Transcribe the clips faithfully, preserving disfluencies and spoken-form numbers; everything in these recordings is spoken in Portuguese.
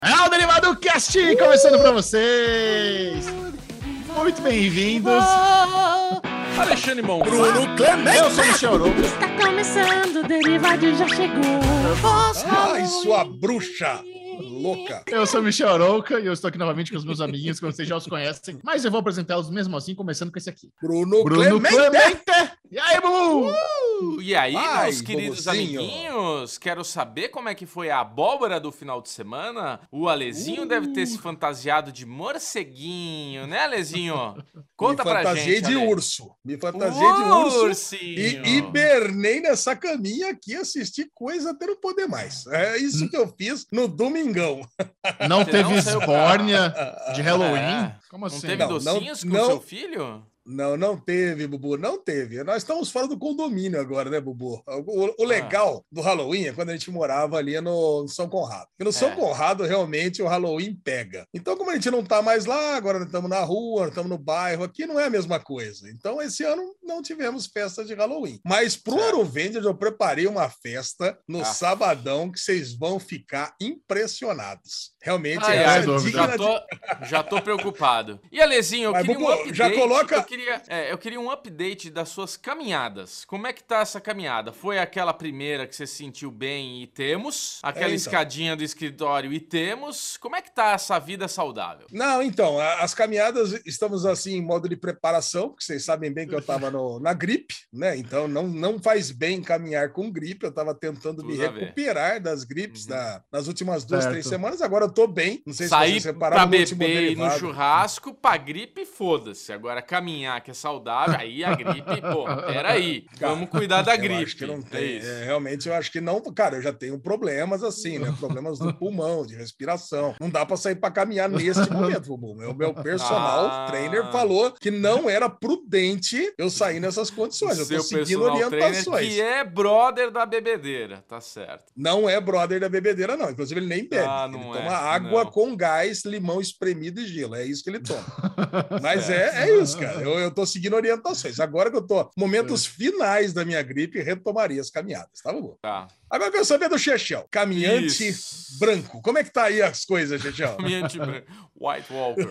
É o Derivado Cast uh! começando pra vocês! Muito bem-vindos! Alexandre Mão, Bruno Clemente! Eu sou o Michel Arouca. Está começando, o Derivado já chegou. Ai, sua bruxa louca! Eu sou o Michel Arouca e eu estou aqui novamente com os meus amiguinhos, que vocês já os conhecem, mas eu vou apresentá-los mesmo assim, começando com esse aqui. Bruno, Bruno Clemente! Clemente! E aí, Bubu? Uh, e aí, Ai, meus queridos Bubuzinho. amiguinhos? Quero saber como é que foi a abóbora do final de semana. O Alezinho Uh. deve ter se fantasiado de morceguinho, né, Alezinho? Conta Me pra fantasiei gente, de Ale. urso. Me fantasiei de urso. Ursinho. E hibernei nessa caminha aqui, assisti coisa até não poder mais. É isso que eu fiz no domingão. Não Você teve não saiu pra- esbórnia de Halloween? É. Como Não assim? teve Não, não, docinhos com não. seu filho? Não, não teve, Bubu, não teve. Nós estamos fora do condomínio agora, né, Bubu? O, o legal do Halloween é quando a gente morava ali no São Conrado. E no São É. Conrado, realmente, o Halloween pega. Então, como a gente não tá mais lá, agora nós estamos na rua, nós estamos no bairro, aqui não é a mesma coisa. Então, esse ano não tivemos festa de Halloween. Mas pro Certo. Arovendas eu preparei uma festa no Ah. sabadão que vocês vão ficar impressionados. Realmente Ai, é ai, dúvida. digna já, de... tô, já tô preocupado. E Alezinho, eu Mas, queria um Bubu, update. já coloca- Eu queria, é, eu queria um update das suas caminhadas. Como é que tá essa caminhada? Foi aquela primeira que você se sentiu bem e temos? Aquela É, então. escadinha do escritório e temos? Como é que tá essa vida saudável? Não, então, a- as caminhadas estamos assim em modo de preparação, porque vocês sabem bem que eu estava na gripe, né? Então não, não faz bem caminhar com gripe. Eu estava tentando me Tudo a ver. recuperar das gripes Uhum. da- nas últimas duas, Certo. três semanas. Agora eu tô bem. Não sei se Sair vocês pra separaram no último beber e no derivado. churrasco, pra gripe, foda-se. Agora caminhar, que é saudável, aí a gripe, pô, peraí. Cara, Vamos cuidar da Eu gripe. acho que não É tem. isso. É, realmente, eu acho que não. Cara, eu já tenho problemas assim, né? Problemas do pulmão, de respiração. Não dá para sair para caminhar neste momento, Bubu. Meu, meu personal Ah. trainer falou que não era prudente eu sair nessas condições. Eu tô Seu seguindo personal trainer, orientações. que é brother da bebedeira, tá certo. Não é brother da bebedeira, não. Inclusive, ele nem bebe. Ah, ele não toma é, água não. com gás, limão espremido e gelo. É isso que ele toma. Mas é, é isso, cara. Eu, eu tô seguindo orientações. Agora que eu tô momentos finais da minha gripe, retomaria as caminhadas, tá bom? Tá. Agora eu quero saber do Chechel. Caminhante Isso. branco. Como é que tá aí as coisas, Chechel? Caminhante branco. White Walker.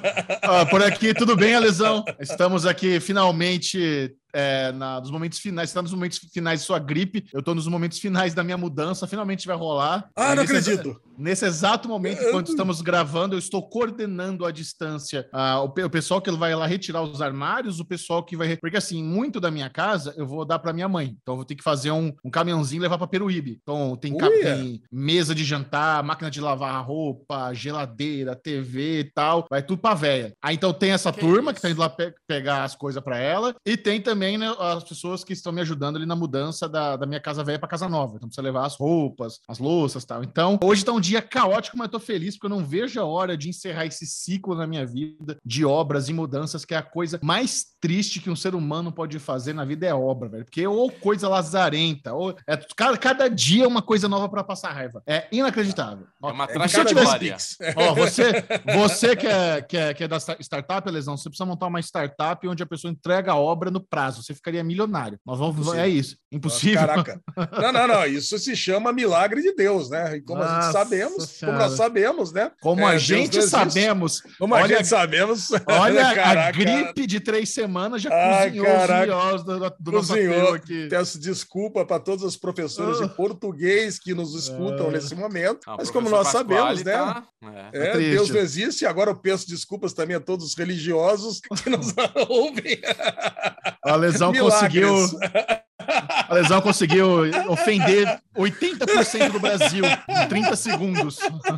Ah, por aqui, tudo bem, Alesão? Estamos aqui finalmente é, na, nos momentos finais. Você está nos momentos finais de sua gripe. Eu estou nos momentos finais da minha mudança. Finalmente vai rolar. Ah, É, não nesse exa- acredito. Nesse exato momento, enquanto estamos gravando, eu estou coordenando à distância ah, o, pe- o pessoal que vai lá retirar os armários, o pessoal que vai... re- Porque, assim, muito da minha casa eu vou dar para minha mãe. Então, eu vou ter que fazer um, um caminhãozinho e levar para Peruíbe. Então, tem, ca- Uia. tem mesa de jantar, máquina de lavar roupa, geladeira, T V e tal. Vai tudo pra véia. Aí, então, tem essa Que turma isso? que tá indo lá pe- pegar as coisas para ela. E tem também, né, as pessoas que estão me ajudando ali na mudança da, da minha casa velha para casa nova. Então, precisa levar as roupas, as louças e tal. Então, hoje tá um dia caótico, mas eu tô feliz porque eu não vejo a hora de encerrar esse ciclo na minha vida de obras e mudanças, que é a coisa mais triste que um ser humano pode fazer na vida é obra, velho. Porque ou coisa lazarenta, ou é, cada, cada dia é uma coisa nova para passar raiva. É inacreditável. É uma É se eu cada tivesse- trajetória. Pix. Ó, você, você que, é, que, é, que é da sta- startup, Lesão, você precisa montar uma startup onde a pessoa entrega a obra no prazo. Você ficaria milionário. Nós vamos, Impossível. é isso. Impossível. Caraca. Não, não, não. Isso se chama milagre de Deus, né? E como a Nossa gente sabemos, como Senhora. nós sabemos, né? Como É, a Deus gente não existe. sabemos. Como a Olha- gente sabemos. Olha, a Caraca. gripe de três semanas já Ai, cozinhou caraca. os miós do, do nosso Cozinhou. ateu aqui. Peço desculpa para todos os professores Ah. de português que nos escutam Ah. nesse momento, Ah, o mas como professor nós sabemos, Pasquale né? tá- é. É, triste. Deus não existe. Agora eu peço desculpas também a todos os religiosos que nos ouvem. A lesão Milagres. conseguiu. A lesão conseguiu ofender oitenta por cento do Brasil em trinta segundos.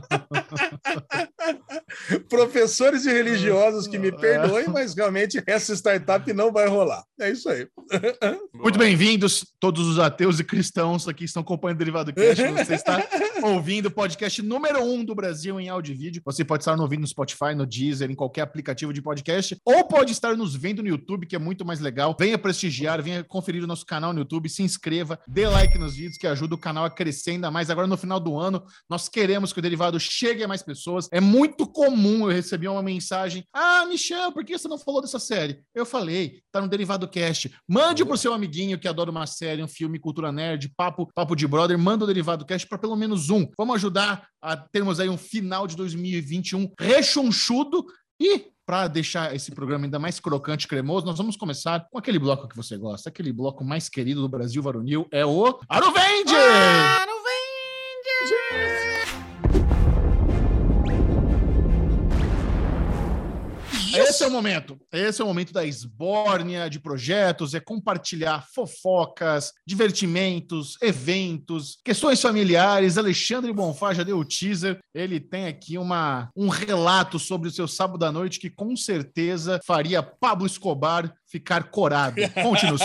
Professores e religiosos que me perdoem, mas realmente essa startup não vai rolar. É isso aí. Muito bem-vindos, todos os ateus e cristãos aqui que estão acompanhando o Derivado Cast. Você está ouvindo o podcast número um do Brasil em áudio e vídeo. Você pode estar nos ouvindo no Spotify, no Deezer, em qualquer aplicativo de podcast, ou pode estar nos vendo no YouTube, que é muito mais legal. Venha prestigiar, venha conferir o nosso canal no YouTube, se inscreva, dê like nos vídeos, que ajuda o canal a crescer ainda mais. Agora, no final do ano, nós queremos que o Derivado chegue a mais pessoas. É muito comum um eu recebi uma mensagem, ah, Michel, por que você não falou dessa série? Eu falei, tá no Derivado Cast. Mande pro seu amiguinho que adora uma série, um filme, cultura nerd, papo, papo de brother, manda o Derivado Cast para pelo menos um. Vamos ajudar a termos aí um final de dois mil e vinte e um rechonchudo e para deixar esse programa ainda mais crocante e cremoso, nós vamos começar com aquele bloco que você gosta, aquele bloco mais querido do Brasil varonil, é o Aruvenge! Aruvenge! Esse é o momento. Esse é o momento da esbórnia de projetos, é compartilhar fofocas, divertimentos, eventos, questões familiares. Alexandre Bonfá já deu o teaser. Ele tem aqui uma, um relato sobre o seu sábado à noite que com certeza faria Pablo Escobar ficar corado. Conte-nos.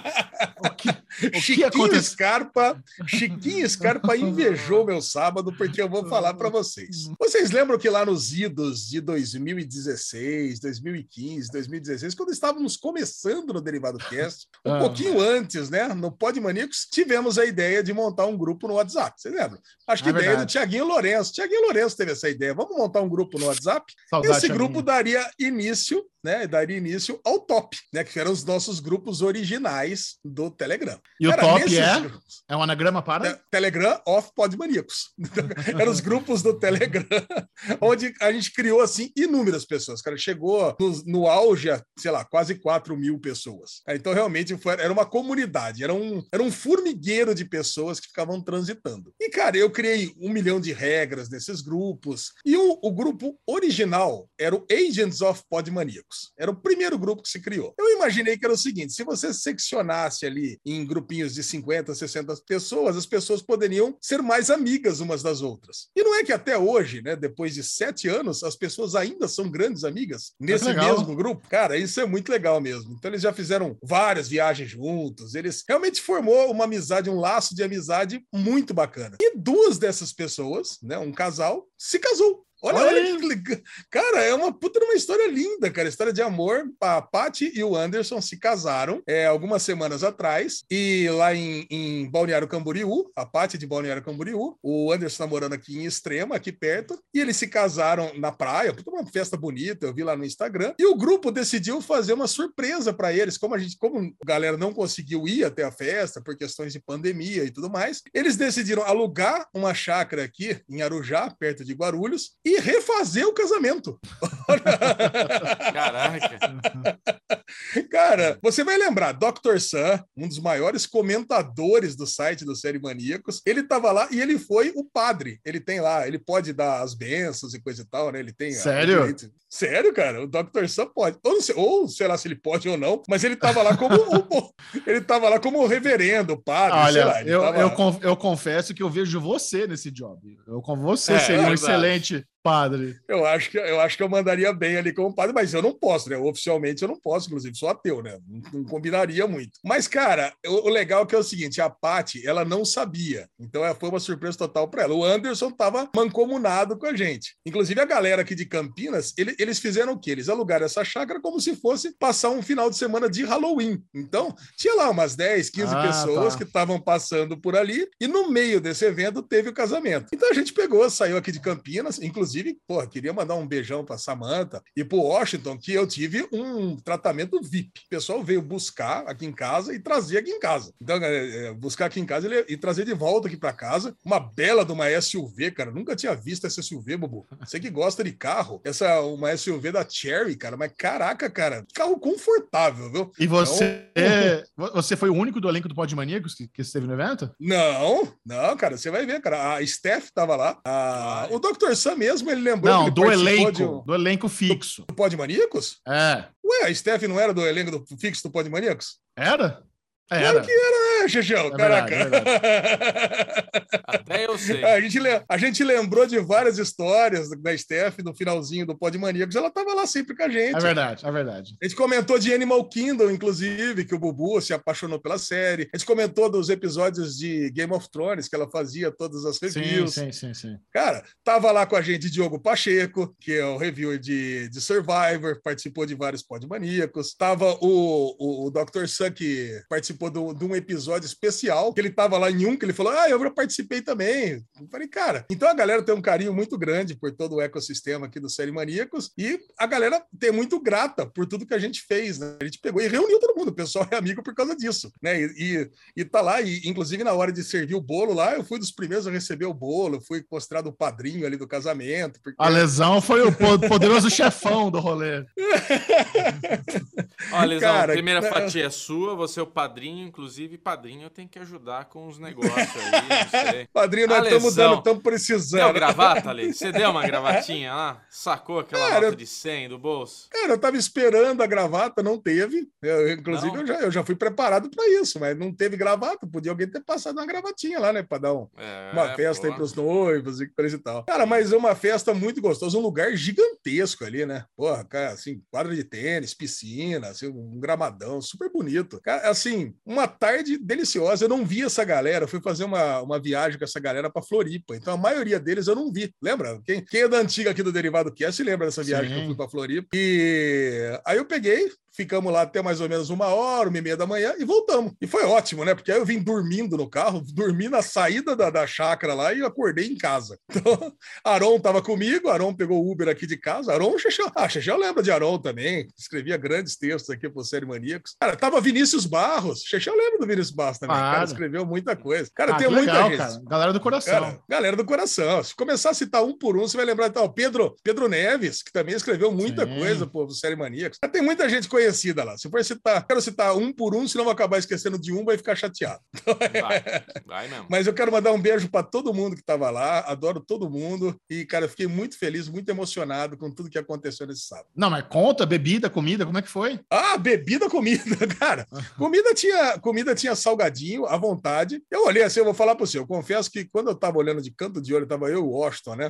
O que, o Chiquinho que aconteceu? Scarpa, Chiquinho Scarpa invejou meu sábado, porque eu vou falar para vocês. Vocês lembram que lá nos idos de dois mil e dezesseis, dois mil e quinze, dois mil e dezesseis, quando estávamos começando no Derivado Cast, um ah, pouquinho antes, né, no Podmaníacos, tivemos a ideia de montar um grupo no WhatsApp. Vocês lembram? Acho que é a ideia verdade. do Tiaguinho Lourenço. Tiaguinho Lourenço teve essa ideia. Vamos montar um grupo no WhatsApp? Saudade, Esse grupo Thiaguinho. daria início, né, daria início ao Top, né, que eram os nossos grupos originais do Telegram. E o Cara, top nesses é? grupos- É um anagrama para? Te- Telegram of Podmaníacos. Eram os grupos do Telegram, onde a gente criou, assim, inúmeras pessoas. Cara, chegou no, no auge, a, sei lá, quase quatro mil pessoas. Então, realmente, foi, era uma comunidade, era um, era um formigueiro de pessoas que ficavam transitando. E, cara, eu criei um milhão de regras nesses grupos. E o, o grupo original era o Agents of Podmaníacos. Era o primeiro grupo que se criou. Eu imaginei que era o seguinte, se você seccionasse ali em grupinhos de cinquenta, sessenta pessoas, as pessoas poderiam ser mais amigas umas das outras. E não é que até hoje, né, depois de sete anos, as pessoas ainda são grandes amigas nesse legal. mesmo grupo? Cara, isso é muito legal mesmo. Então eles já fizeram várias viagens juntos, eles realmente formou uma amizade, um laço de amizade muito bacana. E duas dessas pessoas, né, um casal, se casou. Olha, Olha olha aí. que legal. Cara, é uma puta de uma história linda, cara. História de amor. A Paty e o Anderson se casaram é, algumas semanas atrás. E lá em, em Balneário Camboriú, a Paty de Balneário Camboriú, o Anderson tá morando aqui em Extrema, aqui perto. E eles se casaram na praia. Puta, uma festa bonita, eu vi lá no Instagram. E o grupo decidiu fazer uma surpresa para eles. Como a gente, como a galera não conseguiu ir até a festa por questões de pandemia e tudo mais, eles decidiram alugar uma chácara aqui em Arujá, perto de Guarulhos, e refazer o casamento. Caraca. Cara, você vai lembrar, doutor Sam, um dos maiores comentadores do site do Série Maníacos, ele tava lá e ele foi o padre. Ele tem lá, ele pode dar as bênçãos e coisa e tal, né? Ele tem... Sério? A... Sério, cara, o doutor Sam pode. Ou, não sei, ou sei lá se ele pode ou não, mas ele tava lá como o, ele tava lá como o reverendo, o padre, Olha, sei lá. ele eu, tava... eu, conf- eu confesso que eu vejo você nesse job. Eu com você É, seria um verdade. excelente padre. Eu acho, que, eu acho que eu mandaria bem ali como padre, mas eu não posso, né? Oficialmente eu não posso, inclusive, sou ateu, né? Não, não combinaria muito. Mas, cara, o, o legal é que é o seguinte, a Paty, ela não sabia. Então, ela foi uma surpresa total para ela. O Anderson tava mancomunado com a gente. Inclusive, a galera aqui de Campinas, ele, eles fizeram o quê? Eles alugaram essa chácara como se fosse passar um final de semana de Halloween. Então, tinha lá umas dez, quinze Ah, pessoas tá. que estavam passando por ali e no meio desse evento teve o casamento. Então, a gente pegou, saiu aqui de Campinas, inclusive Inclusive, porra, queria mandar um beijão para Samantha e para Washington, que eu tive um tratamento V I P. O pessoal veio buscar aqui em casa e trazer aqui em casa. Então, é, é, buscar aqui em casa e, e trazer de volta aqui para casa. Uma bela de uma S U V, cara. Nunca tinha visto essa S U V, Bubu. Você que gosta de carro. Essa uma S U V da Cherry, cara. Mas caraca, cara. Carro confortável, viu? E você, Então, você foi o único do elenco do Podmaníacos que, que esteve no evento? Não, não, cara. Você vai ver, cara. A Steph tava lá. A, o doutor Sam mesmo, ele lembrou Não, que ele do participou elenco. de um- Do elenco fixo. do Podmaníacos? É. Ué, a Steph não era do elenco do fixo do Podmaníacos? Era? Claro Era. que era, né, Xexão? É Caraca. verdade, Até eu sei. A gente, le- a gente lembrou de várias histórias da Steph no finalzinho do Podmaníacos. Ela tava lá sempre com a gente. É verdade, é verdade. A gente comentou de Animal Kingdom, inclusive, que o Bubu se apaixonou pela série. A gente comentou dos episódios de Game of Thrones, que ela fazia todas as Sim, reviews. sim, sim, sim. Cara, tava lá com a gente Diogo Pacheco, que é o reviewer de, de Survivor, participou de vários Podmaníacos. Tava o, o, o doutor Sam, que participou do- de um episódio episódio especial, que ele tava lá em um, que ele falou, ah, eu já participei também. Eu falei, cara, então a galera tem um carinho muito grande por todo o ecossistema aqui do Série Maníacos e a galera tem muito grata por tudo que a gente fez, né? A gente pegou e reuniu todo mundo, o pessoal é amigo por causa disso, né? E, e, e tá lá, e inclusive na hora de servir o bolo lá, eu fui dos primeiros a receber o bolo, fui mostrado o padrinho ali do casamento. Porque... A Lesão foi o poderoso chefão do rolê. Ó, Lesão, Cara, a primeira cara... fatia é sua, você é o padrinho, inclusive padrinho tem que ajudar com os negócios aí, não sei. Padrinho, nós estamos dando, estamos precisando. Deu gravata, Ale? Você deu uma gravatinha lá? Sacou aquela cara, nota de cem do bolso? Cara, eu tava esperando a gravata, não teve. Eu, inclusive, eu já, eu já fui preparado para isso, mas não teve gravata. Podia alguém ter passado uma gravatinha lá, né? Para dar um, é, uma festa pô. aí pros noivos e coisa e tal. Cara, mas é uma festa muito gostosa, um lugar gigantesco ali, né? Porra, cara, assim, quadra de tênis, piscina, assim, um gramadão, super bonito. Cara, assim, uma tarde deliciosa. Eu não vi essa galera, eu fui fazer uma, uma viagem com essa galera para Floripa. Então, a maioria deles eu não vi. Lembra? Quem, quem é da antiga aqui do Derivado Cast lembra dessa viagem Sim. que eu fui para Floripa. E aí eu peguei, ficamos lá até mais ou menos uma hora, uma e meia da manhã e voltamos. E foi ótimo, né? Porque aí eu vim dormindo no carro, dormi na saída da, da chácara lá e acordei em casa. Então, Aron tava comigo, Aron pegou o Uber aqui de casa. Aron, Xexão. Ah, Xexão lembra de Aron também. Escrevia grandes textos aqui pro Série Maníacos. Cara, tava Vinícius Barros. Xexão lembra do Vinícius Barros também. Ah, cara, escreveu muita coisa. Cara, ah, tem muita legal, gente. Cara. Galera do coração. Cara, galera do coração. Se começar a citar um por um, você vai lembrar então, Pedro, Pedro Neves, que também escreveu muita Sim. coisa pro Série Maníacos. Tem muita gente conhecida lá. Se for citar, quero citar um por um, senão vou acabar esquecendo de um, vai ficar chateado. Vai, vai mesmo. Mas eu quero mandar um beijo para todo mundo que estava lá, adoro todo mundo e, cara, fiquei muito feliz, muito emocionado com tudo que aconteceu nesse sábado. Não, mas conta, bebida, comida, como é que foi? Ah, bebida, comida, cara. Comida tinha, comida tinha salgadinho, à vontade. Eu olhei assim, eu vou falar para você, eu confesso que quando eu tava olhando de canto de olho, tava eu e o Washington, né,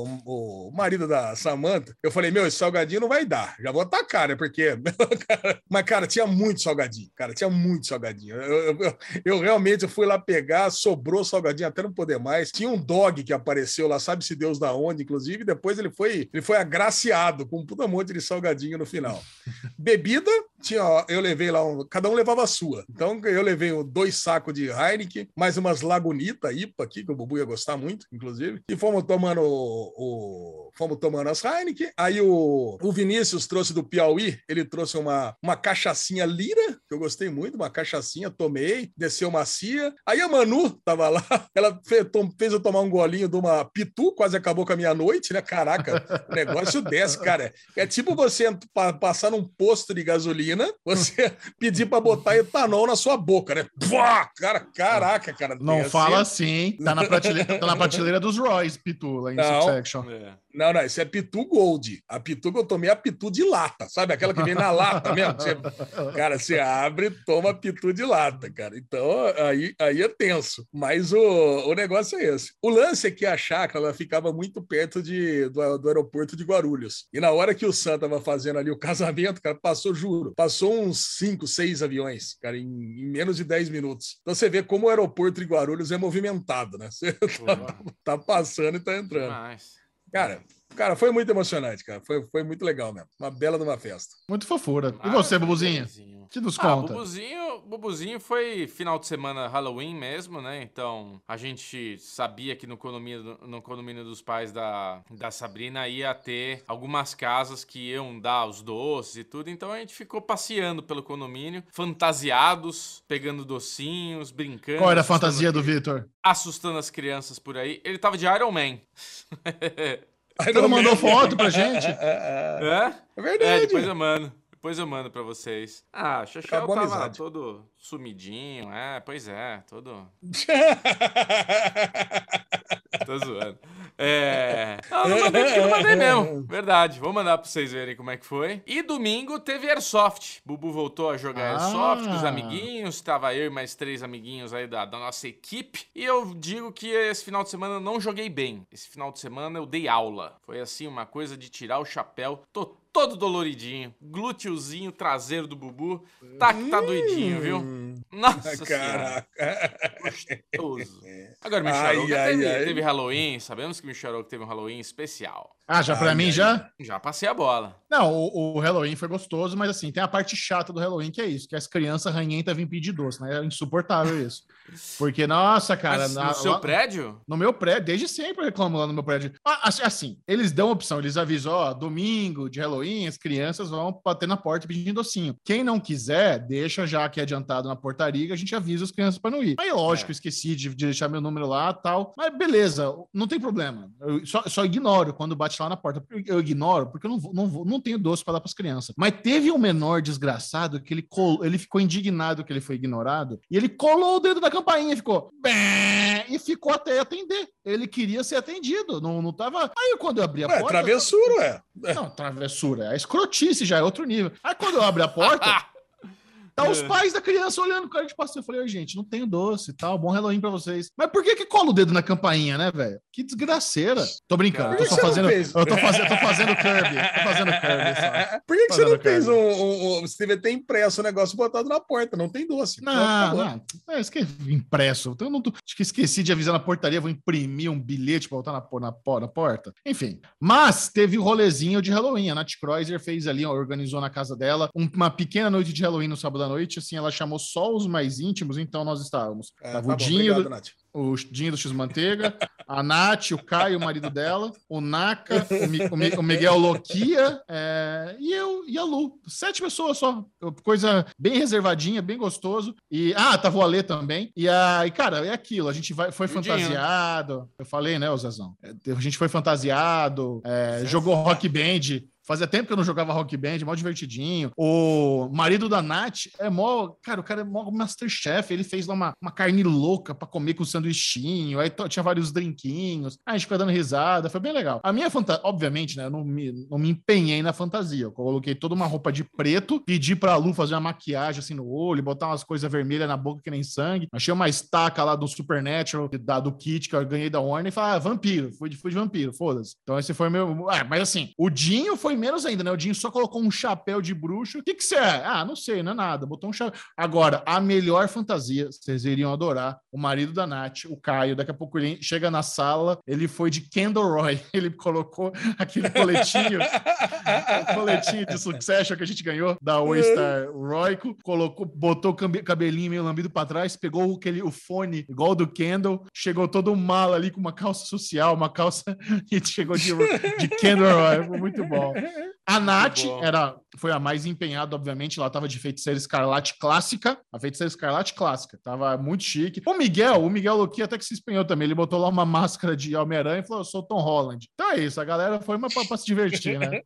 o, o marido da Samantha, eu falei, meu, esse salgadinho não vai dar, já vou atacar, né, porque... Mas, cara, tinha muito salgadinho, cara, tinha muito salgadinho. Eu, eu, eu, eu realmente fui lá pegar, sobrou salgadinho até não poder mais. Tinha um dog que apareceu lá, sabe-se Deus da onde, inclusive, depois ele foi, ele foi agraciado com um puta monte de salgadinho no final. Bebida, tinha, ó, eu levei lá, um, cada um levava a sua. Então, eu levei um, dois sacos de Heineken, mais umas Lagunita, I P A aqui, que o Bubu ia gostar muito, inclusive, e fomos tomando o, o fomos tomando as Heineken. Aí o, o Vinícius trouxe do Piauí, ele trouxe uma, uma cachaçinha Lira, que eu gostei muito, uma cachaçinha, tomei, desceu macia. Aí a Manu tava lá, ela fez, fez eu tomar um golinho de uma pitu, quase acabou com a minha noite, né? Caraca, o negócio desce, cara. É tipo você passar num posto de gasolina, você pedir para botar etanol na sua boca, né? Pua! Cara, caraca, cara. Não fala assim, tá na prateleira, tá na prateleira dos Royce, pitu, lá em Não. Subsection. É. Não, não, isso é Pitu Gold. A Pitu que eu tomei é a Pitu de lata, sabe? Aquela que vem na lata mesmo. Você, cara, você abre e toma Pitu de lata, cara. Então, aí, aí é tenso. Mas o, o negócio é esse. O lance é que a chácara ela ficava muito perto de, do, do aeroporto de Guarulhos. E na hora que o Sam tava fazendo ali o casamento, cara, passou, juro, passou uns cinco, seis aviões, cara, em, em menos de dez minutos. Então você vê como o aeroporto de Guarulhos é movimentado, né? Você tá, tá passando e tá entrando. Demais. Cara, cara, foi muito emocionante, cara. Foi, foi muito legal mesmo. Uma bela de uma festa. Muito fofura. E você, Bubuzinho? Que nos ah, conta? Bubuzinho, Bubuzinho foi final de semana Halloween mesmo, né? Então, a gente sabia que no condomínio, no condomínio dos pais da, da Sabrina ia ter algumas casas que iam dar os doces e tudo. Então, a gente ficou passeando pelo condomínio, fantasiados, pegando docinhos, brincando. Qual era a fantasia do Vitor? Assustando as crianças por aí. Ele tava de Iron Man. Você não mandou foto pra gente? É? É verdade. É, depois eu mando. Depois eu mando pra vocês. Ah, o Xaxel tava amizade. todo sumidinho. É, pois é, todo... Tô zoando. É... Não, não mandei porque não mandei mesmo. Verdade. Vou mandar pra vocês verem como é que foi. E domingo teve Airsoft. Bubu voltou a jogar Ah. Airsoft com os amiguinhos. Tava eu e mais três amiguinhos aí da, da nossa equipe. E eu digo que esse final de semana eu não joguei bem. Esse final de semana eu dei aula. Foi assim, uma coisa de tirar o chapéu. Tô todo doloridinho. Glúteozinho traseiro do Bubu. Tá que tá doidinho, viu? Nossa Caraca. Senhora. Gostoso. Agora, Micharoca teve, teve Halloween. Sabemos que Micharoca teve um Halloween especial. Ah, já pra Ai, mim, ai, já? Já passei a bola. Não, o, o Halloween foi gostoso, mas assim, tem a parte chata do Halloween, que é isso, que as crianças ranhentas vêm pedir doce, né? É insuportável isso. Porque, nossa, cara... Mas na, no seu lá, prédio? No meu prédio, desde sempre eu reclamo lá no meu prédio. Ah, assim, eles dão opção, eles avisam, ó, domingo de Halloween, as crianças vão bater na porta pedindo docinho. Quem não quiser, deixa já aqui adiantado na portaria, a gente avisa as crianças para não ir. Aí, lógico, é. eu esqueci de, de deixar meu número lá e tal, mas beleza, não tem problema. Eu só, só ignoro quando bate lá na porta. Eu ignoro porque eu não, vou, não, vou, não tenho doce para dar para as crianças. Mas teve um menor desgraçado que ele, col... ele ficou indignado que ele foi ignorado e ele colou o dedo na campainha, ficou bem, e ficou até atender. Ele queria ser atendido, não, não tava... Aí quando eu abri a ué, porta... Travessura, ué. Não, travessura. A escrotice já é outro nível. Aí quando eu abro a porta... Tá os pais da criança olhando o cara de passeio. Eu falei, gente, não tenho doce e tal, bom Halloween pra vocês. Mas por que que cola o dedo na campainha, né, velho? Que desgraceira. Tô brincando, tô só fazendo... Eu tô fazendo, tô fazendo Kirby. Tô fazendo Kirby só. Por que, que você não fez um, um, um... Você devia ter impresso o negócio botado na porta, não tem doce. Não, não, não. É, esqueci, impresso. Então, eu não tô... Acho que esqueci de avisar na portaria, vou imprimir um bilhete pra botar na, na, na porta. Enfim. Mas teve o rolezinho de Halloween. A Nath Kreuzer fez ali, ó, organizou na casa dela uma pequena noite de Halloween no sábado à noite, assim, ela chamou só os mais íntimos, então nós estávamos. É, Tava tá o bom, Dinho, obrigado, do, Nath. o Dinho do X-Manteiga, a Nath, o Caio, o marido dela, o Naka, o, Mi, o, Mi, o Miguel Loquia é, e eu e a Lu. Sete pessoas só. Coisa bem reservadinha, bem gostoso. E, ah, tava o Alê também. E, a, e cara, é aquilo. A gente vai, foi fantasiado. Eu falei, né, o Zezão? A gente foi fantasiado, é, jogou Rock Band. Fazia tempo que eu não jogava Rock Band, mó divertidinho. O marido da Nath é mó... Cara, o cara é mó Masterchef. Ele fez lá uma, uma carne louca pra comer com sanduichinho. Aí tinha vários drinquinhos. Aí a gente ficou dando risada. Foi bem legal. A minha fantasia... Obviamente, né? Eu não me, não me empenhei na fantasia. Eu coloquei toda uma roupa de preto. Pedi pra Lu fazer uma maquiagem assim no olho. Botar umas coisas vermelhas na boca que nem sangue. Achei uma estaca lá do Supernatural, da, do kit que eu ganhei da Warner. E falei, ah, vampiro. Fui de, fui de vampiro, foda-se. Então esse foi meu... Ah, mas assim, o Dinho foi menos ainda, né? O Dinho só colocou um chapéu de bruxo. O que que você é? Ah, não sei, não é nada. Botou um chapéu. Agora, a melhor fantasia, vocês iriam adorar, o marido da Nath, o Caio, daqui a pouco ele chega na sala, ele foi de Kendall Roy. Ele colocou aquele coletinho, o coletinho de Succession que a gente ganhou, da All-Star Royco, colocou, botou o cabelinho meio lambido pra trás, pegou aquele, o fone igual do Kendall, chegou todo mal ali com uma calça social, uma calça e chegou de, de Kendall Roy. Foi muito bom. A Nath era, foi a mais empenhada, obviamente. Ela tava de Feiticeira Escarlate clássica. A Feiticeira Escarlate clássica. Tava muito chique. O Miguel, o Miguel Loki até que se empenhou também. Ele botou lá uma máscara de Homem-Aranha e falou, eu sou Tom Holland. Então é isso, a galera foi uma pra, pra se divertir, né?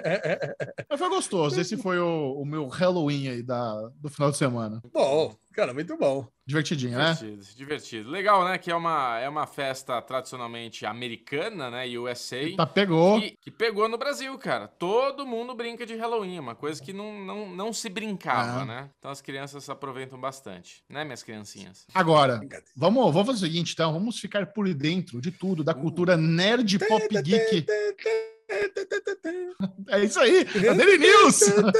Mas foi gostoso. Esse foi o, o meu Halloween aí da, do final de semana. Bom, cara, muito bom. Divertidinho, né? Divertido, divertido. Legal, né? Que é uma, é uma festa tradicionalmente americana, né? U S A. Tá, pegou. Que, que pegou no Brasil, cara. Todo mundo brinca de Halloween. Uma coisa que não, não, não se brincava, ah. né? Então as crianças aproveitam bastante. Né, minhas criancinhas? Agora, vamos, vamos fazer o seguinte, então. Vamos ficar por dentro de tudo, da cultura nerd, pop, geek. É isso aí. A Daily News.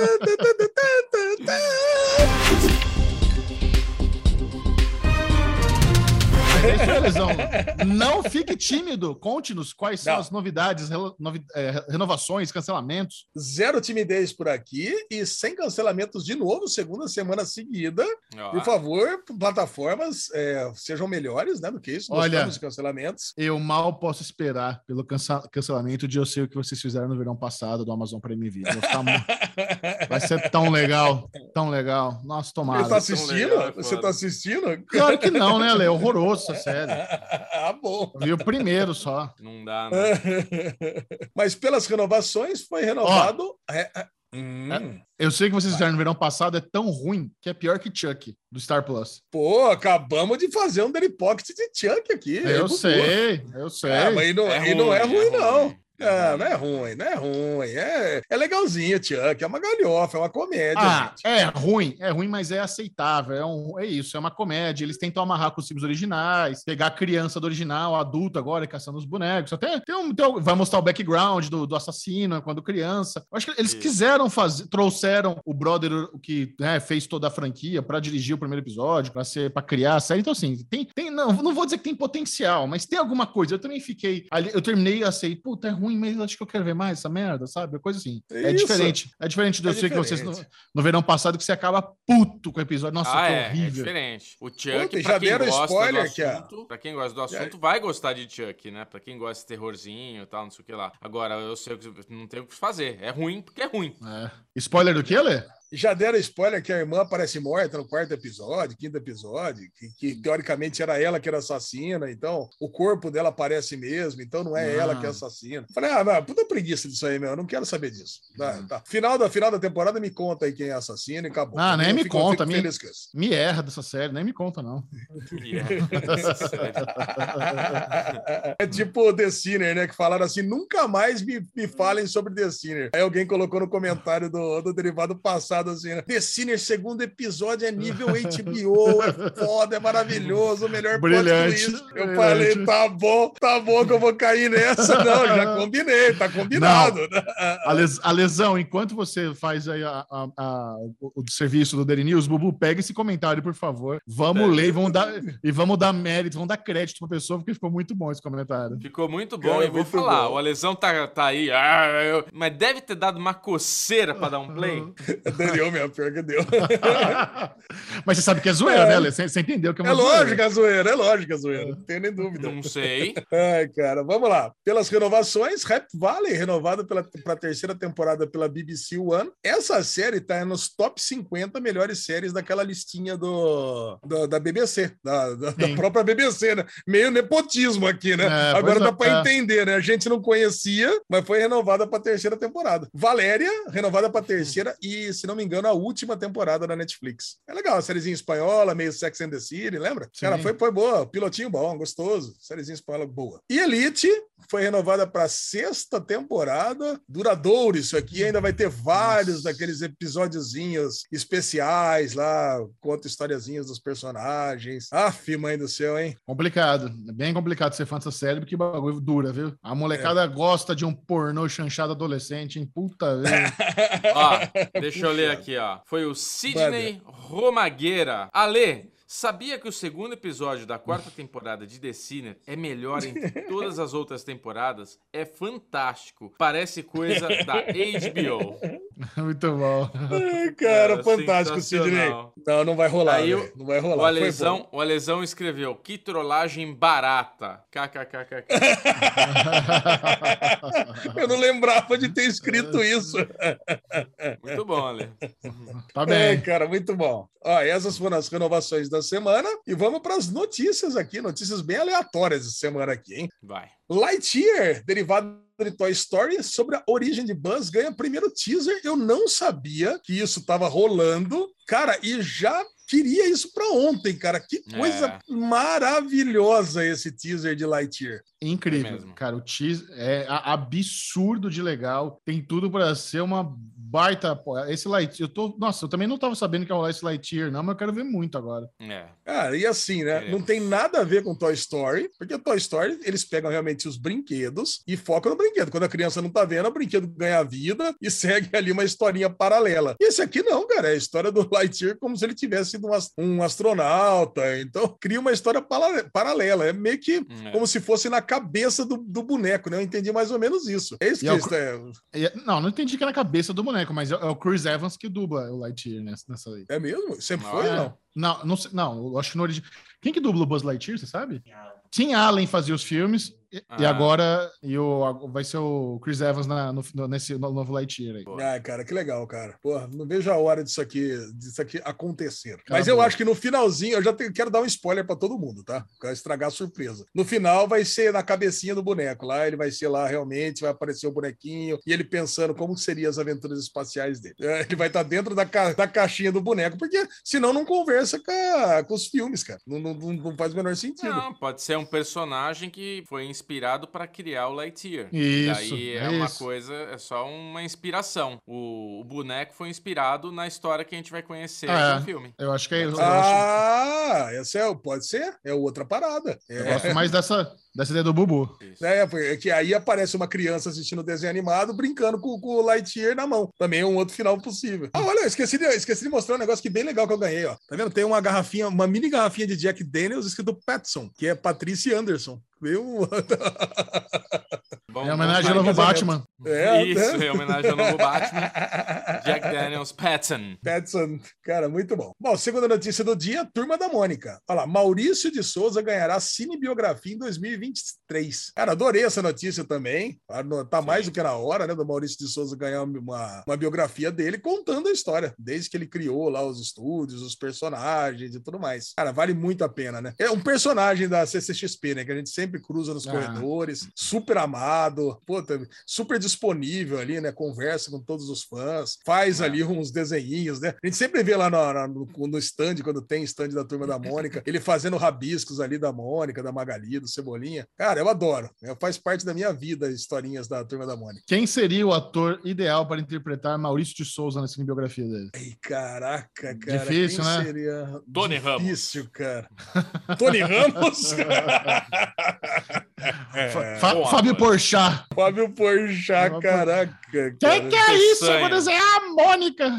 Não fique tímido. Conte-nos quais são Não. as novidades, reno, novi, é, renovações, cancelamentos. Zero timidez por aqui e sem cancelamentos de novo, segunda semana seguida. Oh. Por favor, plataformas é, sejam melhores, né, do que isso. Olha, de cancelamentos. Eu mal posso esperar pelo cansa- cancelamento de Eu Sei O Que Vocês Fizeram no Verão Passado do Amazon Prime Video. Vai, vai ser tão legal, tão legal. Nossa, tomara. Você tá assistindo? Legal, Você tá assistindo? Claro que não, né, Lê? Horroroso. Sério. Ah, bom. Vi o primeiro só. Não dá, né? Mas pelas renovações foi renovado. Oh, é, é, hum. é, eu sei que vocês fizeram no verão passado, é tão ruim que é pior que Chuck, do Star Plus. Pô, acabamos de fazer um Daily Pocket de Chuck aqui. Eu sei, eu sei. Ah, mas não, é, ruim, não é ruim, é ruim, não. Ah, não é ruim, não é ruim. É, é legalzinho, Chuck. É uma galhofa, é uma comédia, Ah, gente. é ruim, é ruim, mas é aceitável. É, um, é isso, é uma comédia. Eles tentam amarrar com os filmes originais, pegar a criança do original, adulto agora, caçando os bonecos. Até tem um, tem um- vai mostrar o background do, do assassino quando criança. Eu acho que eles Isso. quiseram fazer, trouxeram o brother o que né, fez toda a franquia para dirigir o primeiro episódio, para ser, para criar a série. Então, assim, tem, tem não, não vou dizer que tem potencial, mas tem alguma coisa. Eu também fiquei ali, eu terminei assim, puta, é ruim, mas acho que eu quero ver mais essa merda, sabe? Coisa assim. É Isso. diferente. É diferente do É eu sei que vocês no, diferente. no verão passado que você acaba puto com o episódio. Nossa, Ah, que é, é horrível. diferente. O Chuck, Puta, e pra já quem deram gosta spoiler do que a- assunto, pra quem gosta do assunto, vai gostar de Chuck, né? Pra quem gosta de terrorzinho e tal, não sei o que lá. Agora, eu sei que não tem o que fazer. É ruim porque é ruim. É. Spoiler do que, Lê? Já deram spoiler que a irmã aparece morta no quarto episódio, quinto episódio, que, que teoricamente era ela que era assassina, então o corpo dela aparece mesmo, então não é Ah. ela que é assassina. Falei, ah, não, puta preguiça disso aí, meu, eu não quero saber disso. Tá, tá. Final, da, final da temporada me conta aí quem é assassino e acabou. Ah, nem Eu me fico- eu conta, fico me- feliz com isso. Me erra dessa série, nem me conta, não. Yeah. É tipo o The Sinner, né? Que falaram assim: nunca mais me, me falem sobre The Sinner. Aí alguém colocou no comentário do, do derivado passado assim: né? The Sinner, segundo episódio, é nível H B O, é foda, é maravilhoso, o melhor plot Brilhante, twist. Eu brilhante. falei: tá bom, tá bom que eu vou cair nessa. Não, já combinei, tá combinado. A, les- a lesão, enquanto você faz aí a- a- a- o, o serviço do Daily News, Bubu, pega esse comentário, por favor. Vamos Pega. ler e vamos dar, e vamos dar mérito, vamos dar crédito pra pessoa, porque ficou muito bom esse comentário. Ficou muito bom Cara, e vou muito falar, bom. o Alesão tá, tá aí, ah, eu- mas deve ter dado uma coceira pra dar um play. Deu mesmo, pior que deu. Mas você sabe que é zoeira, É. né, Lê? Você, você entendeu que é uma É zoeira. lógico a zoeira, é lógico a zoeira, não tenho nem dúvida. Não sei. Ai, cara, vamos lá. Pelas renovações, Rap Valley, renovada para a terceira temporada pela B B C One. Essa série tá nos top cinquenta melhores séries daquela listinha do, do- da B B C, da, da- da Sim. própria B B C, né? Meio nepotismo aqui, né? É, Agora pois dá é, para é. entender, né? A gente não conhecia, mas foi renovada para a terceira temporada. Valéria, renovada para a terceira e, se não me engano, a última temporada da Netflix. É legal, a sériezinha espanhola, meio Sex and the City, lembra? Sim. Cara, foi, foi boa, pilotinho bom, gostoso, sériezinha espanhola boa. E Elite foi renovada para a sexta temporada, duradouro isso aqui, ainda vai ter vários Nossa. daqueles episódiozinhos especiais lá, conta historiazinhas dos personagens. Aff, mãe do céu, hein? Complicado. É bem complicado ser fã dessa série, porque o bagulho dura, viu? A molecada gosta de um pornô chanchado adolescente, hein? Puta, velho. Ó, deixa eu ler aqui, ó. Foi o Sidney Romagueira. Ale, sabia que o segundo episódio da quarta temporada de The Sinner é melhor entre todas as outras temporadas? É fantástico. Parece coisa da H B O. Muito bom. Ai, cara, Cara, fantástico, Sidney. sensacional. Não, não vai rolar, Aí velho. o- Não vai rolar. O Foi Alesão, o Alesão escreveu, que trollagem barata. KKKK. bom. Eu não lembrava de ter escrito isso. Muito bom, Ale. Tá É, bem. cara, muito bom. Ó, essas foram as renovações da semana e vamos para as notícias aqui, notícias bem aleatórias essa semana aqui, hein? Vai. Lightyear, derivado de Toy Story, sobre a origem de Buzz, ganha primeiro teaser. Eu não sabia que isso estava rolando, cara, e já queria isso para ontem, cara. Que coisa É. maravilhosa esse teaser de Lightyear. Incrível, É mesmo. cara. O teaser é a- absurdo de legal. Tem tudo pra ser uma baita. pô, Esse Lightyear, eu tô. Nossa, eu também não tava sabendo que ia rolar esse Lightyear, não, mas eu quero ver muito agora. É. Cara, e assim, né? Queremos. Não tem nada a ver com Toy Story, porque Toy Story, eles pegam realmente os brinquedos e focam no brinquedo. Quando a criança não tá vendo, o brinquedo ganha vida e segue ali uma historinha paralela. E esse aqui não, cara, é a história do Lightyear como se ele tivesse sido um, as- um astronauta. Então, cria uma história pala- paralela. É meio que É. como se fosse na cabeça do, do boneco, né? Eu entendi mais ou menos isso. É isso E que é o isso é. E- Não, não entendi que era a cabeça do boneco, mas é é o Chris Evans que dubla o Lightyear nessa, nessa aí. É mesmo? Sempre Ah, foi, É. não? Não, não, sei- não, eu acho que no origem. Quem que dubla o Buzz Lightyear, você sabe? Tim Allen fazia os filmes e, e Ah. agora e o, vai ser o Chris Evans na, no, no- nesse no- novo Lightyear aí. Ai, cara, que legal, cara. Porra, não vejo a hora disso aqui, disso aqui acontecer. Mas Acabou. eu acho que no finalzinho, eu já te- quero dar um spoiler pra todo mundo, tá? Pra estragar a surpresa. No final vai ser na cabecinha do boneco. Lá ele vai ser lá realmente, vai aparecer o bonequinho e ele pensando como seriam as aventuras espaciais dele. É, ele vai estar dentro da, ca- da caixinha do boneco, porque senão não conversa conversa com, a, com os filmes, cara. Não, não, não faz o menor sentido. Não, pode ser um personagem que foi inspirado para criar o Lightyear. Isso, Daí é, é uma isso. coisa, é só uma inspiração. O, o boneco foi inspirado na história que a gente vai conhecer É, no filme. eu acho que é isso. Ah, essa é, pode ser, é outra parada. É, Eu gosto mais dessa, dessa ideia do Bubu. Isso. é, porque que aí aparece uma criança assistindo desenho animado, brincando com, com o Lightyear na mão. Também é um outro final possível. Ah, olha, eu esqueci de, esqueci de mostrar um negócio que bem legal que eu ganhei, ó. Tá vendo? Tem uma garrafinha, uma mini garrafinha de Jack Daniels escrito Patson, que é Patricia Anderson. Viu? Bom, É homenagem ao bom novo casamento. Batman. É, Isso, né? é homenagem ao novo Batman. Jack Daniels Patton. Patson, cara, muito bom. Bom, segunda notícia do dia, Turma da Mônica. Olha lá, Maurício de Souza ganhará cinebiografia em dois mil e vinte e três. Cara, adorei essa notícia também. Tá mais Sim. do que na hora, né, do Maurício de Souza ganhar uma, uma biografia dele contando a história, desde que ele criou lá os estúdios, os personagens e tudo mais. Cara, vale muito a pena, né? É um personagem da C C X P, né, que a gente sempre cruza nos Ah. corredores, super amado, puta, super disponível ali, né, conversa com todos os fãs, faz É. ali uns desenhinhos, né? A gente sempre vê lá no, no, no stand, quando tem stand da Turma da Mônica, ele fazendo rabiscos ali da Mônica, da Magali, do Cebolinha. Cara, eu adoro. É, faz parte da minha vida historinhas da Turma da Mônica. Quem seria o ator ideal para interpretar Maurício de Souza na cinebiografia dele? Ei, caraca, cara. Difícil, quem né? seria? Tony Ramos. Difícil, cara. Tony Ramos? Fa- Fa- Bom Fábio ator. Porchat. Fábio Porchat, Fábio- caraca. Quem cara. que é isso? Eu vou Peçanha. desenhar a Mônica.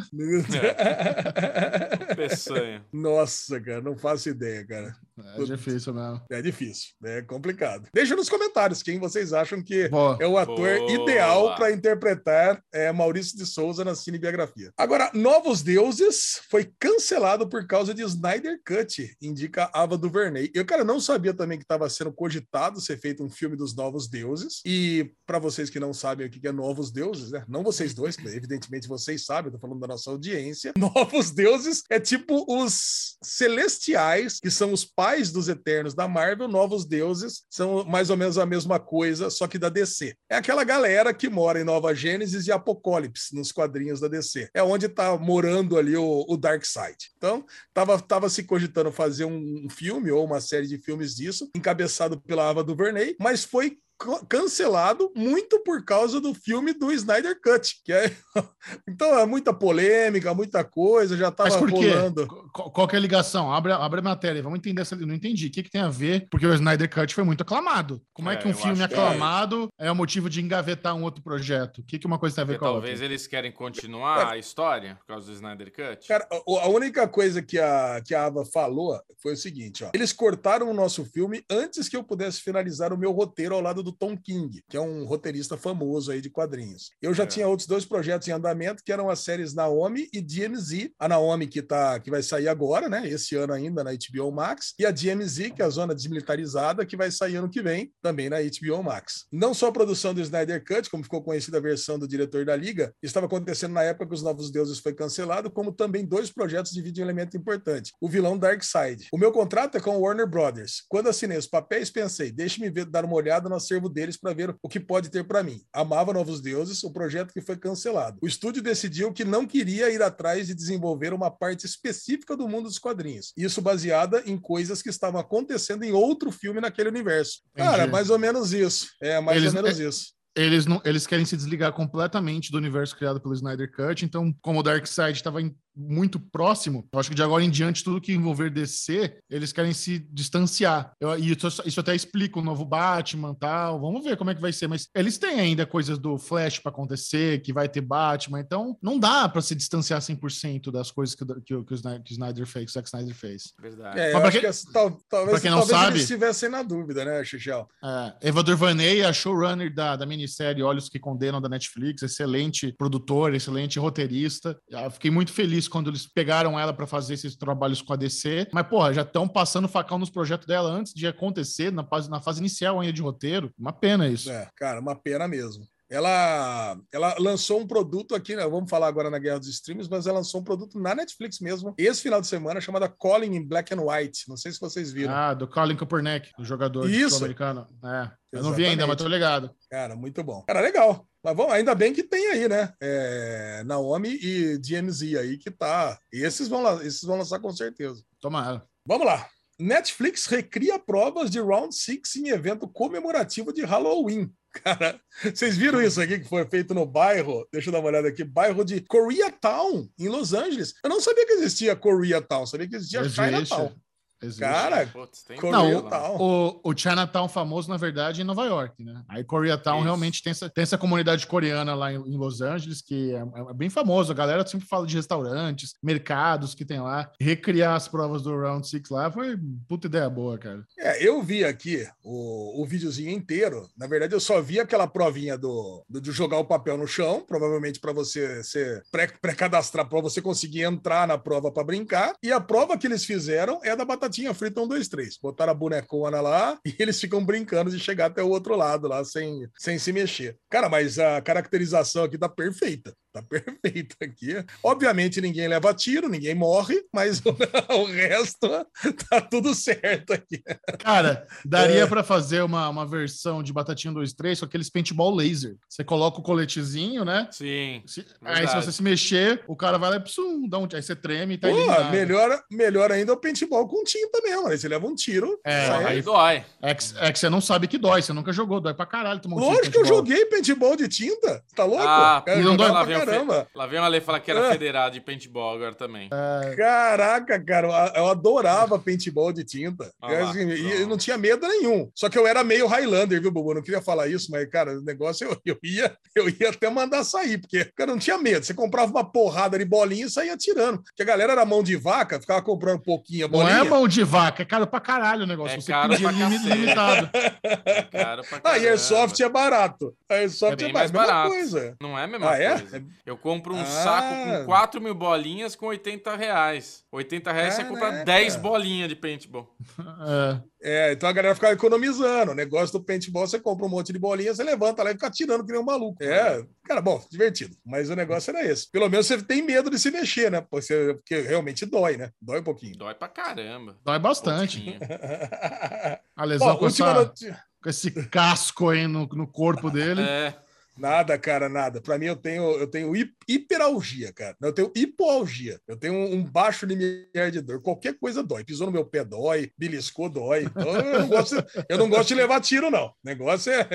Peçanha. Nossa, cara, não faço ideia, cara. É difícil mesmo. É difícil, é complicado. Deixa nos comentários quem vocês acham que Boa. é o ator Boa. ideal para interpretar é, Maurício de Souza na cinebiografia. Agora, Novos Deuses foi cancelado por causa de Snyder Cut, indica Ava DuVernay. Eu, cara, não sabia também que estava sendo cogitado ser feito um filme dos Novos Deuses. E para vocês que não sabem o que é Novos Deuses, né? Não vocês dois, que evidentemente vocês sabem, eu tô falando da nossa audiência. Novos Deuses é tipo os celestiais, que são os pais dos Eternos da Marvel. Novos Deuses são mais ou menos a mesma coisa, só que da D C. É aquela galera que mora em Nova Gênesis e Apocalipse, nos quadrinhos da D C. É onde tá morando ali o, o Darkseid. Então, tava, tava se cogitando fazer um, um filme ou uma série de filmes disso, encabeçado pela Ava DuVernay, mas foi cancelado muito por causa do filme do Snyder Cut, que é então é muita polêmica, muita coisa, já tava Mas por quê? rolando. Qual, qual que é a ligação? Abre, a- abre a matéria, vamos entender essa. Não entendi. O que, que tem a ver? Porque o Snyder Cut foi muito aclamado. Como é, É, que um eu filme acho que é aclamado é, o motivo de engavetar um outro projeto? O que, que uma coisa tem a ver Porque com a talvez outra? eles querem continuar a história por causa do Snyder Cut. Cara, a a única coisa que a, que a Ava falou foi o seguinte, ó. Eles cortaram o nosso filme antes que eu pudesse finalizar o meu roteiro ao lado do Tom King, que é um roteirista famoso aí de quadrinhos. Eu já É. tinha outros dois projetos em andamento, que eram as séries Naomi e D M Z. A Naomi, que, tá, que vai sair agora, né? Esse ano ainda na H B O Max. E a D M Z, que é a Zona Desmilitarizada, que vai sair ano que vem, também na H B O Max. Não só a produção do Snyder Cut, como ficou conhecida a versão do diretor da Liga, estava acontecendo na época que Os Novos Deuses foi cancelado, como também dois projetos dividem um elemento importante. O vilão Darkseid. O meu contrato é com o Warner Brothers. Quando assinei os papéis, pensei, deixe-me ver, dar uma olhada no acervo deles para ver o que pode ter para mim. Amava Novos Deuses, o projeto que foi cancelado. O estúdio decidiu que não queria ir atrás de desenvolver uma parte específica do mundo dos quadrinhos. Isso baseada em coisas que estavam acontecendo em outro filme naquele universo. Cara, Entendi. mais ou menos isso. É, mais Eles- ou menos isso. Eles, não, eles querem se desligar completamente do universo criado pelo Snyder Cut, então, como o Darkseid estava muito próximo, eu acho que de agora em diante, tudo que envolver D C, eles querem se distanciar. Eu, e isso, isso até explica o novo Batman e tal, vamos ver como é que vai ser, mas eles têm ainda coisas do Flash para acontecer, que vai ter Batman, então não dá para se distanciar cem por cento das coisas que, o- que, o- que o Snyder, que o Snyder fez, que o Zack Snyder fez. Verdade. É, Mas eu pra acho quem- que é- tal- talvez, pra quem não talvez sabe- eles estivessem na dúvida, né, Xixiao? É, Eva DuVernay, a showrunner da, da minissérie Olhos que Condenam da Netflix, excelente produtora, excelente roteirista. Eu fiquei muito feliz quando eles pegaram ela para fazer esses trabalhos com a D C. Mas, porra, já estão passando facão nos projetos dela antes de acontecer, na fase, na fase inicial ainda de roteiro. Uma pena isso. É, cara, uma pena mesmo. ela, ela lançou um produto aqui, né? Vamos falar agora na Guerra dos Streams, mas ela lançou um produto na Netflix mesmo, esse final de semana, chamada Calling in Black and White. Não sei se vocês viram. Ah, do Colin Kaepernick, do jogador americano. É, eu não vi ainda, mas tô ligado. Cara, muito bom. Cara, legal. Mas vamos, ainda bem que tem aí, né? É, Naomi e D M Z aí que tá. Esses vão, lá, esses vão lançar com certeza. Tomara. Vamos lá. Netflix recria provas de Round six em evento comemorativo de Halloween. Cara, vocês viram isso aqui que foi feito no bairro? Deixa eu dar uma olhada aqui. Bairro de Koreatown, em Los Angeles. Eu não sabia que existia Koreatown, sabia que existia Existe. Chinatown. Existe. Cara, Putz, tem Não, Koreatown. o, o Chinatown famoso, na verdade, é em Nova York, né? Aí Koreatown Isso. realmente tem essa, tem essa comunidade coreana lá em, em Los Angeles, que é, é bem famoso. A galera sempre fala de restaurantes, mercados que tem lá. Recriar as provas do Round Six lá foi puta ideia boa, cara. É, eu vi aqui o, o videozinho inteiro. Na verdade, eu só vi aquela provinha do, do de jogar o papel no chão, provavelmente para você ser pré, pré-cadastrar, para você conseguir entrar na prova para brincar. E a prova que eles fizeram é a da batatinha frita um, dois, três. Botaram a bonecona lá e eles ficam brincando de chegar até o outro lado lá sem, sem se mexer. Cara, mas a caracterização aqui tá perfeita. Tá perfeita aqui. Obviamente ninguém leva tiro, ninguém morre, mas o, o resto tá tudo certo aqui. Cara, daria é. pra fazer uma, uma versão de Batatinha um, dois, três com aqueles paintball laser. Você coloca o coletezinho, né? Sim. Se, aí se você se mexer, o cara vai lá e psum, dá um, aí você treme e tá Pô, eliminado. melhor, melhor ainda o paintball com tinta mesmo. Aí você leva um tiro. É, sai. Aí dói. É que, é que você não sabe que dói, você nunca jogou, dói pra caralho. tomar um tiro de Lógico que eu paintball. joguei paintball de tinta. Tá louco? Ah, Eu e não dói jogava lá pra vem, o caramba. fe... lá vem uma lei falar que era Ah. federado de paintball agora também. Caraca, cara, eu- eu adorava paintball de tinta. Ah Eu, lá, assim, e pronto. eu não tinha medo nenhum. Só que eu era meio Highlander, viu, Bubu? Eu não queria falar isso, mas, cara, o negócio eu, eu, ia, eu ia até mandar sair, porque, cara, não tinha medo. Você comprava uma porrada de bolinha e saía atirando. Porque a galera era mão de vaca, ficava comprando pouquinho a Não bolinha. é mão de vaca, é caro pra caralho o negócio. É você caro tem pra dinheiro cacete. limitado. É caro pra Ah, e caramba. Airsoft é barato. A Airsoft É bem é, mais mais barato. coisa. Não é a mesma Ah, é? coisa. Eu compro um Ah. saco com quatro mil bolinhas com oitenta reais. oitenta reais você compra Caraca. dez bolinhas de paintball. É. É, então a galera ficava economizando. O negócio do paintball, você compra um monte de bolinha, você levanta lá e fica atirando que nem um maluco. É, cara, bom, divertido. Mas o negócio era esse. Pelo menos você tem medo de se mexer, né? Porque, porque realmente dói, né? Dói um pouquinho. Dói pra caramba. Dói bastante. Pouquinho. A lesão Ó, com, última essa- notícia. com esse casco aí no, no corpo dele. É. Nada, cara, nada. Pra mim, eu tenho, eu tenho hi- hiperalgia, cara. Eu tenho hipoalgia. Eu tenho um, um baixo limiar de dor. Qualquer coisa dói. Pisou no meu pé, dói. Beliscou, dói. Então, eu não gosto, eu não gosto de levar tiro, não. O negócio é...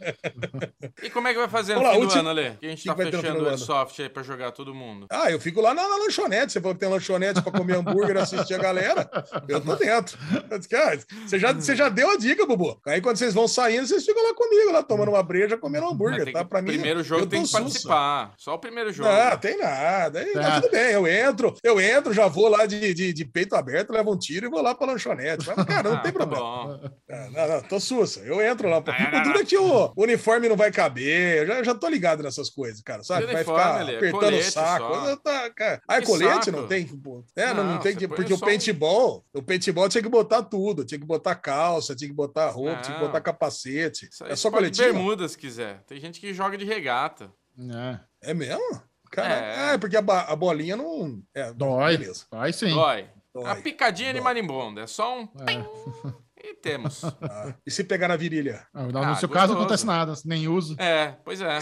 E como é que vai fazer no Vamos lá, fim do último- ano, Ale? Que a gente que tá vai ter no fechando final o do ano? Airsoft aí pra jogar todo mundo. Ah, eu fico lá na, na lanchonete. Você falou que tem lanchonete pra comer hambúrguer e assistir a galera. Eu tô dentro. Cara, você já, você já deu a dica, Bubu. Aí quando vocês vão saindo, vocês ficam lá comigo, lá tomando uma breja, comendo um Mas hambúrguer, tem tá? que- Pra mim, primeiro jogo eu tem tô que sussa. participar. Só o primeiro jogo. Não, tem nada. Aí, Tá. tá tudo bem, eu entro, eu entro, já vou lá de, de, de peito aberto, levo um tiro e vou lá pra lanchonete. Mas, cara, não Ah, tem tá problema. bom. Ah, Não, não, tô sussa. Eu entro lá. Pô. Ah, não, O duro é que o uniforme não vai caber. Eu já, já tô ligado nessas coisas, cara. Sabe? Que Vai uniforme, ficar ele é apertando o colete saco. só. Eu tá, cara. Ah, é Que colete? saco. Não tem. Pô. É, não, Não, não tem você que. põe Porque o só um- paintball, o paintball tinha que botar tudo. Tinha que botar calça, tinha que botar roupa, Não. tinha que botar capacete. Isso aí É você só pode de coletivo? bermuda se quiser. Tem gente que joga de regata. É. É mesmo? Cara, É. é, porque a, ba- a bolinha não. É, Dói. Beleza. Dói sim. Dói. Dói. A picadinha de Dói. marimbondo. É só um... É. E temos. Ah, e se pegar na virilha? Ah, No Ah, seu caso não gostoso. acontece nada, nem uso. É, pois é.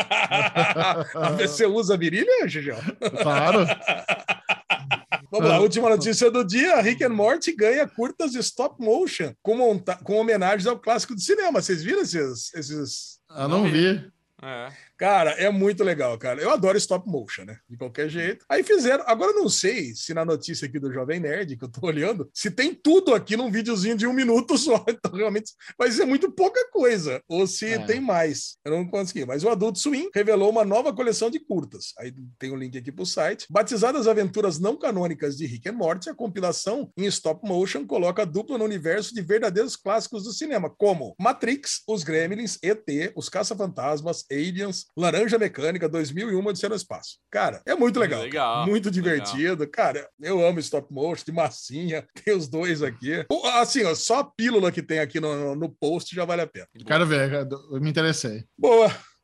Você usa a virilha, Gigel? Claro. Vamos lá, última notícia do dia. Rick and Morty ganha curtas de stop motion com, monta com homenagens ao clássico de cinema. Vocês viram esses... esses... Eu não Não vi. É. Cara, é muito legal, cara. Eu adoro stop motion, né? De qualquer jeito. Aí fizeram. Agora eu não sei se na notícia aqui do Jovem Nerd, que eu tô olhando, se tem tudo aqui num videozinho de um minuto só. Então, realmente, vai ser muito pouca coisa. Ou se É. tem mais. Eu não consegui. Mas o Adult Swim revelou uma nova coleção de curtas. Aí tem o link aqui pro site. Batizadas Aventuras Não Canônicas de Rick and Morty, a compilação em stop motion coloca a dupla no universo de verdadeiros clássicos do cinema, como Matrix, Os Gremlins, E T, Os Caça-Fantasmas, Aliens, Laranja Mecânica, dois mil e um, Odisseia no Espaço. Cara, é muito legal. Legal, cara. Muito divertido. Cara, eu amo stop motion, de massinha. Tem os dois aqui. Pô, assim, ó, só a pílula que tem aqui no, no post já vale a pena. Quero ver, eu me interessei. Boa.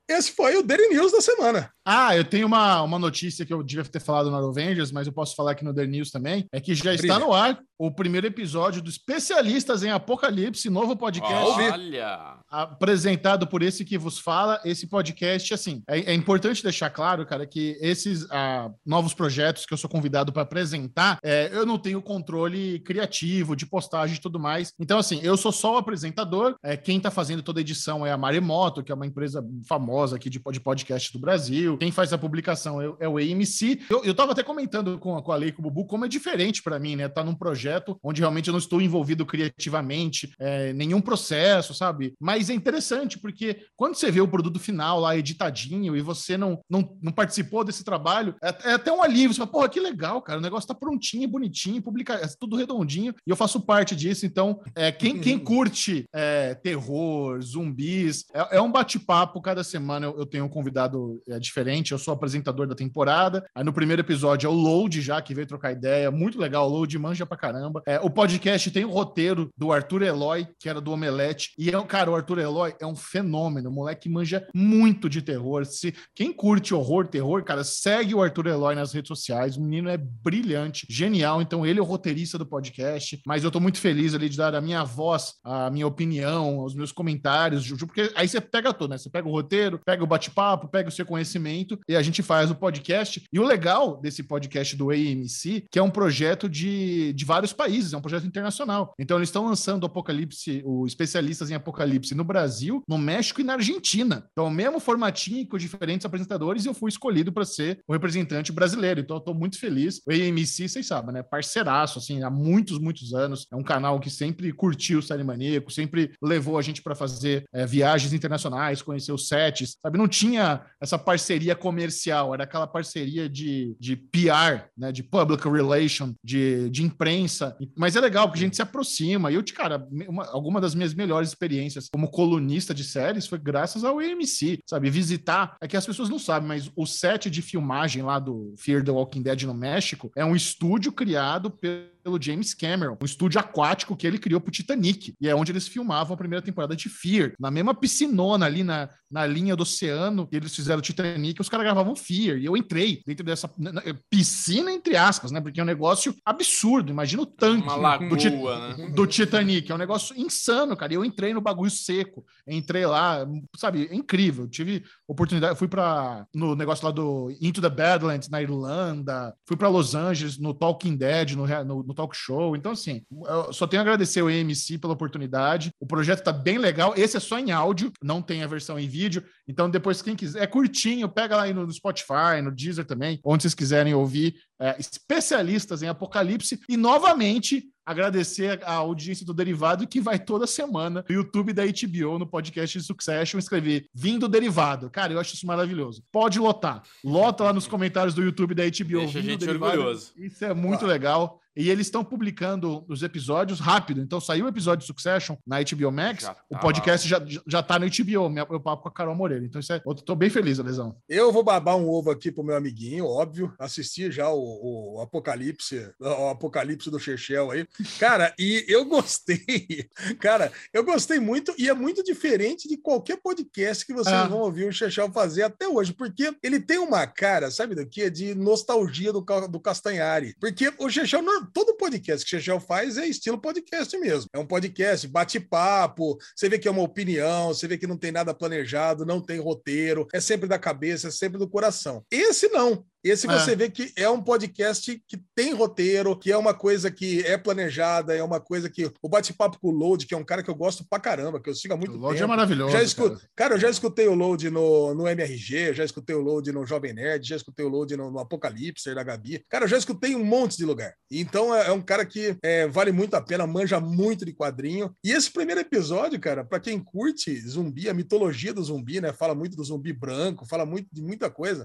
esse foi o Daily News da semana. Ah, eu tenho uma, uma notícia que eu devia ter falado no Avengers, mas eu posso falar aqui no The News também, é que já Brilha. está no ar o primeiro episódio do Especialistas em Apocalipse, novo podcast. Olha! Apresentado por esse que vos fala. Esse podcast, assim, é, é importante deixar claro, cara, que esses ah, novos projetos que eu sou convidado para apresentar, é, eu não tenho controle criativo, de postagem e tudo mais. Então, assim, eu sou só o apresentador, é, quem tá fazendo toda a edição é a Maremoto, que é uma empresa famosa aqui de, de podcast do Brasil. Quem faz a publicação é, é o A M C. Eu, eu tava até comentando com, com a Lei e com o Bubu como é diferente para mim, né? Tá num projeto onde realmente eu não estou envolvido criativamente, é, nenhum processo, sabe? Mas é interessante, porque quando você vê o produto final lá editadinho e você não, não, não participou desse trabalho, é, é até um alívio. Você fala, porra, que legal, cara. O negócio tá prontinho, bonitinho, publica, é tudo redondinho, e eu faço parte disso. Então, é, quem, quem curte é, terror, zumbis, é, é um bate-papo. Cada semana eu, eu tenho um convidado é, diferente. Eu sou apresentador da temporada. Aí no primeiro episódio é o Load, já, que veio trocar ideia. Muito legal, o Load manja pra caramba. É, o podcast tem o roteiro do Arthur Eloy, que era do Omelete. E, é, cara, o Arthur Eloy é um fenômeno. O moleque manja muito de terror. Se quem curte horror, terror, cara, segue o Arthur Eloy nas redes sociais. O menino é brilhante, genial. Então, ele é o roteirista do podcast. Mas eu tô muito feliz ali de dar a minha voz, a minha opinião, os meus comentários, porque aí você pega tudo, né? Você pega o roteiro, pega o bate-papo, pega o seu conhecimento e a gente faz o podcast. E o legal desse podcast do A M C, que é um projeto de, de vários países, é um projeto internacional. Então, eles estão lançando o Apocalipse, o Especialistas em Apocalipse no Brasil, no México e na Argentina. Então, o mesmo formatinho com diferentes apresentadores, e eu fui escolhido para ser o representante brasileiro. Então, eu tô muito feliz. O A M C, vocês sabem, né? Parceiraço, assim, há muitos, muitos anos. É um canal que sempre curtiu o Série Maníaco, sempre levou a gente para fazer é, viagens internacionais, conhecer os sets, sabe? Não tinha essa parceria comercial, era aquela parceria de, de P R, né? De public relation, de, de imprensa. Mas é legal, porque a gente se aproxima. E eu, cara, uma, alguma das minhas melhores experiências como colunista de séries foi graças ao A M C, sabe? Visitar, é que as pessoas não sabem, mas o set de filmagem lá do Fear the Walking Dead no México é um estúdio criado pelo pelo James Cameron, um estúdio aquático que ele criou pro Titanic, e é onde eles filmavam a primeira temporada de Fear, na mesma piscinona ali na, na linha do oceano que eles fizeram o Titanic, os caras gravavam Fear, e eu entrei dentro dessa na, piscina, entre aspas, né, porque é um negócio absurdo, imagina o tanque Uma lagoa, do, né? do Titanic, é um negócio insano, cara, e eu entrei no bagulho seco, entrei lá, sabe, é incrível, eu tive oportunidade, eu fui para no negócio lá do Into the Badlands, na Irlanda, fui para Los Angeles, no Talking Dead, no, no, no talk show. Então, assim, eu só tenho a agradecer ao A M C pela oportunidade. O projeto tá bem legal. Esse é só em áudio, não tem a versão em vídeo. Então, depois, quem quiser, é curtinho, pega lá aí no Spotify, no Deezer também, onde vocês quiserem ouvir. É, especialistas em Apocalipse. E, novamente, agradecer a audiência do Derivado, que vai toda semana no YouTube da H B O, no podcast de Succession, escrever Vindo Derivado. Cara, eu acho isso maravilhoso. Pode lotar. Lota lá nos comentários do YouTube da H B O. Deixa Vindo a gente Derivado. orgulhoso. Isso é muito ah. legal. E eles estão publicando os episódios rápido. Então, saiu o episódio de Succession na H B O Max, já o podcast tá já, já tá no H B O, meu, meu papo com a Carol Moreira. Então, isso é, eu tô bem feliz, Alesão. Eu vou babar um ovo aqui pro meu amiguinho, óbvio. Assisti já o, o Apocalipse, o Apocalipse do Chechel aí. Cara, e eu gostei. Cara, eu gostei muito e é muito diferente de qualquer podcast que vocês ah. vão ouvir o Chechel fazer até hoje, porque ele tem uma cara, sabe do que? De nostalgia do, do Castanhari. Porque o Chechel não todo podcast que o Chechel faz é estilo podcast mesmo. É um podcast, bate-papo, você vê que é uma opinião, você vê que não tem nada planejado, não tem roteiro, é sempre da cabeça, é sempre do coração. Esse não. Esse você é. vê que é um podcast que tem roteiro, que é uma coisa que é planejada, é uma coisa que... O bate-papo com o Load, que é um cara que eu gosto pra caramba, que eu sigo há muito o tempo. O Load é maravilhoso, já escu... cara. cara, eu já escutei o Load no, no M R G, já escutei o Load no Jovem Nerd, já escutei o Load no, no Apocalipse, da Gabi. Cara, eu já escutei em um monte de lugar. Então, é, é um cara que é, vale muito a pena, manja muito de quadrinho. E esse primeiro episódio, cara, pra quem curte zumbi, a mitologia do zumbi, né? Fala muito do zumbi branco, fala muito de muita coisa. Cara,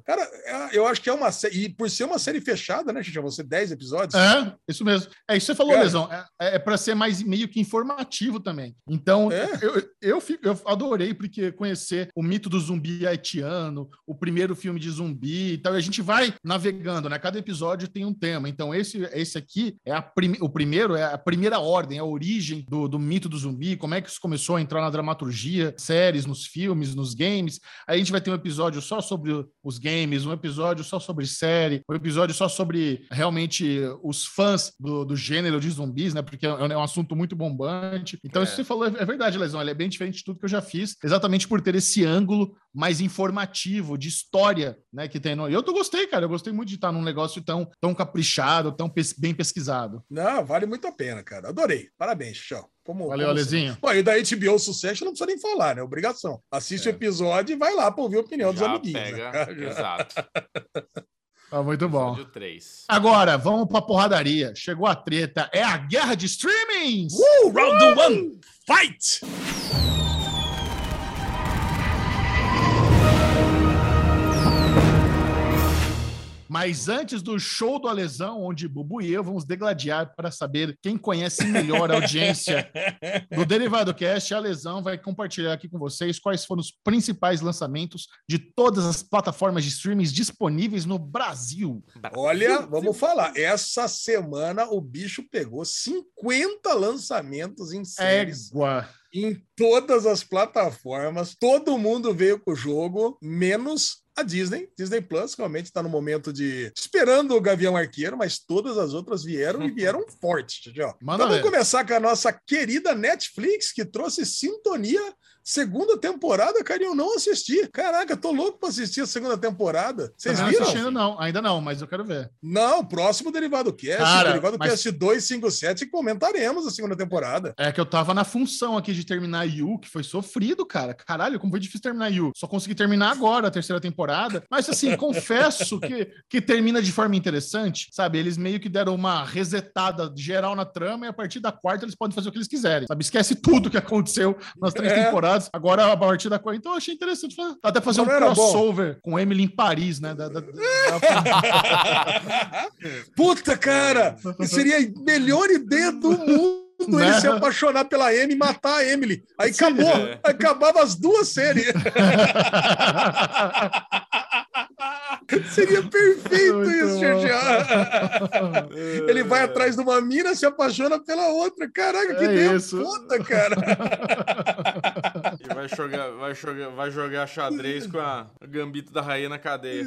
é, eu acho que é uma série, e por ser uma série fechada, né, Xixi? Vão ser dez episódios. É, isso mesmo. É isso que você falou, Cara. Lesão. É, é para ser mais meio que informativo também. Então, É. eu, eu, fico, eu adorei, porque conhecer o mito do zumbi haitiano, o primeiro filme de zumbi e tal, e a gente vai navegando, né? Cada episódio tem um tema. Então, esse, esse aqui é a prim, o primeiro, é a primeira ordem, a origem do, do mito do zumbi, como é que isso começou a entrar na dramaturgia, séries, nos filmes, nos games. Aí a gente vai ter um episódio só sobre os games, um episódio só sobre série, um episódio só sobre realmente os fãs do, do gênero de zumbis, né? Porque é um assunto muito bombante. Então, É. isso que você falou é verdade, Lesão. Ele é bem diferente de tudo que eu já fiz, exatamente por ter esse ângulo mais informativo, de história, né? Que tem no... Eu tô gostei, cara. Eu gostei muito de estar num negócio tão, tão caprichado, tão pes... bem pesquisado. Não, vale muito a pena, cara. Adorei. Parabéns, Xixão. Como, Valeu, como Alezinho. Bom, e da H B O Sucesso não precisa nem falar, né? Obrigação. Assiste É. o episódio e vai lá pra ouvir a opinião dos Já amiguinhos. pega, Né? exato. Tá muito bom. Episódio três. Agora, vamos pra porradaria. Chegou a treta. É a guerra de streamings! Uh, round one, fight! Mas antes do show do Alesão, onde Bubu e eu vamos degladiar para saber quem conhece melhor a audiência do Derivado Cast, a Alesão vai compartilhar aqui com vocês quais foram os principais lançamentos de todas as plataformas de streamings disponíveis no Brasil. Olha, vamos falar. Essa semana o bicho pegou cinquenta lançamentos em séries. Égua. Em todas as plataformas. Todo mundo veio com o jogo, menos a Disney. Disney Plus realmente está no momento de esperando o Gavião Arqueiro, mas todas as outras vieram e vieram forte. Então vamos ver. começar com a nossa querida Netflix, que trouxe Sintonia. Segunda temporada, cara, eu não assisti. Caraca, tô louco pra assistir a segunda temporada. Vocês Não viram? assisti ainda não, ainda não, mas eu quero ver. Não, próximo Derivado Cast, Cara, Derivado mas- Cast duzentos e cinquenta e sete, comentaremos a segunda temporada. É que eu tava na função aqui de terminar Yu, que foi sofrido, cara. Caralho, como foi difícil terminar Yu. Só consegui terminar agora a terceira temporada. Mas, assim, confesso que, que termina de forma interessante, sabe? Eles meio que deram uma resetada geral na trama e a partir da quarta eles podem fazer o que eles quiserem, sabe? Esquece tudo que aconteceu nas três É. temporadas. Agora, a partir da quarta... Então, eu achei interessante fazer- até fazer Mas um não era bom. crossover com Emily em Paris, né? Da, da- da- Puta, cara! Seria a melhor ideia do mundo Né? ele se apaixonar pela Amy e matar a Emily. Aí Sim, acabou. é. Acabava as duas séries. Seria perfeito Muito isso, bom. Xixi. Ele vai atrás de uma mina, se apaixona pela outra. Caraca, que É ideia isso. puta, cara. E vai jogar, vai jogar, vai jogar xadrez com a Gambito da Rainha na cadeia.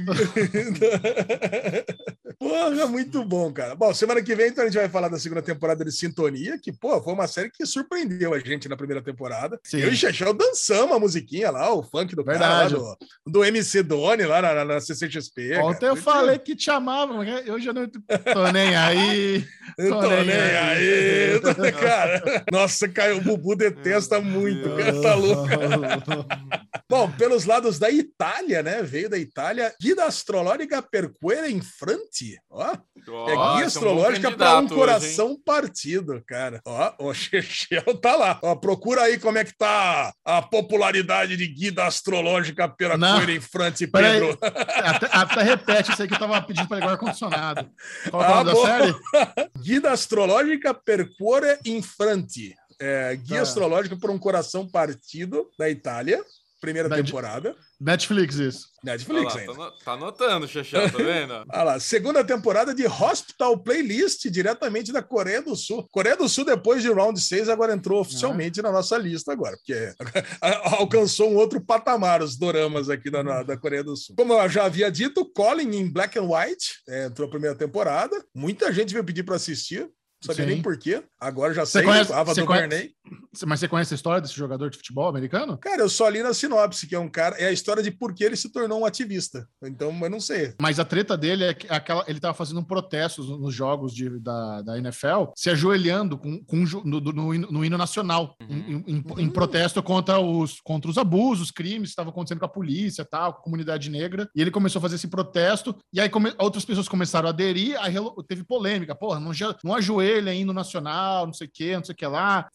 Porra, muito bom, cara. Bom, semana que vem, então, a gente vai falar da segunda temporada de Sintonia, que, pô, foi uma série que surpreendeu a gente na primeira temporada. Sim. Eu e Xexel dançamos a musiquinha lá, o funk do Verdade. cara lá, do, do M C Doni, lá na, na, na C C X P. Ontem cara. eu falei que te amava, mas eu já não tô nem aí. Eu tô Tô nem nem aí. aí. Cara, nossa, Caio, o Bubu detesta muito, cara, tá louco. Bom, pelos lados da Itália, né? Veio da Itália, Guida Astrológica Perquere in Franti. Ó, Ó, é guia esse é um bom astrológica para um candidato coração hoje, hein? partido, cara. Ó, o Chechel tá lá. Ó, procura aí como é que tá a popularidade de Guida Astrológica Não. Perquere in Franti, Peraí, Pedro. até, até repete isso aí que eu tava pedindo pra ligar o ar-condicionado. Qual é o Ah, nome bom. da série? Guida Astrológica Perquere in Franti. É, guia Tá. astrológica por um coração partido da Itália. Primeira Da- temporada. Netflix, isso. Netflix Olha lá, ainda. tá, no- tá anotando, Xexel, tá vendo? Olha lá, segunda temporada de Hospital Playlist, diretamente da Coreia do Sul. Coreia do Sul, depois de Round seis, agora entrou oficialmente na nossa lista agora, porque alcançou um outro patamar os doramas aqui da, na- da Coreia do Sul. Como eu já havia dito, Calling in Black and White, é, entrou a primeira temporada. Muita gente veio pedir para assistir. Não sabia Sim. nem porquê. Agora já Você sei, conhece- Ava você do conhece- Bernay. Mas você conhece a história desse jogador de futebol americano? Cara, eu só li na sinopse, que é um cara. É a história de por que ele se tornou um ativista. Então, eu não sei. Mas a treta dele é que aquela, ele tava fazendo um protesto nos jogos de- da, da N F L, se ajoelhando com, com, jo- no, no hino- no hino nacional, em, em- em protesto contra os, contra os abusos, crimes que estavam acontecendo com a polícia, tal, com a comunidade negra. E ele começou a fazer esse protesto, e aí come- outras pessoas começaram a aderir, aí relo- teve polêmica. Porra, não, já- não ajoelha hino nacional, não sei o que, não sei o que lá. Fa-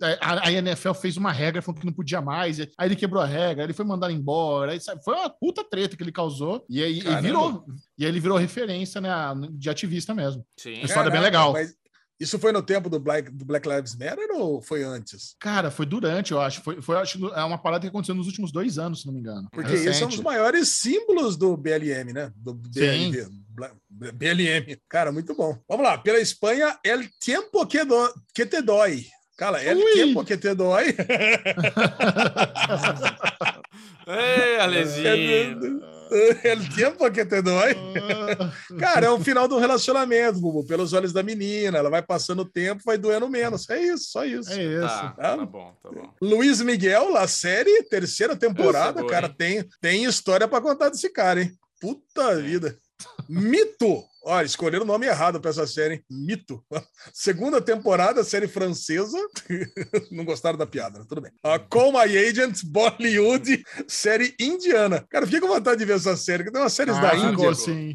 a, a N F L fez uma regra, falou que não podia mais, aí ele quebrou a regra, aí ele foi mandado embora, aí, sabe, foi uma puta treta que ele causou, e aí e virou, e aí ele virou referência, né, de ativista mesmo. Sim. Uma história bem legal. Mas isso foi no tempo do Black, do Black Lives Matter ou foi antes? Cara, foi durante, eu acho. Foi, foi acho, é uma parada que aconteceu nos últimos dois anos, se não me engano. Porque esse é um dos maiores símbolos do B L M, né? Do B L M. B L M. Cara, muito bom. Vamos lá. Pela Espanha, El Tiempo que, do, que te dói. Cara, El Ui. Tiempo que te dói. Ei, Alezinho. El Tiempo que te dói. Cara, é o final do relacionamento, Bubu. Pelos olhos da menina. Ela vai passando o tempo, vai doendo menos. É isso, só isso. É isso. Tá, tá, tá bom, tá bom. Luiz Miguel, La Série, terceira temporada. Boa, cara, tem, tem história pra contar desse cara, hein? Puta é. vida. Mito. Olha, escolheram o nome errado para essa série, hein? Mito. Segunda temporada, série francesa. Não gostaram da piada, né? Tudo bem. Uh, Call My Agent, Bollywood, série indiana. Cara, fiquei com vontade de ver essa série, que tem umas séries ah, da Índia. Sim.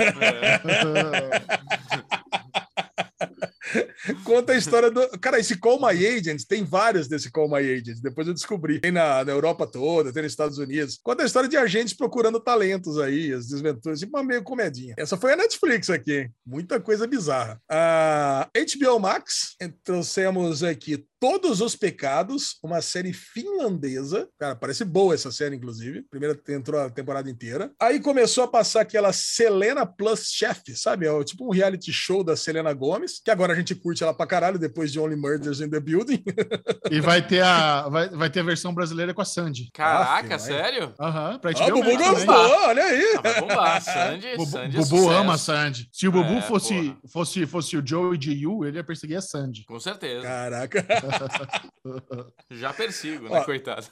Conta a história do... Cara, esse Call My Agent, tem vários desse Call My Agent, depois eu descobri. Tem na, na Europa toda, tem nos Estados Unidos. Conta a história de agentes procurando talentos aí, as desventuras, tipo uma meio comedinha. Essa foi a Netflix aqui, hein? Muita coisa bizarra. A H B O Max, trouxemos aqui Todos os Pecados, uma série finlandesa. Cara, parece boa essa série, inclusive. Primeira entrou a temporada inteira. Aí começou a passar aquela Selena Plus Chef, sabe? É tipo um reality show da Selena Gomez, que agora a gente curte ela pra caralho, depois de Only Murders in the Building. E vai ter a, vai, vai ter a versão brasileira com a Sandy. Caraca, ah, sério? Aham, uh-huh, pra H B O. Ah, o Bubu gostou, olha aí. Ah, vai bombar, Sandy, Bubu, Sandy Bubu é ama a Sandy. Se o Bubu é, fosse, fosse, fosse o Joey de You, ele ia perseguir a Sandy. Com certeza. Caraca. Já persigo, né, ó, coitado.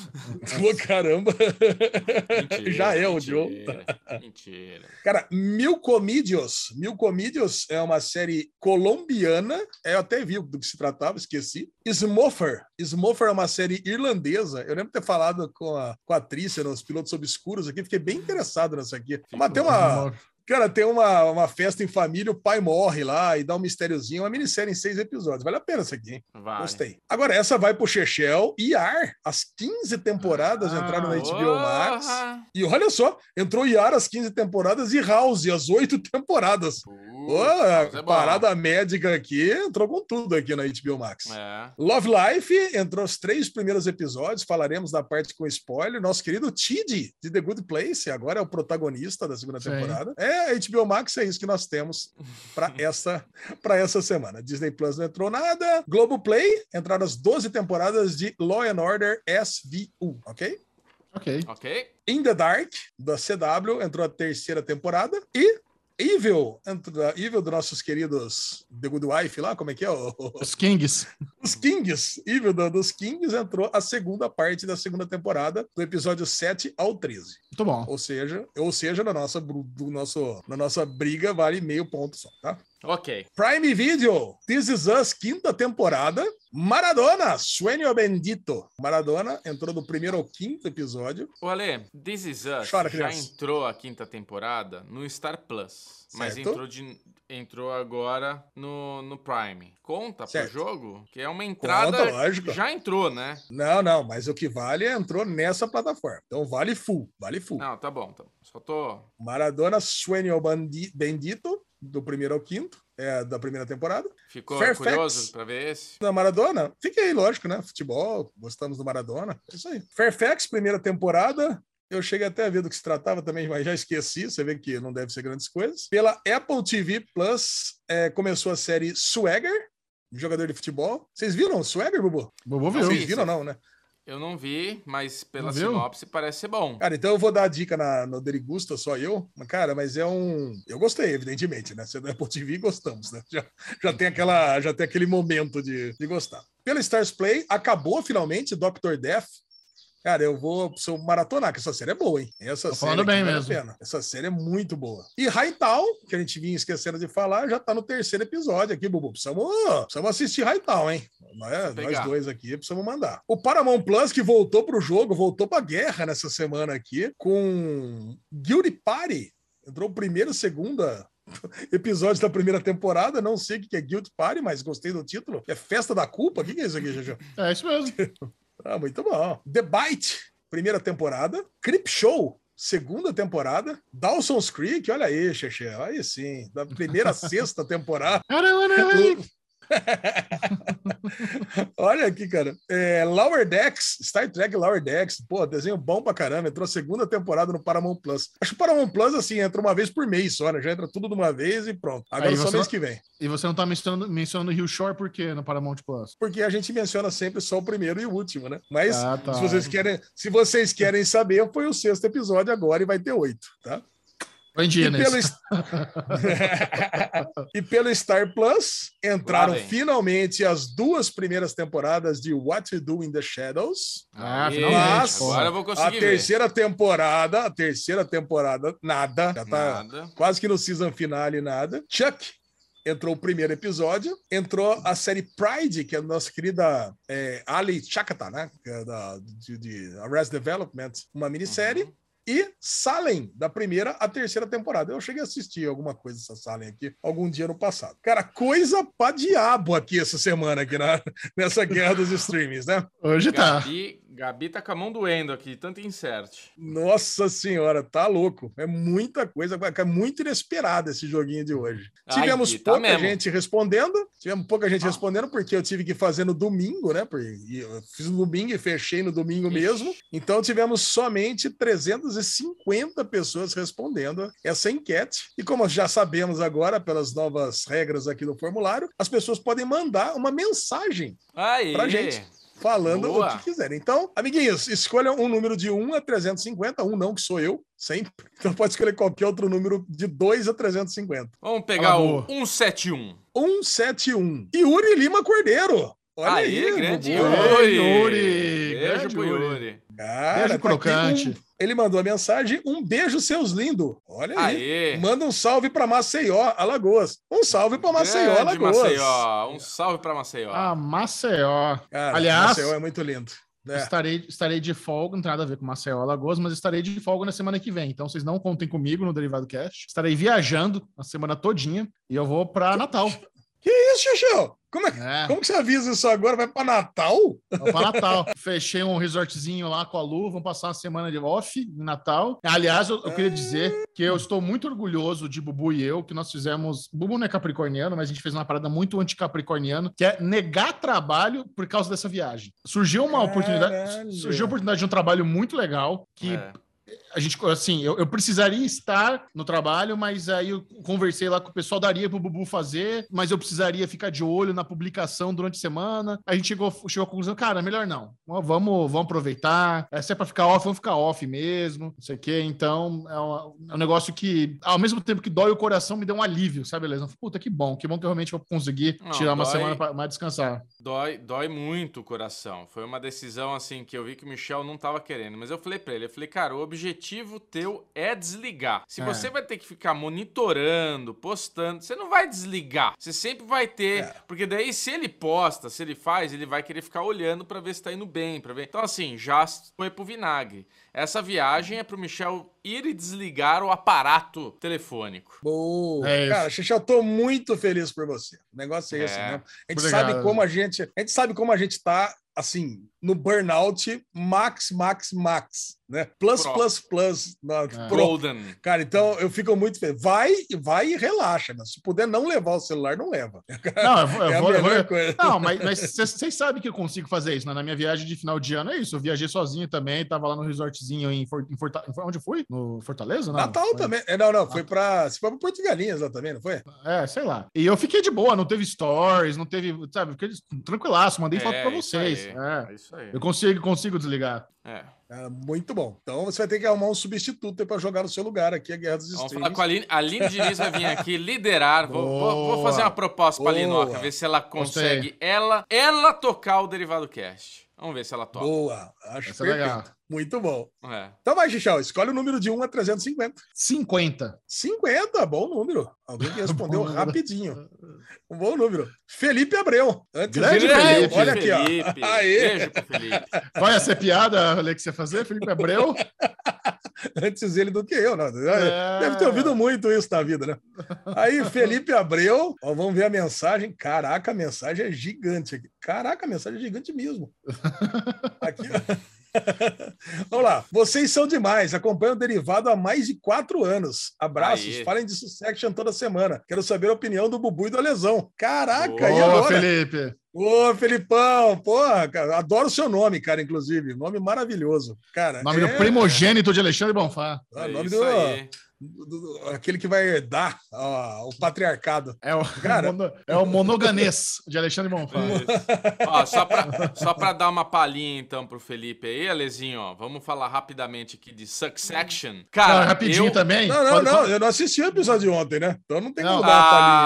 Pô, caramba. Mentira, já é mentira, o Joe. Mentira. Cara, Mil Comedios. Mil Comedios é uma série colombiana. É, eu até vi do que se tratava, esqueci. Smurfer. Smurfer é uma série irlandesa. Eu lembro de ter falado com a, com a Trícia nos Pilotos Obscuros aqui. Fiquei bem interessado nessa aqui. Mas tem uma... Cara, tem uma, uma festa em família, o pai morre lá e dá um mistériozinho, uma minissérie em seis episódios. Vale a pena isso aqui, hein? Vai. Gostei. Agora, essa vai pro Chechel e Ar. As quinze temporadas ah, entraram na H B O Max. E olha só, entrou Yar as quinze temporadas e House as oito temporadas. Uh, oh, a parada médica aqui entrou com tudo aqui na H B O Max. É. Love Life entrou os três primeiros episódios, falaremos da parte com spoiler. Nosso querido Tid, de The Good Place, agora é o protagonista da segunda Sim. temporada. É, a H B O Max é isso que nós temos para essa, para essa semana. Disney Plus não entrou nada. Globoplay entraram as doze temporadas de Law and Order S V U, ok? Ok. Ok. In the Dark, da C W, entrou a terceira temporada. E Evil, Evil dos nossos queridos The Good Wife lá, como é que é? Os Kings. Os Kings. Evil dos Kings entrou a segunda parte da segunda temporada, do episódio sete ao treze. Muito bom. Ou seja, ou seja na, nossa, do nosso, na nossa briga vale meio ponto só, tá? Ok. Prime Video, This Is Us, quinta temporada. Maradona, Sueño Bendito. Maradona entrou do primeiro ao quinto episódio. Ô, Ale, This Is Us Chora, já criança. entrou a quinta temporada no Star Plus. Certo. Mas entrou, de, entrou agora no, no Prime. Conta certo. pro jogo? Que é uma entrada... Conta, lógico. Já entrou, né? Não, não, mas o que vale é entrou nessa plataforma. Então vale full, vale full. Não, tá bom, tá bom. Só tô... Maradona, Sueño Bendito, do primeiro ao quinto, é, da primeira temporada. Ficou Fairfax, curioso pra ver esse? Da Maradona? Fiquei, lógico, né? Futebol, gostamos do Maradona. É isso aí. Fairfax, primeira temporada. Eu cheguei até a ver do que se tratava também, mas já esqueci. Você vê que não deve ser grandes coisas. Pela Apple T V Plus, é, começou a série Swagger, jogador de futebol. Vocês viram o Swagger, Bubu? Bubu viu. Vocês viram não, né? Eu não vi, mas pela Não viu? sinopse parece ser bom. Cara, então eu vou dar a dica na, no Derigusta, só eu. Cara, mas é um... Eu gostei, evidentemente, né? Você é da Apple T V, gostamos, né? Já, já, tem, aquela, já tem aquele momento de, de gostar. Pela Stars Play, acabou finalmente doutor Death. Cara, eu vou sou maratonar, que essa série é boa, hein? Essa Tô série falando bem vale mesmo. a pena. Essa série é muito boa. E Hightown, que a gente vinha esquecendo de falar, já tá no terceiro episódio aqui, Bubu. Precisamos, precisamos assistir Hightown, hein? Nós, nós dois aqui precisamos mandar. O Paramount Plus, que voltou pro jogo, voltou pra guerra nessa semana aqui, com Guilty Party. Entrou o primeiro, segunda episódio da primeira temporada. Não sei o que é Guilt Party, mas gostei do título. É Festa da Culpa? O que é isso aqui, Xaxá? É isso mesmo. Ah, muito bom. The Bite, primeira temporada. Creep Show, segunda temporada. Dawson's Creek, olha aí, Xaxá. Aí sim, da primeira a sexta temporada. Caramba, né? Olha aqui, cara. É, Lower Decks, Star Trek Lower Decks. Pô, desenho bom pra caramba. Entrou a segunda temporada no Paramount Plus. Acho que o Paramount Plus, assim, entra uma vez por mês só, né? Já entra tudo de uma vez e pronto. Agora Aí só você mês não- que vem. E você não tá mencionando, mencionando Rio Shore por quê no Paramount Plus? Porque a gente menciona sempre só o primeiro e o último, né? Mas Ah, tá. se, vocês querem, se vocês querem saber, foi o sexto episódio agora e vai ter oito, tá? Aprendi, E né? pelo, e pelo Star Plus, entraram Lá vem. finalmente as duas primeiras temporadas de What to Do in the Shadows. Ah, Aí, finalmente. Mas porra. agora eu vou A conseguir terceira temporada, a terceira temporada, nada. Já ver. tá Nada. quase que no season finale, nada. Chuck entrou o primeiro episódio. Entrou a série Pride, que é a nossa querida é, Ali Chakata, né? Que é da, de, de Arrested Development, uma minissérie. Uhum. E Salem, da primeira à terceira temporada. Eu cheguei a assistir alguma coisa dessa Salem aqui, algum dia no passado. Cara, coisa pra diabo aqui essa semana, aqui na, nessa guerra dos streamings, né? Hoje tá. Gabi, Gabi tá com a mão doendo aqui, tanto insert. Nossa senhora, tá louco. É muita coisa, é muito inesperado esse joguinho de hoje. Ai, Tivemos Gui, tá pouca mesmo. gente respondendo, tivemos pouca gente Ah. respondendo, porque eu tive que fazer no domingo, né? Porque eu fiz no domingo e fechei no domingo Ixi. mesmo. Então tivemos somente trezentas e cinquenta pessoas respondendo essa enquete. E como já sabemos agora, pelas novas regras aqui do formulário, as pessoas podem mandar uma mensagem Aí. pra gente, falando Boa. o que quiserem. Então, amiguinhos, escolham um número de um a trezentos e cinquenta. Um não, que sou eu, sempre. Então pode escolher qualquer outro número de dois a trezentos e cinquenta. Vamos pegar Fala, o boa. cento e setenta e um. cento e setenta e um. Yuri Lima Cordeiro. Olha Aí, aí, grande Bubu. Yuri. Yuri. Beijo Grande pro Yuri. Yuri. Cara, Beijo tá aqui crocante. um- Ele mandou a mensagem, um beijo, seus lindos. Olha aí. Aê. Manda um salve pra Maceió, Alagoas. Um salve pra Maceió, Grande Alagoas. Maceió. Um salve pra Maceió. Ah, Maceió. Cara, Aliás, Maceió é muito lindo. É. Estarei, estarei de folga, não tem nada a ver com Maceió, Alagoas, mas estarei de folga na semana que vem. Então vocês não contem comigo no Derivado Cast. Estarei viajando a semana todinha e eu vou para Natal. Que isso, Xuxu? Como, é, É, como que você avisa isso agora? Vai pra Natal? vou para Natal. Fechei um resortzinho lá com a Lu, vamos passar uma semana de off em Natal. Aliás, eu, eu queria dizer que eu estou muito orgulhoso de Bubu e eu, que nós fizemos... Bubu não é capricorniano, mas a gente fez uma parada muito anticapricorniana, que é negar trabalho por causa dessa viagem. Surgiu uma oportunidade, Caralho. surgiu a oportunidade de um trabalho muito legal, que É. a gente, assim, eu, eu precisaria estar no trabalho, mas aí eu conversei lá com o pessoal, daria pro Bubu fazer, mas eu precisaria ficar de olho na publicação durante a semana. A gente chegou, chegou à conclusão, cara, melhor não. Vamos, vamos aproveitar. É, se é pra ficar off, vamos ficar off mesmo, não sei o quê. Então, é um, é um negócio que, ao mesmo tempo que dói o coração, me deu um alívio, sabe, beleza? Puta, que bom, que bom que eu realmente vou conseguir Não, tirar uma dói. semana pra mais descansar. Dói, dói muito o coração. Foi uma decisão, assim, que eu vi que o Michel não tava querendo. Mas eu falei pra ele, eu falei, cara, o objetivo teu é desligar. Se É. você vai ter que ficar monitorando, postando, você não vai desligar. Você sempre vai ter... É. Porque daí, se ele posta, se ele faz, ele vai querer ficar olhando pra ver se tá indo bem, pra ver... Então, assim, já foi pro vinagre. Essa viagem é pro Michel ir e desligar o aparato telefônico. Boa. É isso. Cara, Xuxa, eu tô muito feliz por você. O negócio é esse, É. né? A gente Obrigado. sabe como a gente, a gente sabe como a gente tá, assim, no burnout max, max, max, né? Plus, Pro. plus, plus. Na, É. pro. Golden. Cara, então eu fico muito feliz. Vai, vai e relaxa, mas se puder não levar o celular, não leva. Não, eu vou... é Eu a vou, eu melhor vou- coisa. Não, mas vocês sabem que eu consigo fazer isso, né? Na minha viagem de final de ano é isso. Eu viajei sozinho também, tava lá no resortzinho em, For, em Forta- onde eu fui? No Fortaleza? Não, Natal foi- também. É, não, não, foi pra. Você foi pra Porto de Galinhas lá também, não foi? É, sei lá. E eu fiquei de boa, não teve stories, não teve, sabe, fiquei tranquilaço, mandei foto pra isso vocês. aí, É. É isso aí. Eu consigo, consigo desligar. É. É, muito bom. Então você vai ter que arrumar um substituto aí pra jogar no seu lugar aqui, a Guerra dos Vamos Streams. falar com a Aline. A Aline Diniz vai vir aqui liderar. Vou, vou- vou fazer uma proposta pra Boa. Linoca, ver se ela consegue ela, ela tocar o Derivado Cast. Vamos ver se ela toca. Boa, acho Essa é perfeito. legal. Muito bom. É. Então vai, Xixiao, escolhe o número de um a trezentos e cinquenta. cinquenta. cinquenta, bom número. Alguém que respondeu Bom número. rapidinho. Um bom número. Felipe Abreu. Antes Grande de Felipe. olha aqui, ó. Felipe. Aê. Beijo pro Felipe. Vai essa piada, Ale, que você fazer, Felipe Abreu? Antes ele do que eu, não. É. Deve ter ouvido muito isso na vida, né? Aí, Felipe Abreu, ó, vamos ver a mensagem. Caraca, a mensagem é gigante aqui. Caraca, a mensagem é gigante mesmo. Aqui, vamos lá. Vocês são demais. Acompanho o Derivado há mais de quatro anos. Abraços. Aê. Falem de Succession toda semana. Quero saber a opinião do Bubu e do Alesão. Caraca, Boa, e agora? Felipe. Ô, Felipão, porra, cara, adoro o seu nome, cara, inclusive. Nome maravilhoso. Cara, nome é... do primogênito de Alexandre Bonfá. Ah, é nome do... Do, do, do, aquele que vai herdar ó, o patriarcado. É o, cara, mono, é o monoganês de Alexandre Bonfá. Ó, só pra, só pra dar uma palhinha, então, pro Felipe aí, Alezinho, ó, vamos falar rapidamente aqui de Succession. Cara, não, rapidinho eu... também. Não, não, Pode não, falar. eu não assisti o episódio de ontem, né? Então não tem como não. dar uma palhinha.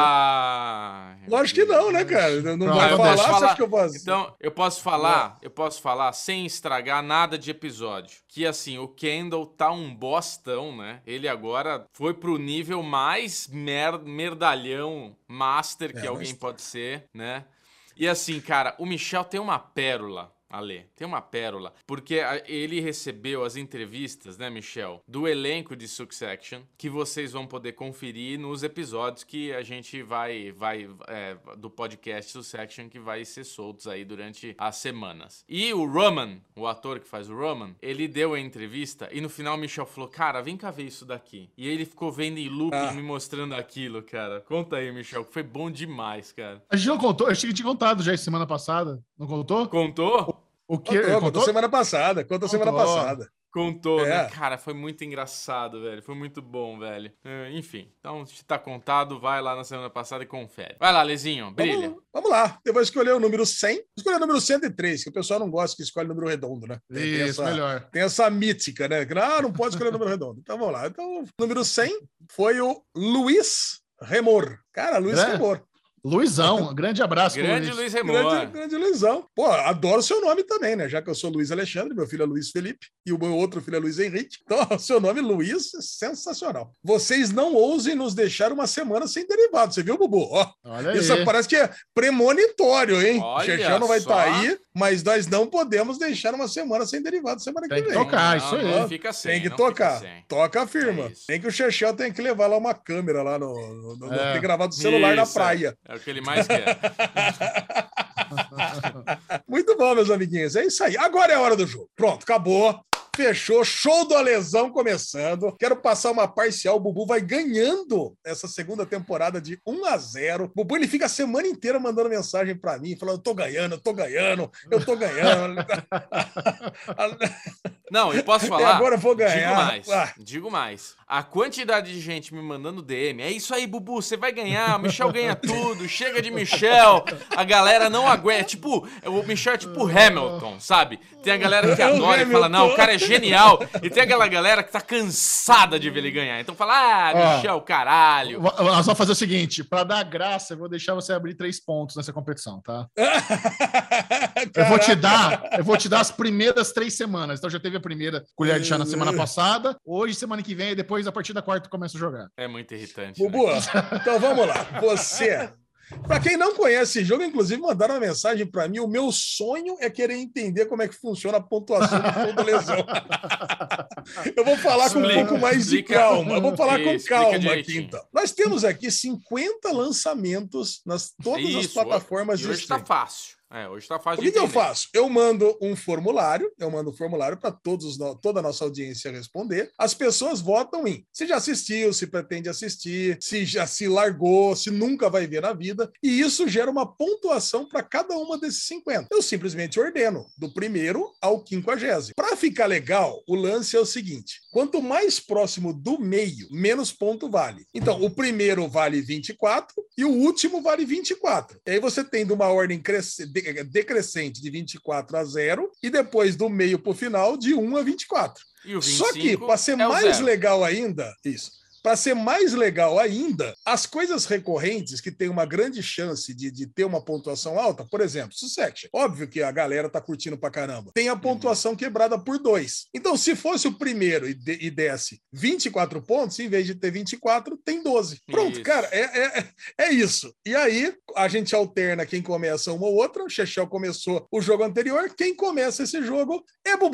Ah, lógico que não, né, cara? Não, não Pronto, vai eu falar, falar. você acha que eu posso? Então, eu posso falar, eu posso falar sem estragar nada de episódio. Que, assim, o Kendall tá um bostão, né? Ele agora foi pro nível mais mer merdalhão master que é, alguém mas... pode ser, né? E assim, cara, o Michel tem uma pérola, Ale, tem uma pérola, porque ele recebeu as entrevistas, né, Michel, do elenco de Succession, que vocês vão poder conferir nos episódios que a gente vai, vai é, do podcast Succession, que vai ser soltos aí durante as semanas. E o Roman, o ator que faz o Roman, ele deu a entrevista e no final o Michel falou, cara, vem cá ver isso daqui. E ele ficou vendo em looping, ah. me mostrando aquilo, cara. Conta aí, Michel, que foi bom demais, cara. A gente não contou, eu achei que tinha contado já semana passada, não contou? Contou? O que? Contou, contou semana passada. Contou semana passada. Contou, é. né? Cara, foi muito engraçado, velho. Foi muito bom, velho. É, enfim, então se tá contado, vai lá na semana passada e confere. Vai lá, Lezinho, brilha. Vamos, vamos lá. Eu vou escolher o número cem. Escolher o número cento e três, que o pessoal não gosta que escolhe o número redondo, né? Tem, Isso, tem essa, melhor. Tem essa mítica, né? Ah, não pode escolher o número redondo. Então vamos lá. Então, o número cem foi o Luiz Remor. Cara, Luiz é. Remor. Luizão, grande abraço. Grande Luiz, Luiz Remor. Grande, grande Luizão. Pô, adoro o seu nome também, né? Já que eu sou Luiz Alexandre, meu filho é Luiz Felipe e o meu outro filho é Luiz Henrique. Então, o seu nome, Luiz, é sensacional. Vocês não ousem nos deixar uma semana sem derivado. Você viu, Bubu? Ó, Olha isso aí. Parece que é premonitório, hein? O Chechão não vai só. estar aí, mas nós não podemos deixar uma semana sem derivado semana que tem que vem. tocar, não, isso aí. Não fica sem, tem que não tocar. Fica sem. Toca a firma. É tem que o Chechão tem que levar lá uma câmera lá no, no, é. no gravado do celular isso, na praia. É. é o que ele mais quer. Muito bom, meus amiguinhos. É isso aí. Agora é a hora do jogo. Pronto, acabou. Fechou, show do Alesão começando. Quero passar uma parcial. O Bubu vai ganhando essa segunda temporada de um a zero. O Bubu, ele fica a semana inteira mandando mensagem pra mim, falando: eu tô ganhando, eu tô ganhando, eu tô ganhando. Não, eu posso falar. E agora eu vou ganhar. Digo mais. Ah. Digo mais. A quantidade de gente me mandando D M. É isso aí, Bubu, você vai ganhar. O Michel ganha tudo. Chega de Michel. A galera não aguenta. Tipo, o Michel é tipo Hamilton, sabe? Tem a galera que adora e fala: não, o cara é genial. E tem aquela galera que tá cansada de ver ele ganhar. Então fala: ah, Michel, caralho. Nós vamos fazer o seguinte: pra dar graça, eu vou deixar você abrir três pontos nessa competição, tá? eu vou te dar, eu vou te dar as primeiras três semanas. Então já teve a primeira colher de chá na semana passada. Hoje, semana que vem, e depois, a partir da quarta, começa a jogar. É muito irritante. Bubu, né? Então vamos lá. Você. Pra quem não conhece esse jogo, inclusive, mandaram uma mensagem pra mim. O meu sonho é querer entender como é que funciona a pontuação do todo lesão. Eu vou falar explica, com um pouco mais explica, de calma. Eu vou falar isso, com calma aqui, então. Nós temos aqui cinquenta lançamentos nas todas isso, as plataformas hoje, de hoje tá fácil. É, hoje tá fácil. O que, que eu faço? Eu mando um formulário, eu mando um formulário para todos, toda a nossa audiência responder. As pessoas votam em se já assistiu, se pretende assistir, se já se largou, se nunca vai ver na vida. E isso gera uma pontuação para cada uma desses cinquenta. Eu simplesmente ordeno do primeiro ao quinquagésimo. Para ficar legal, o lance é o seguinte: quanto mais próximo do meio, menos ponto vale. Então, o primeiro vale vinte e quatro e o último vale vinte e quatro. E aí você tem de uma ordem crescente, decrescente de vinte e quatro a zero e depois do meio para o final de um a vinte e quatro. E o Só que, para ser é mais legal ainda, isso. Para ser mais legal ainda, as coisas recorrentes que têm uma grande chance de, de ter uma pontuação alta, por exemplo, Succession. Óbvio que a galera tá curtindo pra caramba. Tem a pontuação quebrada por dois. Então, se fosse o primeiro e, de, e desse vinte e quatro pontos, em vez de ter vinte e quatro, tem doze. Pronto, isso. Cara, é, é, é isso. E aí, a gente alterna quem começa uma ou outra. O Chechel começou o jogo anterior. Quem começa esse jogo é Bubu.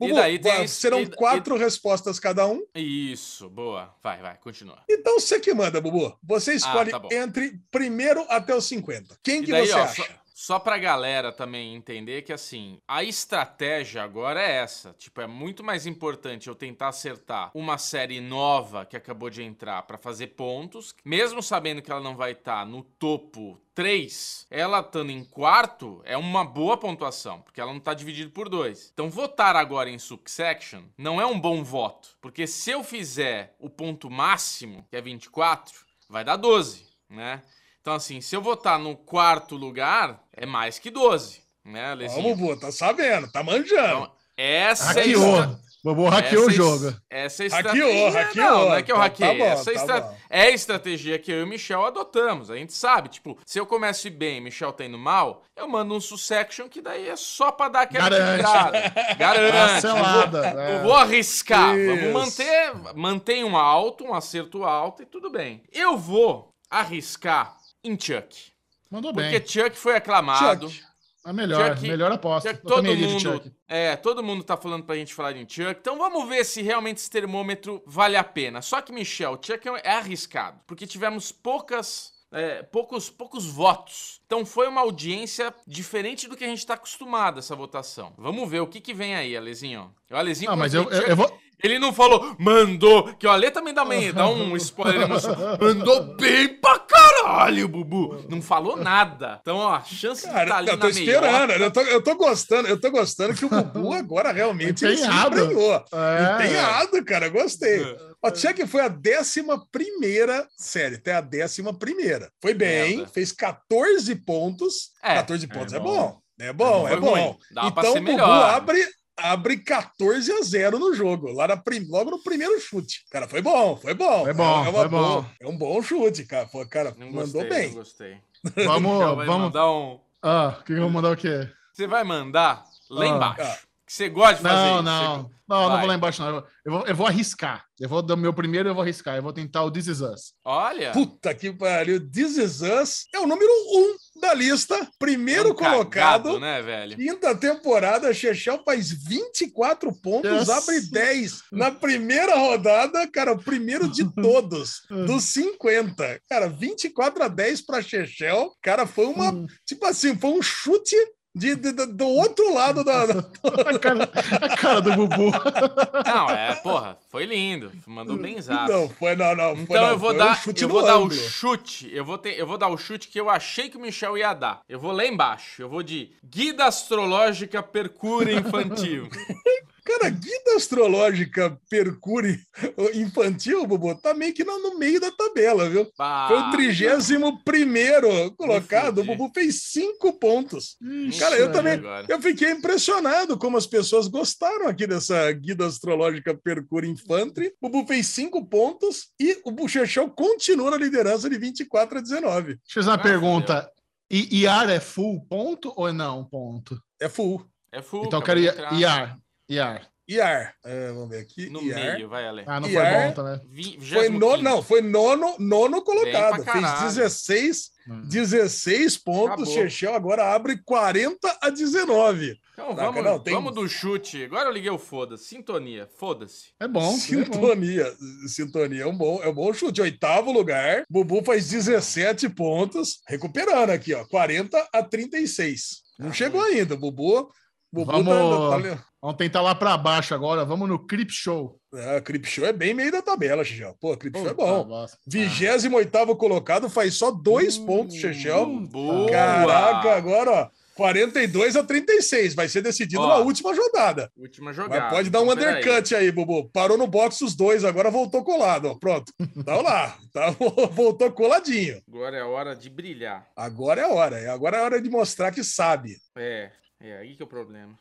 Bubu, E daí tem... serão e- quatro respostas cada um. Isso, boa. Vai, vai, continua. Então você que manda, Bubu. Você escolhe tá bom. entre primeiro até os cinquenta. Quem E que daí, você ó, acha? Só, só pra galera também entender que, assim, a estratégia agora é essa. Tipo, é muito mais importante eu tentar acertar uma série nova que acabou de entrar pra fazer pontos, mesmo sabendo que ela não vai estar no topo três, ela estando em quarto é uma boa pontuação, porque ela não tá dividida por dois. Então, votar agora em Succession não é um bom voto, porque se eu fizer o ponto máximo, que é vinte e quatro, vai dar doze, né? Então, assim, se eu votar no quarto lugar, é mais que doze, né, Lezinho? Vamos, Bubu, tá sabendo, tá manjando. Então, essa é Hackeou. Bobo hackeou o jogo. Essa é a Hackeou, estratégia. hackeou. Não, não é que eu Tá- hackei. tá bom, essa é, tá estra... bom. é a estratégia que eu e o Michel adotamos. A gente sabe, tipo, se eu começo bem e o Michel tá indo mal, eu mando um Succession que daí é só pra dar aquela Garante. equilibrada. Garante. Parcelada, Eu vou, é. eu vou arriscar. Isso. Vamos manter, manter um alto, um acerto alto e tudo bem. Eu vou arriscar em Chuck. Mandou Porque bem. Chuck foi aclamado. Chuck. A melhor, Chuck- melhor aposta. Chuck, Eu todo também iria de mundo, Chuck. é, todo mundo tá falando pra gente falar em Chuck. Então vamos ver se realmente esse termômetro vale a pena. Só que, Michel, Chuck é é arriscado, porque tivemos poucas, é, poucos, poucos votos. Então foi uma audiência diferente do que a gente tá acostumado essa votação. Vamos ver o que que vem aí, Alezinho. O Alezinho, Não, mas quando eu, vê eu, Chuck, eu vou... ele não falou, mandou, que o Ale também dá, meio, dá um spoiler emocional. Mandou bem pra caralho, Bubu. Não falou nada. Então, ó, a chance de Cara, estar ali eu na tô esperando, meiota... eu tô, eu tô gostando, eu tô gostando que o Bubu agora realmente ele se Empenhado. empenhou. É. Empenhado, cara, gostei. É. O Chuck foi a décima primeira série, até a décima primeira. Foi bem, Merda. fez quatorze pontos. É. quatorze pontos É é bom. bom. É bom, Foi é bom. ruim. Dá pra Então ser o Bubu melhor. abre, abre quatorze a zero no jogo, lá na prim- logo no primeiro chute. Cara, foi bom, foi bom. Foi bom, é, é uma foi boa- bom. é um bom chute, cara. Pô, cara, Não mandou gostei, bem. não gostei. Vamos, Michel vai vamos... mandar um... Ah, o que que eu vou mandar o quê? Você vai mandar lá Ah. embaixo. Ah. Que você gosta de fazer Não, isso. não. Você- Não, não Vai. vou lá embaixo, não. Eu- Eu vou, eu vou arriscar. Eu vou dar o meu primeiro, eu vou arriscar. Eu vou tentar o This Is Us. Olha. Puta que pariu. This Is Us é o número um da lista. Primeiro é um colocado. cagado, né, velho? Quinta temporada, Chechel faz vinte e quatro pontos, Yes. abre dez. Na primeira rodada, cara, o primeiro de todos, dos cinquenta. Cara, vinte e quatro a dez para Chechel. Cara, foi uma, Hum. tipo assim, foi um chute de, de- de- do outro lado da... da- A cara, a cara do Bubu. Não, é, porra, foi lindo. Mandou bem exato. Não, foi, não, não. foi, Então não, eu vou foi um dar, chute eu no vou dar o ângulo. chute, eu vou, ter, eu vou dar o chute que eu achei que o Michel ia dar. Eu vou lá embaixo, eu vou de Guida Astrológica Percure Infantil. Cara, guida astrológica Percure infantil, Bubu, tá meio que no, no meio da tabela, viu? Bah, Foi o trigésimo primeiro colocado, o fudi. Bubu fez cinco pontos. me Cara, eu fudi também, agora. eu fiquei impressionado como as pessoas gostaram aqui dessa guida astrológica Percure Infantry. O Bubu fez cinco pontos e o Buchechão continua na liderança de vinte e quatro a dezenove. Deixa eu fazer uma Ah, pergunta. I- I A R é full ponto ou não ponto? É full. É full, Então eu acabou quero de I- entrar. I A R. I A R. I A R. É, vamos ver aqui. No I A R. meio, vai, Ale. Ah, não I foi A R bom também. Vi- Foi vigésimo no, quinto. não, foi nono, nono Bem colocado. pra Fez caralho. dezesseis, Hum. dezesseis pontos. Acabou. Chechel agora abre quarenta a dezenove. Então Saca, vamos, não, tem- vamos do chute. Agora eu liguei o foda-se. Sintonia, foda-se. É bom. É bom. Sintonia. Sintonia é um bom, é um bom chute. Oitavo lugar. Bubu faz dezessete pontos. Recuperando aqui, ó. quarenta a trinta e seis. Não Ah, chegou ainda. Bubu. Bubu Vamos- tá, tá, Vamos tentar lá pra baixo agora. Vamos no Creep Show. tá, a Crip Show é bem meio da tabela, Chechel. Pô, a Crip Show é Puta bom. bosta. vigésimo oitavo colocado faz só dois Uh, pontos, Chechel. Boa! Caraca, agora, ó, quarenta e dois a trinta e seis. Vai ser decidido Ó, na última rodada. Última jogada. Mas pode dar um Então, peraí. undercut aí, Bubu. Parou no box os dois, agora voltou colado. Ó. Pronto. Tá lá. Tá, voltou coladinho. Agora é a hora de brilhar. Agora é a hora. Agora é a hora de mostrar que sabe. É, é aí que é o problema.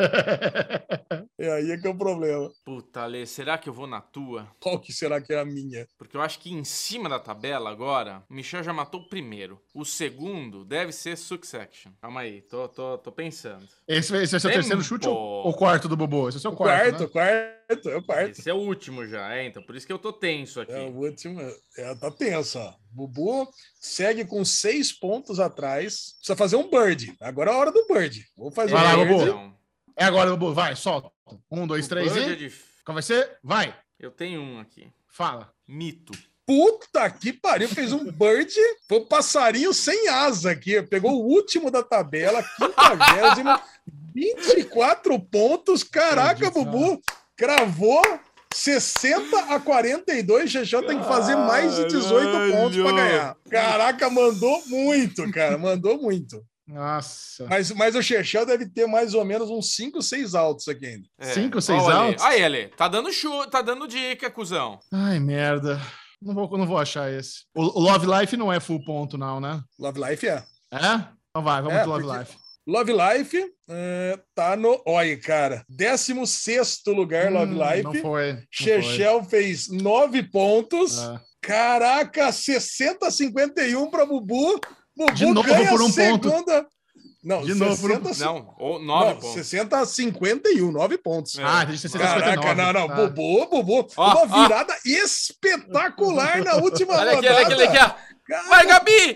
É aí que é o problema. Puta, Ale, será que eu vou na tua? Qual que será que é a minha? Porque eu acho que em cima da tabela agora, o Michel já matou o primeiro. O segundo deve ser Succession. Calma aí, tô, tô, tô pensando. Esse, esse vai ser o Tempo. terceiro chute ou ou o quarto do Bubu? Esse é o seu O quarto, quarto, né? quarto, é o quarto. Esse é o último já, é, então por isso que eu tô tenso aqui. É o último. É, tá tenso, ó. Bubu segue com seis pontos atrás. Precisa fazer um bird. Agora é a hora do bird. Vou fazer Vai lá, um bird. Bubu. Então, É agora, Bubu, vai, solta. Um, dois, O três Bird é e... dif- Qual vai ser? Vai, Eu tenho um aqui. fala. Mito. Puta que pariu, fez um bird, foi um passarinho sem asa aqui, pegou o último da tabela, quinquagésimo, vinte e quatro pontos, caraca, Bubu, cravou sessenta a quarenta e dois, Xexão tem que fazer mais de dezoito Caralho. pontos pra ganhar. Caraca, mandou muito, cara, mandou muito. Nossa. Mas, mas o Xexão deve ter mais ou menos uns cinco, seis altos aqui ainda. É. Cinco, seis Ó, Ale. altos? Aí, Ale, tá dando chu, tá dando dica, cuzão. Ai, merda. Não vou, não vou achar esse. O, o Love Life não é full ponto, não, né? Love Life é. É? Então vai, vamos É, de Love porque- Life. Love Life é, tá no. Olha, cara. décimo sexto lugar, Love Hum, Life. Não foi. não Chechel fez nove pontos. foi. É. Caraca, sessenta a cinquenta e um para Bubu. Bubu De novo ganha por um a segunda. ponto. Não, De novo por um- sessenta, Não, ou nove não, pontos. sessenta a cinquenta e um, nove pontos. É. Ah, tem sessenta a cinquenta e Caraca, nove. não, não. Tá. Bubu, Bubu. Ó, uma ó. virada espetacular na última Olha aqui, rodada. olha aqui, olha aqui, ó. Cara, Vai, Gabi!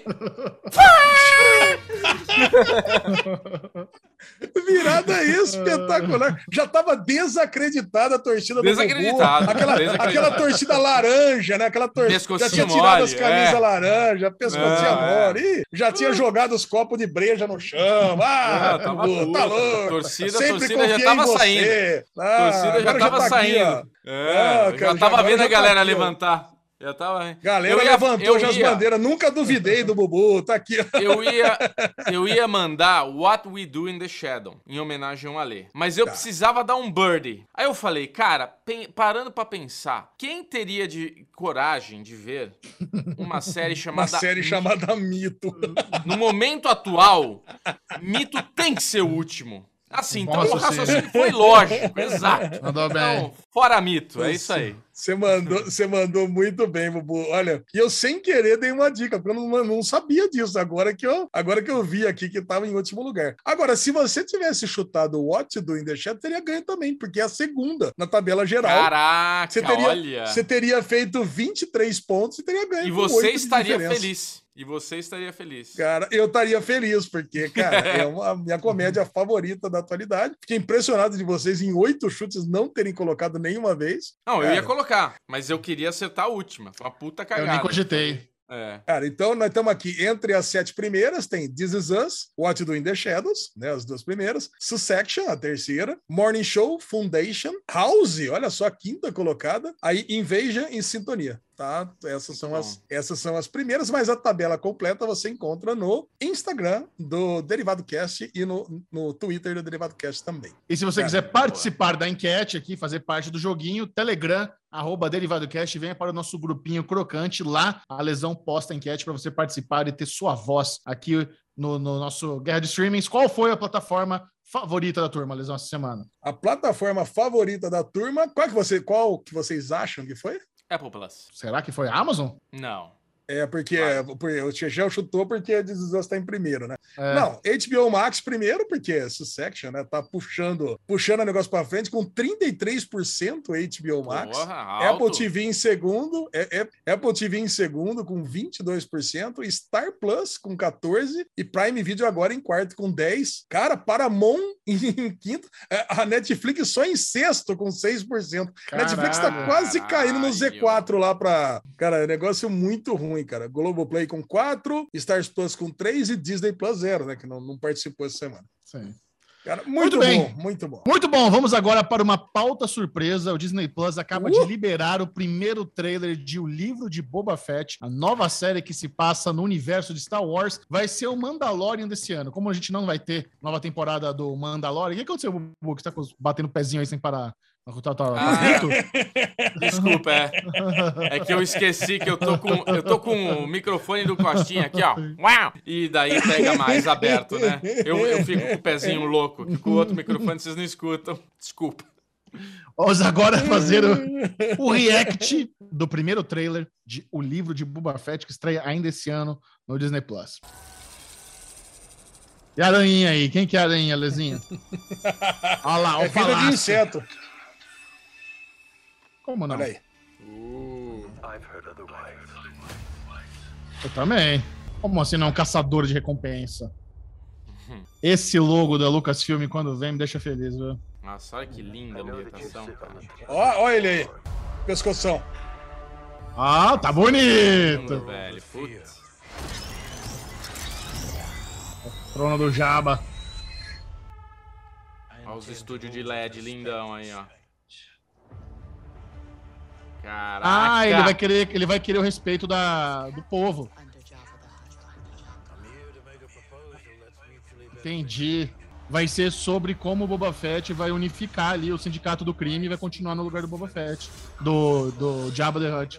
virada espetacular. Já tava desacreditada a torcida do Desacreditada, Bubu. Aquela, desacreditada. aquela torcida laranja, né? Aquela torcida. Já Pescocinho tinha tirado mole, as camisas é. laranja, pescocinho Não, é. mole. Ih, já tinha jogado os copos de breja no chão. Ah, Ah, tava Bubu, tá puta. louco. Torcida- Sempre torcida já confiei tava em você. saindo. Ah, Torcida já agora tava tá aqui, saindo. ó. É, Ah, já cara, tava agora vendo já a galera tá aqui, ó. levantar. Já tava. Galera Eu ia- levantou eu já as ia- bandeiras. Nunca duvidei do Bubu. Tá aqui, ó. Eu ia, eu ia mandar What We Do in the Shadow, em homenagem ao Alê. Mas eu Tá. precisava dar um birdie. Aí eu falei, cara, pen- parando pra pensar, quem teria de coragem de ver uma série Uma chamada... série chamada Mito. No momento atual, Mito tem que ser o último. Assim, Bom então o raciocínio. raciocínio foi lógico, exato. Mandou bem. Então, fora Mito, é isso aí. Você mandou, você mandou muito bem, Bubu. Olha, e eu sem querer dei uma dica, porque eu não, não sabia disso. Agora que, eu, agora que eu vi aqui que estava em último lugar. Agora, se você tivesse chutado o What to Do in the Shadow, teria ganho também, porque é a segunda na tabela geral. Caraca, Você teria, olha. você teria feito vinte e três pontos e teria ganho. E com você oito de estaria diferença. feliz. E você estaria feliz. Cara, eu estaria feliz, porque, cara, é uma, a minha comédia favorita da atualidade. Fiquei impressionado de vocês em oito chutes não terem colocado nenhuma vez. Não, eu Cara. ia colocar, mas eu queria acertar a última. Foi uma puta Eu cagada. nem cogitei. É. Cara, então nós estamos aqui entre as sete primeiras, tem This Is Us, What to Do in the Shadows, né, as duas primeiras, Succession, a terceira, Morning Show, Foundation, House, olha só, a quinta colocada, aí Invasion e Sintonia, tá? Essas são, Muito as, essas são as primeiras, mas a tabela completa você encontra no Instagram do Derivado Cast e no, no Twitter do Derivado Cast também. E se você Cara, quiser participar da enquete aqui, fazer parte do joguinho, Telegram, arroba DerivadoCast, venha para o nosso grupinho crocante. Lá a Lesão posta a enquete para você participar e ter sua voz aqui no, no nosso Guerra de Streamings. Qual foi a plataforma favorita da turma, Lesão, essa semana? A plataforma favorita da turma, qual que, você, qual que vocês acham que foi? Apple Plus. Será que foi a Amazon? Não. É, porque, Ah. porque o Chechel chutou porque This Is Us tá em primeiro, né? É. Não, H B O Max primeiro, porque Succession, né? Tá puxando, puxando o negócio pra frente com trinta e três por cento H B O Max. Porra, alto. Apple T V em segundo, é, é, Apple T V em segundo com vinte e dois por cento, Star Plus com quatorze por cento e Prime Video agora em quarto com dez por cento. Cara, Paramount em quinto, é, a Netflix só em sexto com seis por cento. Caralho. Netflix tá quase caindo no Z quatro lá pra... Cara, é negócio muito ruim, cara. Globoplay com quatro, Stars Plus com três e Disney Plus zero, né? Que não, não participou essa semana. Sim. Cara, muito, Muito bom, bem. muito bom. Muito bom, vamos agora para uma pauta surpresa. O Disney Plus acaba Uh! de liberar o primeiro trailer de O Livro de Boba Fett, a nova série que se passa no universo de Star Wars. Vai ser o Mandalorian desse ano. Como a gente não vai ter nova temporada do Mandalorian, o que aconteceu, Bubu, que você tá batendo o pezinho aí sem parar? Tá, tá, tá Ah. frito? Desculpa, é. É que eu esqueci que eu tô com, eu tô com o microfone do Costinha aqui, ó. Uau! E daí pega mais aberto, né? Eu, eu fico com o pezinho louco, que com o outro microfone vocês não escutam. Desculpa. Vamos agora fazer o, o react do primeiro trailer de O Livro de Boba Fett, que estreia ainda esse ano no Disney Plus. E a aranha aí? Quem que é a aranha, Lezinha? Olha lá, É o filho de palácio. inseto. Como não? Olha aí. Eu também. Como assim não? Caçador de recompensa. Esse logo da Lucasfilm, quando vem, me deixa feliz, viu? Nossa, olha que linda a ambientação, cara. Ó, ó ele aí. Pescoção. Ah, tá bonito! Lindo, velho. Putz. Trono do Jabba. Olha os estúdios de L E D lindão aí, ó. Caraca. Ah, ele vai querer, ele vai querer o respeito da, do povo. Entendi. Vai ser sobre como o Boba Fett vai unificar ali o sindicato do crime e vai continuar no lugar do Boba Fett. Do, do Jabba the Hutt.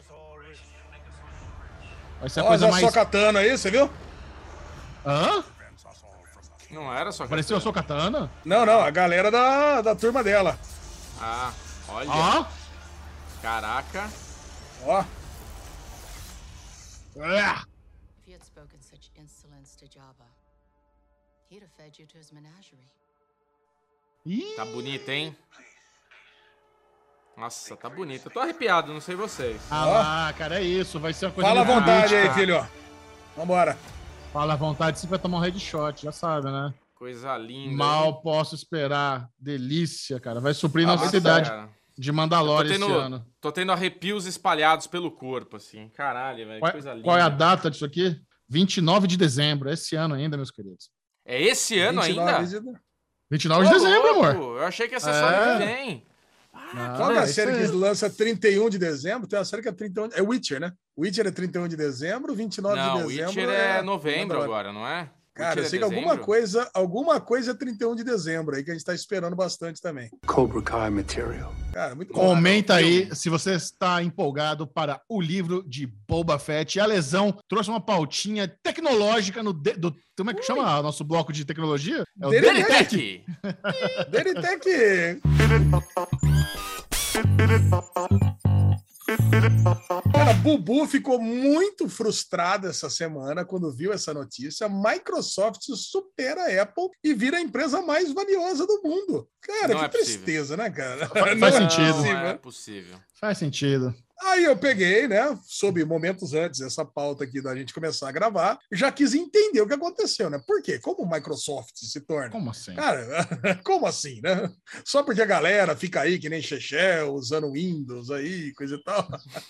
Vai ser a Ó, coisa já mais... só katana aí, você viu? Hã? Não era só Apareceu a sua katana? Não, não, a galera da, da turma dela. Ah, olha. Ó. Caraca. Ó. Ah. If you had spoken such insolence to Jabba, he'd have fed you to his menagerie. Ih. Tá bonito, hein? Nossa, tá bonito. Eu tô arrepiado, não sei vocês. Ah lá, cara, é isso. Vai ser uma coisa Fala à meio vontade política. aí, filho. Vambora. Fala à vontade, você vai tomar um headshot, já sabe, né? Coisa linda. Mal hein? posso esperar. Delícia, cara. Vai suprir Ah, nossa muito cidade Cara, de eu tô Mandalore esse tendo, ano. tô tendo arrepios espalhados pelo corpo, assim. Caralho, velho. Qual, Coisa linda. qual é a data disso aqui? vinte e nove de dezembro, esse ano ainda, meus queridos. É esse ano vinte e nove ainda? de- vinte e nove de Ô, dezembro, louco, amor. Eu achei que ia ser só É. ano que vem. Não, Qual é a isso série aí. que lança trinta e um de dezembro? Tem uma série que é trinta e um... É Witcher, né? Witcher é trinta e um de dezembro, vinte e nove Não, de dezembro Witcher é novembro agora, não é? Cara, Witcher eu é sei que alguma dezembro? coisa, alguma coisa é trinta e um de dezembro aí, que a gente tá esperando bastante também. Cobra Kai material. Cara, muito bom. Comenta aí se você está empolgado para o livro de Boba Fett. E a Lesão trouxe uma pautinha tecnológica no... De, do, como é que chama o nosso bloco de tecnologia? É o Deritec. Deritec! Deritec! Cara, Bubu ficou muito frustrado essa semana quando viu essa notícia. Microsoft supera a Apple e vira a empresa mais valiosa do mundo. Cara, Não que é possível. tristeza, né, cara? Faz Não é sentido. Não possível. é possível. Faz sentido. Aí eu peguei, né, soube momentos antes essa pauta aqui da gente começar a gravar, já quis entender o que aconteceu, né? Por quê? Como o Microsoft se torna? Como assim? Cara, como assim, né? Só porque a galera fica aí que nem Chechel, usando Windows aí, coisa e tal.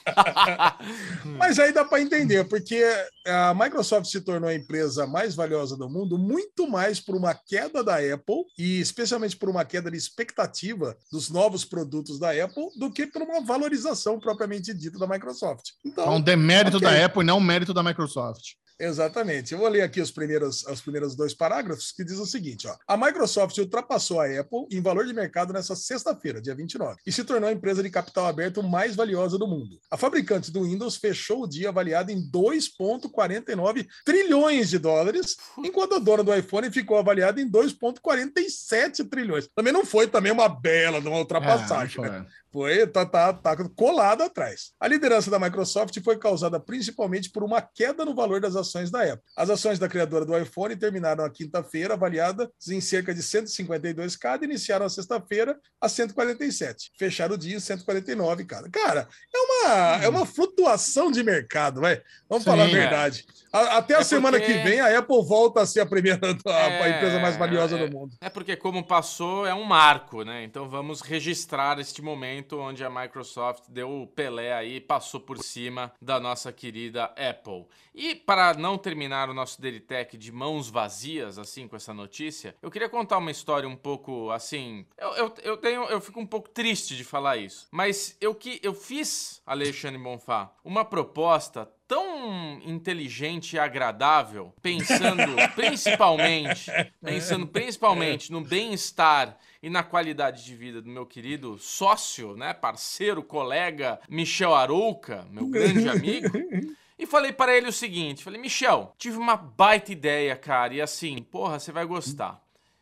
Mas aí dá para entender, porque a Microsoft se tornou a empresa mais valiosa do mundo muito mais por uma queda da Apple e especialmente por uma queda de expectativa dos novos produtos da Apple do que por uma valorização propriamente dita da Microsoft. Então, É um demérito ok. da Apple e não um mérito da Microsoft. Exatamente. Eu vou ler aqui os primeiros, os primeiros dois parágrafos que diz o seguinte: ó, a Microsoft ultrapassou a Apple em valor de mercado nessa sexta-feira, dia vinte e nove, e se tornou a empresa de capital aberto mais valiosa do mundo. A fabricante do Windows fechou o dia avaliada em dois vírgula quarenta e nove trilhões de dólares, enquanto a dona do iPhone ficou avaliada em dois vírgula quarenta e sete trilhões. Também não foi também uma bela de uma ultrapassagem, É, né? Foi, tá, tá, tá colado atrás. A liderança da Microsoft foi causada principalmente por uma queda no valor das ações da Apple. As ações da criadora do iPhone terminaram na quinta-feira avaliadas em cerca de cento e cinquenta e dois cada e iniciaram a sexta-feira a cento e quarenta e sete. Fecharam o dia em cento e quarenta e nove cada. Cara, é uma, é uma flutuação de mercado, vai. Vamos Sim, falar a é. verdade. A- até a É semana porque- que vem a Apple volta a ser a primeira, a, a É, empresa mais valiosa é, do mundo. É porque como passou, é um marco, né? Então vamos registrar este momento onde a Microsoft deu o Pelé aí, passou por cima da nossa querida Apple. E para não terminar o nosso Deritec de mãos vazias, assim, com essa notícia, eu queria contar uma história um pouco, assim... Eu, eu, eu, tenho, eu fico um pouco triste de falar isso, mas eu, que, eu fiz, Alexandre Bonfá, uma proposta tão inteligente e agradável, pensando principalmente, pensando principalmente no bem-estar e na qualidade de vida do meu querido sócio, né, parceiro, colega Michel Arouca, meu grande amigo. E falei para ele o seguinte, falei, Michel, tive uma baita ideia, cara, e assim, porra, você vai gostar.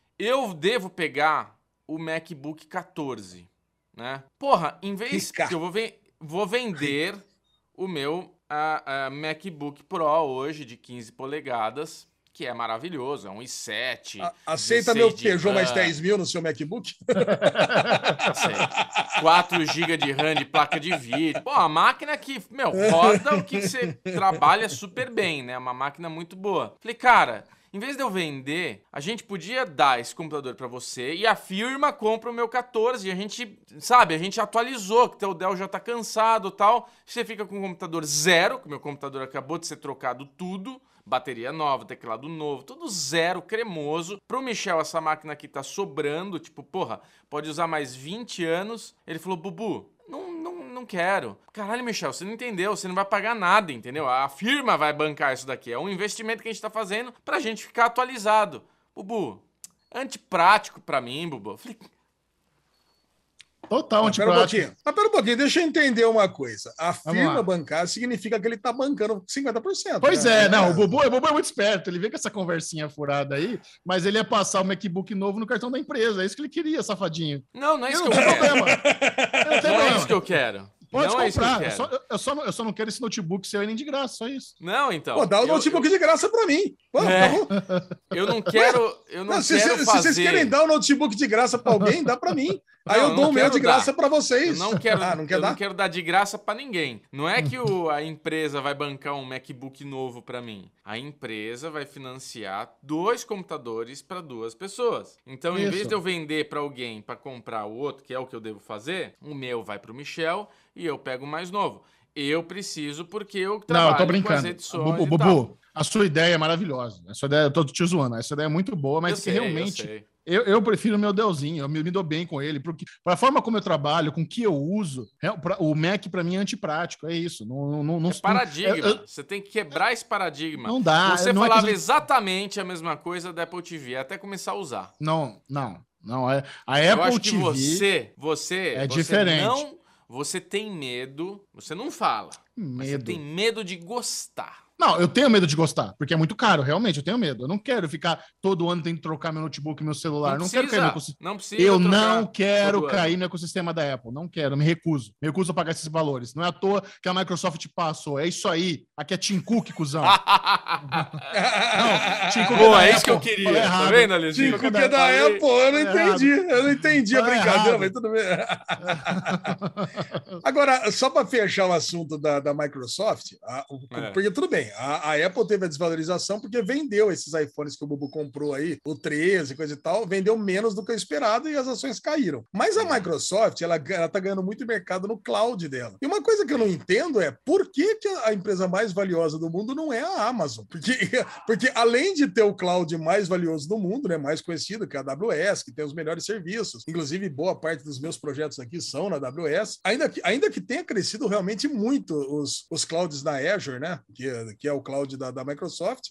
Eu devo pegar o MacBook quatorze, né? Porra, em vez Rica. que eu vou, ven- vou vender o meu a, a MacBook Pro hoje de quinze polegadas, que é maravilhoso, é um i sete. A- Aceita dezesseis meu de Peugeot mais RAM. dez mil no seu MacBook? Aceita. quatro gigas de RAM de placa de vídeo. Pô, a máquina que, meu, roda o que você trabalha super bem, né? Uma máquina muito boa. Falei, cara, Em vez de eu vender, a gente podia dar esse computador pra você e a firma compra o meu quatorze. E a gente, sabe, a gente atualizou, que o Dell já tá cansado e tal. Você fica com o computador zero, que o meu computador acabou de ser trocado tudo. Bateria nova, teclado novo, tudo zero, cremoso. Pro Michel, essa máquina aqui tá sobrando, tipo, porra, pode usar mais vinte anos. Ele falou, Bubu, não, não, não quero. Caralho, Michel, você não entendeu, você não vai pagar nada, entendeu? A firma vai bancar isso daqui, é um investimento que a gente tá fazendo pra gente ficar atualizado. Bubu, antiprático pra mim, Bubu. Eu falei, Total, ah, pera um antiprático. pouquinho. Ah, pera um pouquinho, deixa eu entender uma coisa. A Vamos firma lá. bancar significa que ele tá bancando cinquenta por cento. Pois né? é, não, o Bubu, o Bubu é muito esperto, ele vem com essa conversinha furada aí, mas ele ia passar o MacBook novo no cartão da empresa, é isso que ele queria, safadinho. não, não é E isso não que eu tem quero. problema. Não tem Não é problema. isso que eu quero. Pode não é isso que eu comprar, eu quero. só, eu, eu só, não- eu só não quero esse notebook seu aí nem de graça, só isso. Não, então. Pô, dá o eu- notebook de graça pra mim. Pô, É. tá bom? Eu não quero, eu não, Não, se, quero se- se fazer. vocês querem dar o notebook de graça pra alguém, dá pra mim. Aí Não, eu eu dou não o meu quero de graça dar. pra vocês. Eu não quero, Ah, não quer eu dar? não quero dar de graça pra ninguém. Não é que o- a empresa vai bancar um MacBook novo pra mim. A empresa vai financiar dois computadores pra duas pessoas. Então, em Isso. vez de eu vender pra alguém pra comprar o outro, que é o que eu devo fazer, o meu vai pro Michel e eu pego o mais novo. Eu preciso porque eu trabalho Não, eu tô com as brincando. edições Bubu, e Bubu, tal. a sua ideia é maravilhosa. A sua ideia, eu tô te zoando, essa ideia é muito boa, mas Eu que sei, eu realmente sei. eu, eu prefiro o meu Dellzinho, eu me, me dou bem com ele, porque para a forma como eu trabalho, com o que eu uso, é, pra- o Mac para mim é antiprático, é isso. Não, não, não, É paradigma. eu- eu- Você tem que quebrar esse paradigma. Não dá, Você não é que falava a gente- exatamente a mesma coisa da Apple T V, até começar a usar. não, não, não. É, a Eu Apple acho que T V você, você, é você diferente. não, você tem medo, você não fala, mas você medo. tem medo de gostar. Não, eu tenho medo de gostar, porque é muito caro, realmente, eu tenho medo. Eu não quero ficar todo ano tendo que trocar meu notebook e meu celular. Não Não, quero cair precisa, no ecossistema. não precisa Eu trocar não quero todo cair ano. no ecossistema da Apple. Não quero, me recuso. Me recuso a pagar esses valores. Não é à toa que a Microsoft passou. É isso aí. Aqui é Tim Cook, cuzão. Não, Tim Cook Boa, da é isso que eu Apple. queria. Falei Tá errado. vendo, Alizinho? Cinco que é da Falei- Apple, eu não falei entendi. Eu não entendi a Falei brincadeira, errado. mas tudo bem. Agora, só para fechar o assunto da, da Microsoft, a- o- É. porque tudo bem, a, a Apple teve a desvalorização porque vendeu esses iPhones que o Bubu comprou aí, o treze, coisa e tal, vendeu menos do que o esperado e as ações caíram. Mas a Microsoft, ela, ela tá ganhando muito mercado no cloud dela. E uma coisa que eu não entendo é por que, que a empresa mais valiosa do mundo não é a Amazon? Porque, porque além de ter o cloud mais valioso do mundo, né, mais conhecido que é a A W S, que tem os melhores serviços, inclusive boa parte dos meus projetos aqui são na A W S, ainda que, ainda que tenha crescido realmente muito os, os clouds da Azure, né, que, é- que é o cloud da, da Microsoft,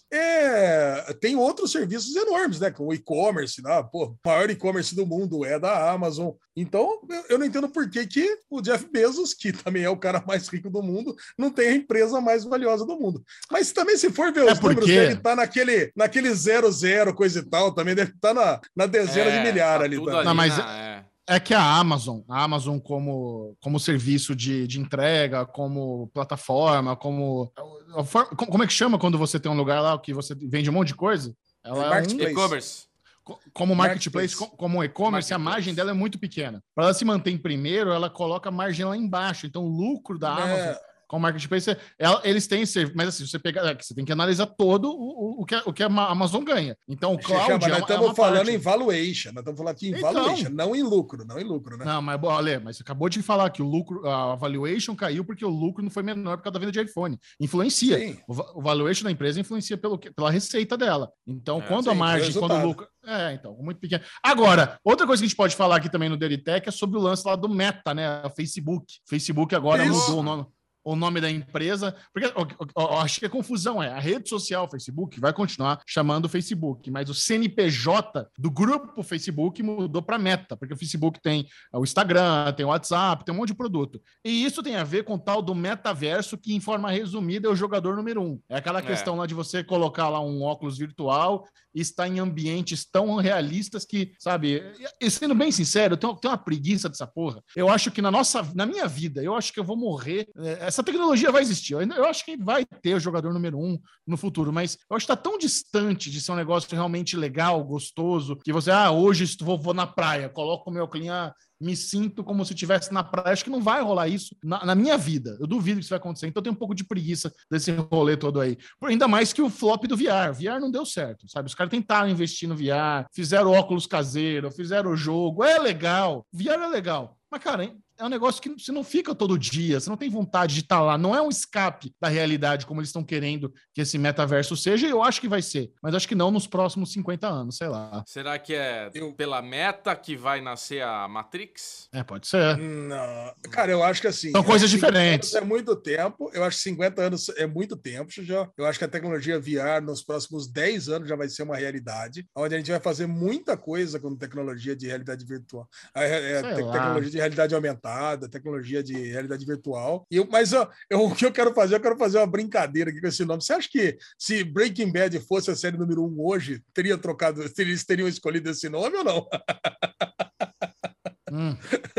é, tem outros serviços enormes, né, como o e-commerce, né, pô, o maior e-commerce do mundo é da Amazon. Então, eu, eu não entendo por que, que o Jeff Bezos, que também é o cara mais rico do mundo, não tem a empresa mais valiosa do mundo. Mas também, se for ver É os números, porque- deve estar naquele, naquele zero, zero, coisa e tal, também deve estar na, na dezena de É, milhares tá ali. tudo Também. Não, mas- na- é. É que a Amazon, a Amazon como, como serviço de, de entrega, como plataforma, como, a for- como é que chama quando você tem um lugar lá que você vende um monte de coisa? Ela é um, Marketplace. E-commerce. co- como marketplace, Marketplace. co- como e-commerce, a Marketplace. margem dela é muito pequena. Para ela se manter em primeiro, ela coloca a margem lá embaixo. Então, o lucro da É. Amazon com o marketplace, ela- eles têm serviço, mas assim, você pega, é que você tem que analisar todo o, o, o que, a- o que a Ma- Amazon ganha. Então, o cloud Chama, é nós uma, é estamos uma falando parte. em valuation, nós estamos falando aqui em Então. valuation, não em lucro, não em lucro, né? Não, mas bom, Ale, mas você acabou de falar que o lucro, a valuation caiu porque o lucro não foi menor por causa da venda de iPhone. Influencia. Sim. O, va- o valuation da empresa influencia pelo, que- pela receita dela. Então, É, quando a sim, margem, pelo quando o resultado. lucro. É, então, muito pequeno. Agora, outra coisa que a gente pode falar aqui também no Deritech é sobre o lance lá do Meta, né? A Facebook. Facebook agora Isso. mudou o nome. O nome da empresa, porque eu, eu- eu acho que a confusão é a rede social Facebook vai continuar chamando Facebook, mas o C N P J do grupo Facebook mudou para Meta, porque o Facebook tem o Instagram, tem o WhatsApp, tem um monte de produto. E isso tem a ver com o tal do metaverso, que em forma resumida é o jogador número um. É aquela É. questão lá de você colocar lá um óculos virtual e estar em ambientes tão realistas que, sabe, e sendo bem sincero, eu tenho, tenho uma preguiça dessa porra. Eu acho que na nossa, na minha vida, eu acho que eu vou morrer. é, Essa tecnologia vai existir. Eu, ainda- eu acho que vai ter o jogador número um no futuro, mas eu acho que está tão distante de ser um negócio realmente legal, gostoso, que você, ah, hoje estou- vou, vou na praia, coloco o meu óculos, ah, me sinto como se estivesse na praia. Acho que não vai rolar isso na, na minha vida. Eu duvido que isso vai acontecer. Então eu tenho um pouco de preguiça desse rolê todo aí. Por, ainda mais que o flop do V R. V R não deu certo, sabe? Os caras tentaram investir no V R, fizeram óculos caseiro, fizeram o jogo. É legal. V R é legal. Mas, cara, hein? É um negócio que você não fica todo dia, você não tem vontade de estar lá, não é um escape da realidade como eles estão querendo que esse metaverso seja, e eu acho que vai ser, mas acho que não nos próximos cinquenta anos, sei lá. Será que é Eu- pela meta que vai nascer a Matrix? É, pode ser. Não. Cara, eu acho que assim. São eu coisas acho que cinquenta diferentes. anos é muito tempo. Eu acho que cinquenta anos é muito tempo, já. Eu acho que a tecnologia V R nos próximos dez anos já vai ser uma realidade, onde a gente vai fazer muita coisa com tecnologia de realidade virtual. A, é, Sei te- lá. tecnologia de realidade aumentada, tecnologia de realidade virtual. E eu, mas ó, eu, o que eu quero fazer, eu quero fazer uma brincadeira aqui com esse nome. Você acha que se Breaking Bad fosse a série número um hoje, teria trocado, eles teriam escolhido esse nome ou não? Hum.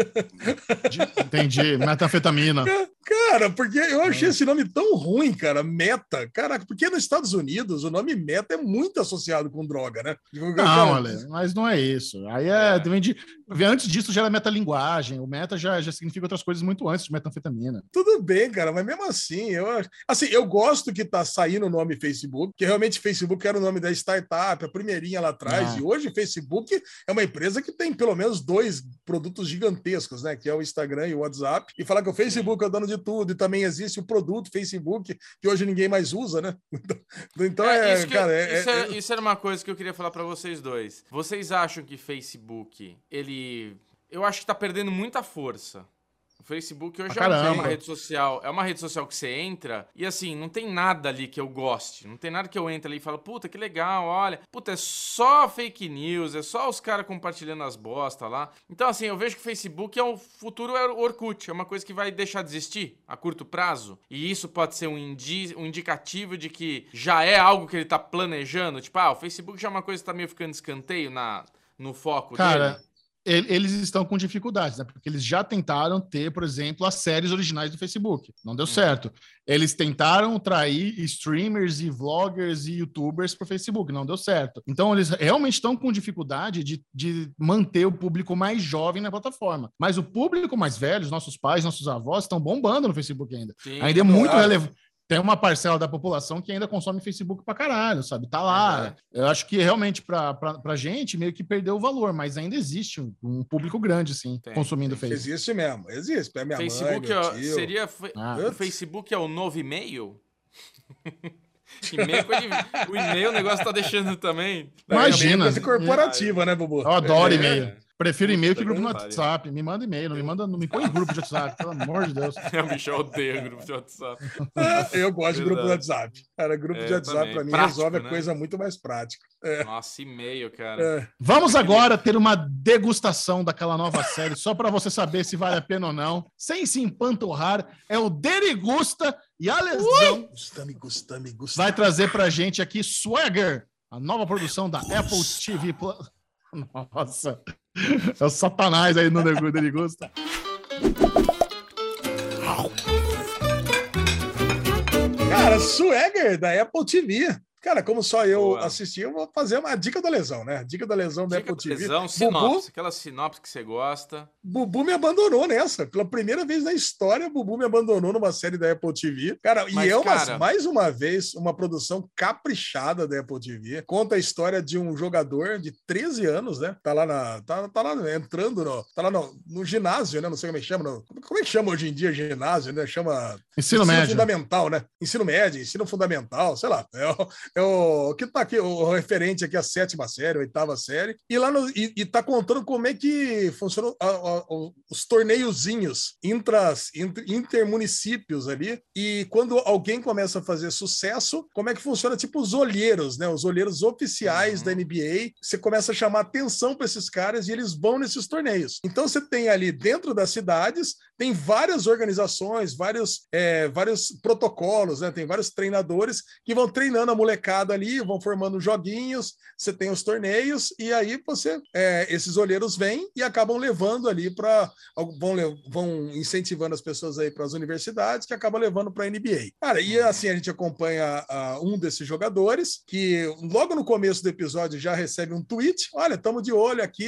De- Entendi. Metanfetamina. Cara, porque eu achei esse nome tão ruim, cara. Meta. Caraca, porque nos Estados Unidos o nome meta é muito associado com droga, né? Não, Cara, Ale, mas não é isso. Aí é, É. vem de, antes disso já era metalinguagem. O meta já, já significa outras coisas muito antes de metanfetamina. tudo bem, cara, mas mesmo assim, eu acho. Assim, eu gosto que tá saindo o nome Facebook, que realmente Facebook era o nome da startup, a primeirinha lá atrás, Ah. e hoje Facebook é uma empresa que tem pelo menos dois produtos gigantescos, né? Que é o Instagram e o WhatsApp. E falar que o Facebook é o dono de tudo, e também existe o produto Facebook, que hoje ninguém mais usa, né? Então é, isso, que- cara, é, isso, é- era, isso era uma coisa que eu queria falar pra vocês dois. Vocês acham que Facebook, ele... Eu acho que tá perdendo muita força. O Facebook hoje Pra é caramba. uma rede social, é uma rede social que você entra e assim, não tem nada ali que eu goste, não tem nada que eu entre ali e falo, puta, que legal, olha, puta, é só fake news, é só os caras compartilhando as bosta lá. Então assim, eu vejo que o Facebook é o futuro é o Orkut, é uma coisa que vai deixar de existir a curto prazo, e isso pode ser um, indi um indicativo de que já é algo que ele tá planejando, tipo, ah, o Facebook já é uma coisa que tá meio ficando escanteio na, no foco Cara, dele. ele- eles estão com dificuldades, né? Porque eles já tentaram ter, por exemplo, as séries originais do Facebook. Não deu certo. Eles tentaram trair streamers e vloggers e youtubers para o Facebook. Não deu certo. Então, eles realmente estão com dificuldade de, de manter o público mais jovem na plataforma. Mas o público mais velho, os nossos pais, nossos avós, estão bombando no Facebook ainda. Sim, Ainda é muito claro. relevante. Tem uma parcela da população que ainda consome Facebook pra caralho, sabe? Tá lá. Uhum. Eu acho que realmente pra, pra, pra gente meio que perdeu o valor, mas ainda existe um, um público grande, sim, Tem, consumindo tem. Facebook. existe mesmo, existe. É minha Facebook mãe, meu é- tio. seria fe- Ah. o Facebook é o novo e-mail? E-mail, coisa de- o e-mail o negócio tá deixando também. Imagina. É coisa corporativa, né, Bubu? Eu adoro É. e-mail. Prefiro e-mail que Puta grupo no que pariu. WhatsApp. Me manda e-mail, não me manda, não me põe em grupo de WhatsApp, pelo amor de Deus. É, o bicho odeia grupo de WhatsApp. Eu gosto de grupo do Verdade. WhatsApp. Cara, grupo É, de eu WhatsApp também. pra mim Prático, resolve né? a coisa muito mais prática. Nossa, e-mail, cara. É. Vamos agora ter uma degustação daquela nova série, só para você saber se vale a pena ou não. Sem se empanturrar, é o Derigusta e a Lesão Gustame, Gustame, Gustame. vai trazer pra gente aqui Swagger, a nova produção da Apple T V Plus. Nossa, é o satanás aí no Nego- Derigusta. Cara, Swagger da Apple T V. Cara, como só eu Boa. assisti, eu vou fazer uma dica da lesão, né? Dica da lesão da Dica Apple da T V. lesão, Bubu, sinopse, aquela sinopse que você gosta. Bubu me abandonou nessa. Pela primeira vez na história, Bubu me abandonou numa série da Apple T V. Cara, Mas, e é uma, cara- mais uma vez uma produção caprichada da Apple T V. Conta a história de um jogador de treze anos, né? Tá lá na. Tá, tá lá entrando no. Tá lá no, no ginásio, né? Não sei como é que chama. no- como é que chama hoje em dia ginásio, né? Chama. Ensino médio. fundamental, né? Ensino médio, ensino fundamental, sei lá. É o, é o que tá aqui, o referente aqui, a sétima série, a oitava série. E lá no, e, e tá contando como é que funcionam a- a- a- os torneiozinhos intras, inter, intermunicípios ali. E quando alguém começa a fazer sucesso, como é que funciona? Tipo os olheiros, né? Os olheiros oficiais Uhum. da N B A. Você começa a chamar atenção para esses caras e eles vão nesses torneios. Então você tem ali dentro das cidades, tem várias organizações, vários, é, vários protocolos, né? Tem vários treinadores que vão treinando a molecada ali, vão formando joguinhos, você tem os torneios, e aí você, é, esses olheiros vêm e acabam levando ali para. Vão, le- vão incentivando as pessoas aí para as universidades, que acabam levando para a N B A. Cara, e assim a gente acompanha ah, um desses jogadores, que logo no começo do episódio já recebe um tweet: olha, estamos de olho aqui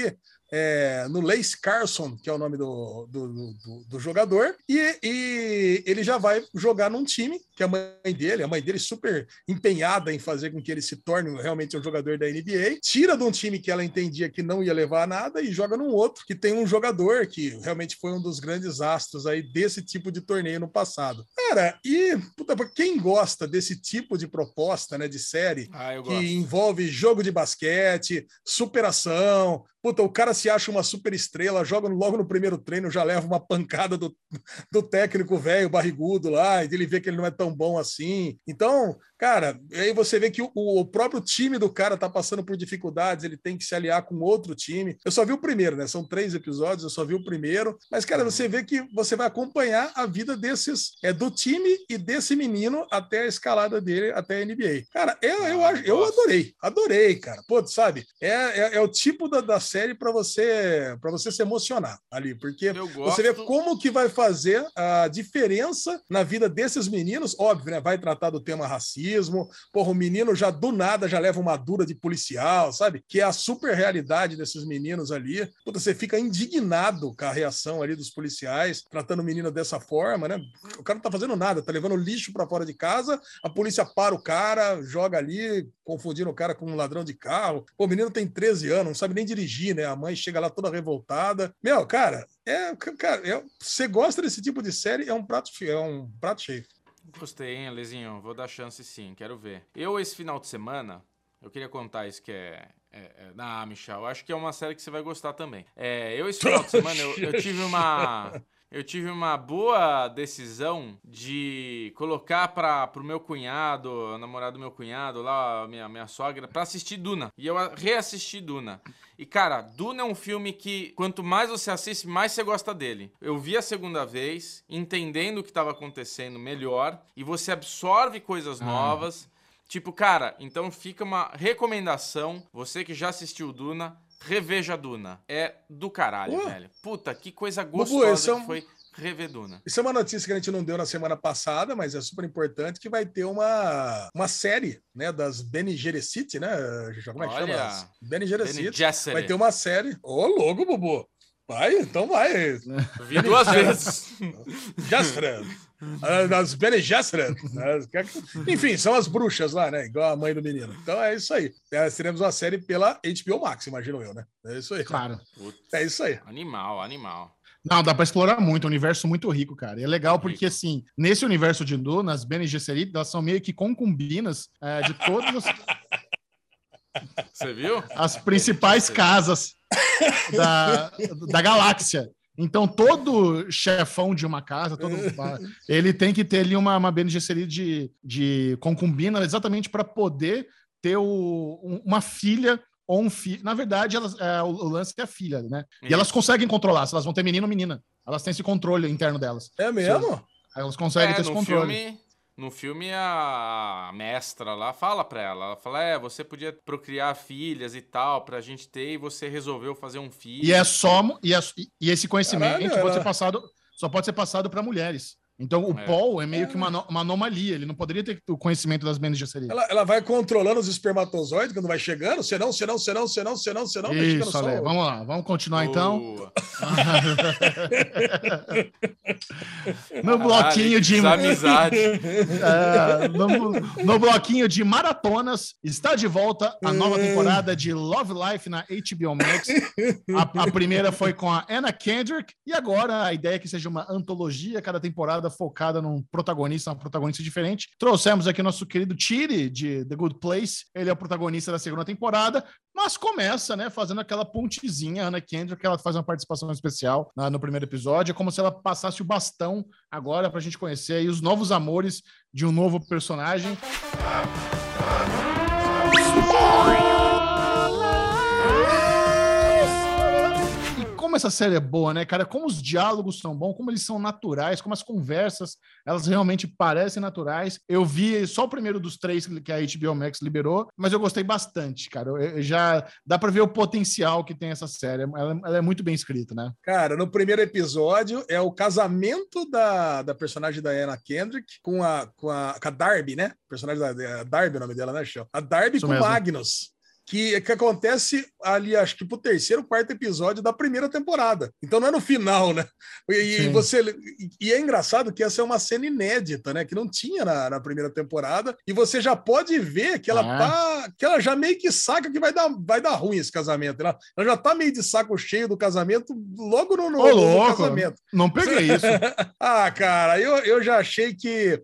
é, no Lace Carson, que é o nome do, do, do, do jogador, e, e ele já vai jogar num time que a mãe dele, a mãe dele super empenhada em fazer com que ele se torne realmente um jogador da N B A, tira de um time que ela entendia que não ia levar a nada e joga num outro que tem um jogador que realmente foi um dos grandes astros aí desse tipo de torneio no passado. Cara, e puta, pra quem gosta desse tipo de proposta, né, de série, Ah, eu que gosto. envolve jogo de basquete, superação, puta, o cara se acha uma super estrela, joga logo no primeiro treino, já leva uma pancada do, do técnico velho, barrigudo lá, e ele vê que ele não é tão bom assim. Então, cara, aí você vê que o, o próprio time do cara tá passando por dificuldades, ele tem que se aliar com outro time. Eu só vi o primeiro, né? São três episódios, eu só vi o primeiro. Mas, cara, você vê que você vai acompanhar a vida desses, é do time e desse menino até a escalada dele, até a N B A. Cara, eu, eu, Ah, eu, eu gosto. adorei, adorei, cara. Pô, sabe? É, é, é o tipo da, da série para você, para você se emocionar ali, porque Eu você vê gosto. como que vai fazer a diferença na vida desses meninos. Óbvio, né? Vai tratar do tema racismo. Porra, o menino já do nada já leva uma dura de policial, sabe? Que é a super realidade desses meninos ali. Puta, você fica indignado com a reação ali dos policiais, tratando o menino dessa forma, né? O cara não tá fazendo nada, tá levando lixo para fora de casa, a polícia para o cara, joga ali, confundindo o cara com um ladrão de carro. Pô, o menino tem treze anos, não sabe nem dirigir, né? A mãe chega lá toda revoltada. Meu, cara, é, cara, é, você gosta desse tipo de série, é um prato, é um prato cheio. Gostei, hein, Alezinho? Vou dar chance sim, quero ver. Eu, esse final de semana, eu queria contar isso que é... é, é ah, Michel, eu acho que é uma série que você vai gostar também. É, eu, esse final de semana, eu, eu tive uma... Eu tive uma boa decisão de colocar para pro meu cunhado, o namorado do meu cunhado, lá, a minha, minha sogra, pra assistir Duna. E eu reassisti Duna. E, cara, Duna é um filme que, quanto mais você assiste, mais você gosta dele. Eu vi a segunda vez, entendendo o que estava acontecendo melhor, e você absorve coisas novas. Tipo, cara, então fica uma recomendação, você que já assistiu Duna, reveja Duna. É do caralho, Ué. velho. Puta, que coisa Bubu, gostosa esse é que um- foi rever Duna. Isso é uma notícia que a gente não deu na semana passada, mas é super importante que vai ter uma, uma série, né, das Bene Gesserit, né? Como é que Olha, chama? As Bene Bene Gesserit. Gesserit. Vai ter uma série. Ô, louco, Bubu. Vai, então vai. Vi duas vezes. Gesserit. Ah, das Bene Gesserit. Enfim, são as bruxas lá, né? Igual a mãe do menino. Então é isso aí. É, teremos uma série pela H B O Max, imagino eu, né? É isso aí. Claro. Putz, É isso aí. Animal, animal. Não, dá pra explorar muito, é um universo muito rico, cara. E é legal porque, Rico. assim, nesse universo de Duna, as Bene Gesserit, elas são meio que concubinas é, de todas as, Você viu? as principais casas da, da galáxia. Então, todo chefão de uma casa, todo, ele tem que ter ali uma, uma Bene Gesserit de, de concubina, exatamente para poder ter o, um- uma filha ou um filho. Na verdade, elas, é, o, o lance é a filha, né? E elas conseguem controlar se elas vão ter menino ou menina. Elas têm esse controle interno delas. É mesmo? Elas conseguem ter É, esse no controle. filme, no filme a mestra lá fala pra ela, ela fala, é, você podia procriar filhas e tal, pra gente ter, e você resolveu fazer um filho. E é só e, é- e esse conhecimento Caralho, pode ela- ser passado, só pode ser passado para mulheres. Então o É. Paul é meio que uma, ano- uma anomalia. Ele não poderia ter o conhecimento das Bene Gesserit. Ela, ela vai controlando os espermatozoides quando vai chegando, senão, senão, senão, senão, senão, senão, vai chegando Isso, só Ale. o- Vamos lá, vamos continuar então. Boa. No bloquinho Caralho, de desamizade. É, no, no bloquinho de maratonas, está de volta a nova temporada de Love Life na H B O Max. A, a primeira foi com a Anna Kendrick, e agora a ideia é que seja uma antologia, cada temporada focada num protagonista, uma protagonista diferente. Trouxemos aqui o nosso querido Chidi, de The Good Place. Ele é o protagonista da segunda temporada, mas começa, né, fazendo aquela pontezinha, a Anna Kendrick, ela faz uma participação especial na- no primeiro episódio. É como se ela passasse o bastão agora pra gente conhecer aí os novos amores de um novo personagem. E como essa série é boa, né, cara? Como os diálogos são bons, como eles são naturais, como as conversas, elas realmente parecem naturais. Eu vi só o primeiro dos três que a H B O Max liberou, mas eu gostei bastante, cara. Eu- eu já dá pra ver o potencial que tem essa série. Ela, ela é muito bem escrita, né? Cara, no primeiro episódio é o casamento da, da personagem da Anna Kendrick com a, com a, com a Darby, né? O personagem da a Darby, é o nome dela, né, Chão? A Darby Isso com o mesmo. Magnus. que, que acontece ali, acho que pro terceiro, quarto episódio da primeira temporada. Então não é no final, né? E, e você, e é engraçado que essa é uma cena inédita, né? Que não tinha na, na primeira temporada, e você já pode ver que ela ah. tá, que ela já meio que saca que vai dar, vai dar ruim esse casamento. Ela, ela já tá meio de saco cheio do casamento logo no, no, Ô, no louco, casamento. Não peguei isso. Ah, cara, eu, eu já achei que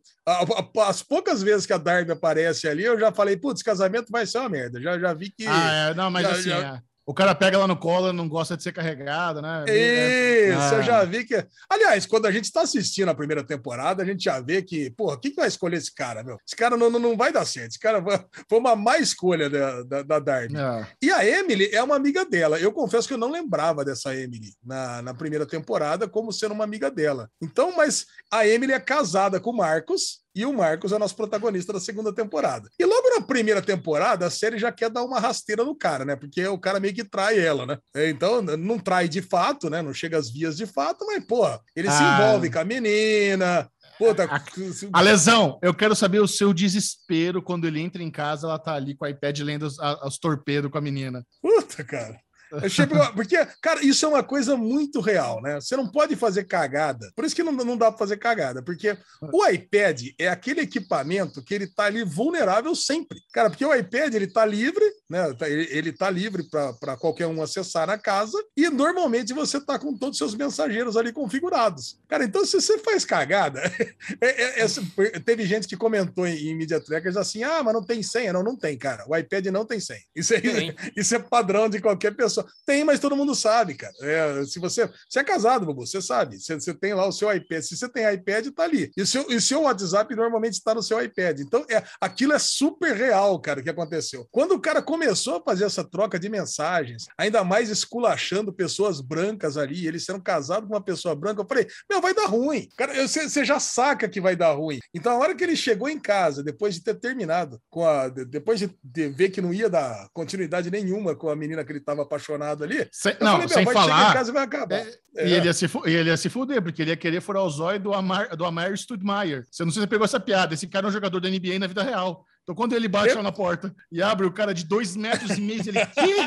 as poucas vezes que a Darby aparece ali, eu já falei, putz, casamento vai ser uma merda. Já, já vi que... Ah, é, não, mas já, assim, já... É. O cara pega lá no colo, não gosta de ser carregado, né? Isso, é... eu já vi que... Aliás, quando a gente está assistindo a primeira temporada, a gente já vê que, porra, quem vai escolher esse cara, meu? Esse cara não, não, não vai dar certo. Esse cara foi uma má escolha da, da, da Darby. É. E a Emily é uma amiga dela. Eu confesso que eu não lembrava dessa Emily na, na primeira temporada como sendo uma amiga dela. Então, mas a Emily é casada com o Marcos, e o Marcos é o nosso protagonista da segunda temporada. E logo na primeira temporada, a série já quer dar uma rasteira no cara, né? Porque o cara meio que trai ela, né? Então, não trai de fato, né? Não chega às vias de fato, mas, pô, ele ah. se envolve com a menina. Puta, a, a lesão, eu quero saber o seu desespero quando ele entra em casa, ela tá ali com o iPad lendo os, os torpedos com a menina. Puta, cara. Porque, cara, isso é uma coisa muito real, né? Você não pode fazer cagada. Por isso que não, não dá para fazer cagada, porque o iPad é aquele equipamento que ele tá ali vulnerável sempre. Cara, porque o iPad, ele tá livre, né? Ele, ele tá livre para qualquer um acessar na casa e normalmente você tá com todos os seus mensageiros ali configurados. Cara, então se você faz cagada, é, é, é, teve gente que comentou em, em Media Trackers assim, ah, mas não tem senha. Não, não tem, cara. O iPad não tem senha. Isso, aí, isso é padrão de qualquer pessoa. Tem, mas todo mundo sabe, cara. É, se você, você é casado, Bubu, você sabe. Você, você tem lá o seu iPad. Se você tem iPad, tá ali. E o seu, e o seu WhatsApp normalmente está no seu iPad. Então, é, aquilo é super real, cara, o que aconteceu. Quando o cara começou a fazer essa troca de mensagens, ainda mais esculachando pessoas brancas ali, eles sendo casados com uma pessoa branca, eu falei, meu, vai dar ruim. Cara, eu, você, você já saca que vai dar ruim. Então, a hora que ele chegou em casa, depois de ter terminado, com a, depois de, de ver que não ia dar continuidade nenhuma com a menina que ele estava apaixonado ali. Sem, não, falei, sem vai falar. Em casa e vai acabar. É, é. E ele ia, se, ele ia se fuder, porque ele ia querer furar o zóio do Amar, do Amar Stoudemire. Você não sei se você pegou essa piada. Esse cara é um jogador da N B A na vida real. Então, quando ele bate eu... lá na porta e abre o cara de dois metros e meio, ele.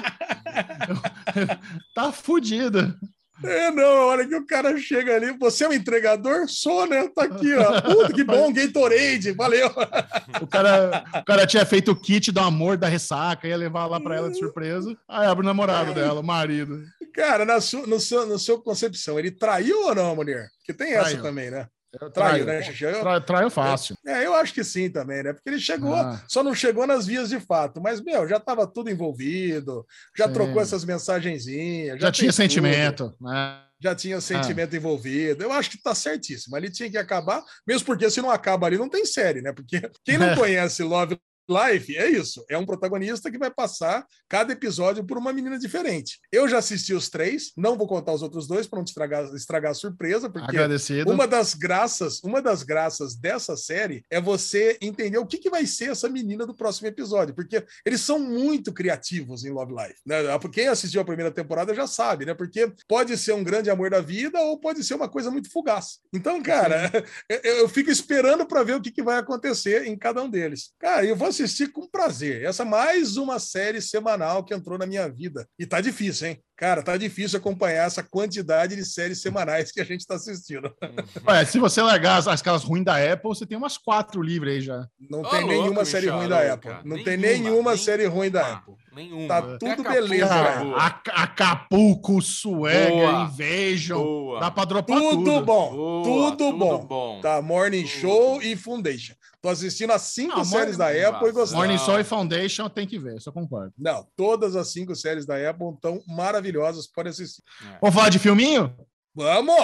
Tá fudido. É, não, a hora que o cara chega ali, você é um entregador? Sou, né? Tá aqui, ó. Puta, que bom, Gatorade, valeu. O cara, o cara tinha feito o kit do amor da ressaca, ia levar lá pra ela de surpresa. Aí abre o namorado dela, o marido. Cara, na sua, no seu, no seu concepção, ele traiu ou não a mulher? Porque tem essa traiu. Também, né? Traiu, né, Xixi? Traiu, traiu fácil. É, eu acho que sim também, né? Porque ele chegou, ah. só não chegou nas vias de fato, mas, meu, já estava tudo envolvido, já sim. trocou essas mensagenzinhas. Já, já tinha sentimento, né? Já tinha sentimento ah. envolvido. Eu acho que tá certíssimo. Ali tinha que acabar, mesmo porque se não acaba ali, não tem série, né? Porque quem não conhece Love Life é isso, é um protagonista que vai passar cada episódio por uma menina diferente. Eu já assisti os três, não vou contar os outros dois para não estragar, estragar a surpresa, porque Agradecido. uma das graças, uma das graças dessa série é você entender o que, que vai ser essa menina do próximo episódio, porque eles são muito criativos em Love Life, né? Quem assistiu a primeira temporada já sabe, né? Porque pode ser um grande amor da vida ou pode ser uma coisa muito fugaz. Então, cara, eu, eu fico esperando para ver o que, que vai acontecer em cada um deles. Cara, eu vou assistir com prazer. Essa é mais uma série semanal que entrou na minha vida. E tá difícil, hein? Cara, tá difícil acompanhar essa quantidade de séries semanais que a gente tá assistindo. Ué, se você largar as, aquelas ruins da Apple, você tem umas quatro livres aí já. Não oh, tem louco, nenhuma série ruim da Apple. Cara. Não nenhuma, tem nenhuma, nenhuma série ruim da Apple. Nenhuma. Tá tudo beleza, cara. Acapulco, Swagger, Invasion. Boa. Dá pra dropar tudo. Tudo bom. Boa, tudo, tudo bom. bom. Tá, Morning tudo. Show e Foundation. Tô assistindo as cinco não, séries Morning... da Apple e gostando. Morning Show e Foundation tem que ver, só concordo. Não, todas as cinco séries da Apple estão maravilhosas, pode assistir. É. Vamos falar de filminho? Vamos!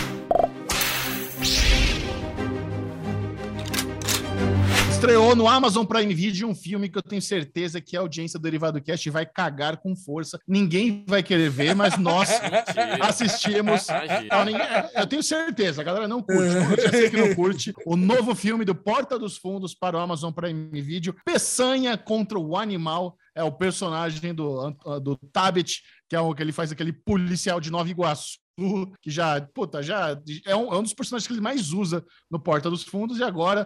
Estreou no Amazon Prime Video um filme que eu tenho certeza que a audiência do Derivado Cast vai cagar com força. Ninguém vai querer ver, mas nós assistimos. Não, ninguém... Eu tenho certeza, a galera não curte. Eu já sei que não curte. O novo filme do Porta dos Fundos para o Amazon Prime Video, Peçanha contra o Animal. É o personagem do, do Tabet, que é o que ele faz aquele policial de Nova Iguaçu, que já, puta, já é um, é um dos personagens que ele mais usa no Porta dos Fundos, e agora, não,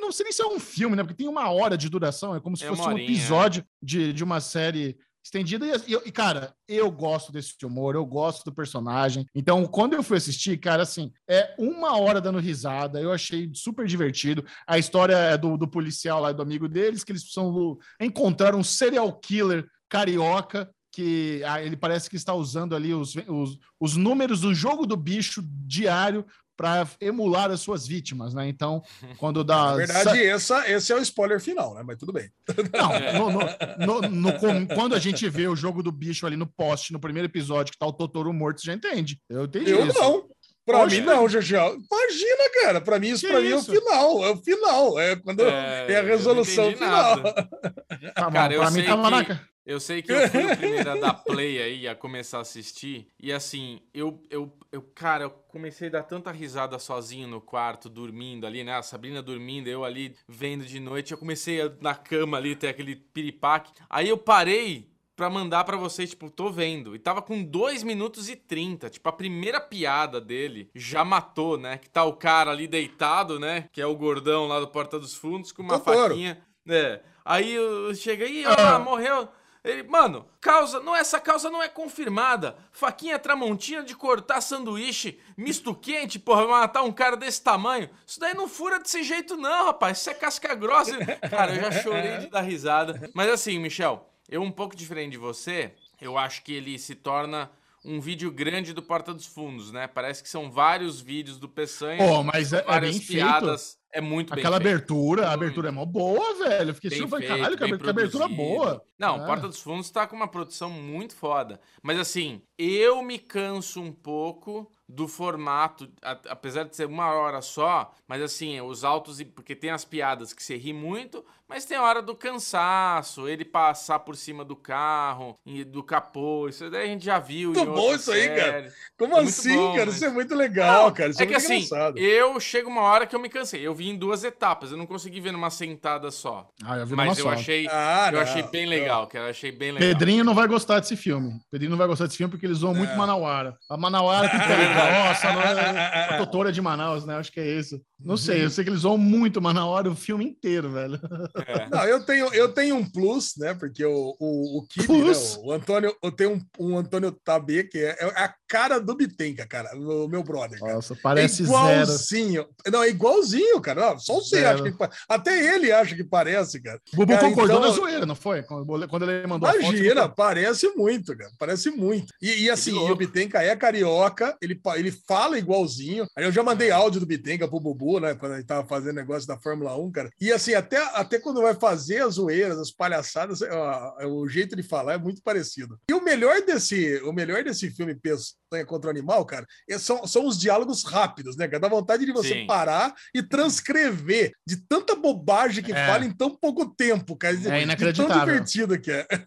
não sei nem se é um filme, né? Porque tem uma hora de duração, é como se É fosse uma um horinha, episódio de, de uma série estendida. E, e, cara, eu gosto desse humor, eu gosto do personagem. Então, quando eu fui assistir, cara, assim, é uma hora dando risada, eu achei super divertido. A história é do, do policial lá, do amigo deles, que eles são encontraram um serial killer carioca, que ah, ele parece que está usando ali os, os, os números do jogo do bicho diário para emular as suas vítimas, né? Então, quando dá... Na verdade, essa, esse é o spoiler final, né? Mas tudo bem. Não, no, no, no, no, quando a gente vê o jogo do bicho ali no poste, no primeiro episódio, que tá o Totoro morto, você já entende. Eu entendi Eu isso. não. Pra Poxa, mim, não, Gegel. Imagina, cara. Pra mim, isso, que pra mim é o isso? final. É o final. É, quando, É, é a resolução eu não entendi final. nada. Tá, Cara, eu pra mim sei tava na... que... Eu sei que eu fui o primeiro a dar play aí, a começar a assistir. E assim, eu, eu, eu, cara, eu comecei a dar tanta risada sozinho no quarto, dormindo ali, né? A Sabrina dormindo, eu ali vendo de noite. Eu comecei a, na cama ali, ter aquele piripaque. Aí eu parei pra mandar pra vocês, tipo, tô vendo. E tava com dois minutos e trinta. Tipo, a primeira piada dele já matou, né? Que tá o cara ali deitado, né? Que é o gordão lá do Porta dos Fundos, com uma Totoro. faquinha. É. Aí eu cheguei e, olha lá, morreu... Ele, mano, causa, não, essa causa não é confirmada. Faquinha Tramontina de cortar sanduíche, misto quente, porra, vai matar um cara desse tamanho. Isso daí não fura desse jeito não, rapaz. Isso é casca grossa. Cara, eu já chorei de dar risada. Mas assim, Michel, eu um pouco diferente de você, eu acho que ele se torna um vídeo grande do Porta dos Fundos, né? Parece que são vários vídeos do Peçanha. Pô, mas é, é várias bem piadas. feito. É muito bem Aquela feito. abertura, a Muito. abertura é mó boa, velho. Eu fiquei Bem assim, eu falei, feito, caralho, que bem aber- que abertura produzido. boa. Não, É. Porta dos Fundos tá com uma produção muito foda. Mas assim, eu me canso um pouco do formato, a- apesar de ser uma hora só, mas assim, os altos, e porque tem as piadas que você ri muito, mas tem a hora do cansaço, ele passar por cima do carro, e do capô, isso daí a gente já viu. Muito em bom outra isso aí, cara. série. Como É muito assim, bom, cara? mas- Isso é muito legal, Não, cara. Isso é é, que muito assim, engraçado. eu chego uma hora que eu me cansei. Eu vi em duas etapas, eu não consegui ver numa sentada só. Ah, eu vi numa Mas eu só. achei, Ah, eu não, achei bem não. legal, cara. Eu achei bem legal. Pedrinho não vai gostar desse filme. Pedrinho não vai gostar desse filme porque eles zoam muito Não. Manauara. A Manauara que pega, nossa, não é a Totora de Manaus, né? Acho que é isso. Não sei, eu sei que eles zoam muito Manauara o filme inteiro, velho. É. Não, eu tenho, eu tenho um plus, né? Porque o, o, o Kibe, Plus? né, o Antônio, eu tenho um, um Antônio Tabê, que é, é a cara do Bitenca, cara, o meu brother. Cara. Nossa, parece é zero. igualzinho. Não, é igualzinho, cara. Não, só você Zero. acha que pa- até ele acha que parece, cara. O Bubu Cara, concordou então- na zoeira, não foi? Quando quando ele mandou a foto. Imagina, você parece muito, cara. Parece muito. E, e assim, louco. o Bitenca é carioca, ele, pa- ele fala igualzinho. Aí eu já mandei áudio do Bitenca pro Bubu, né? Quando a gente tava fazendo negócio da Fórmula um, cara. E assim, até, até quando vai fazer as zoeiras, as palhaçadas, ó, o jeito de falar é muito parecido. E o melhor desse, o melhor desse filme, Peçanha contra o Animal, cara, é- são, são os diálogos rápidos, né, cara? Dá vontade de você Sim. parar e transcrever de tanta bobagem que É. fala em tão pouco tempo, cara. De- É de inacreditável. tão divertido que é.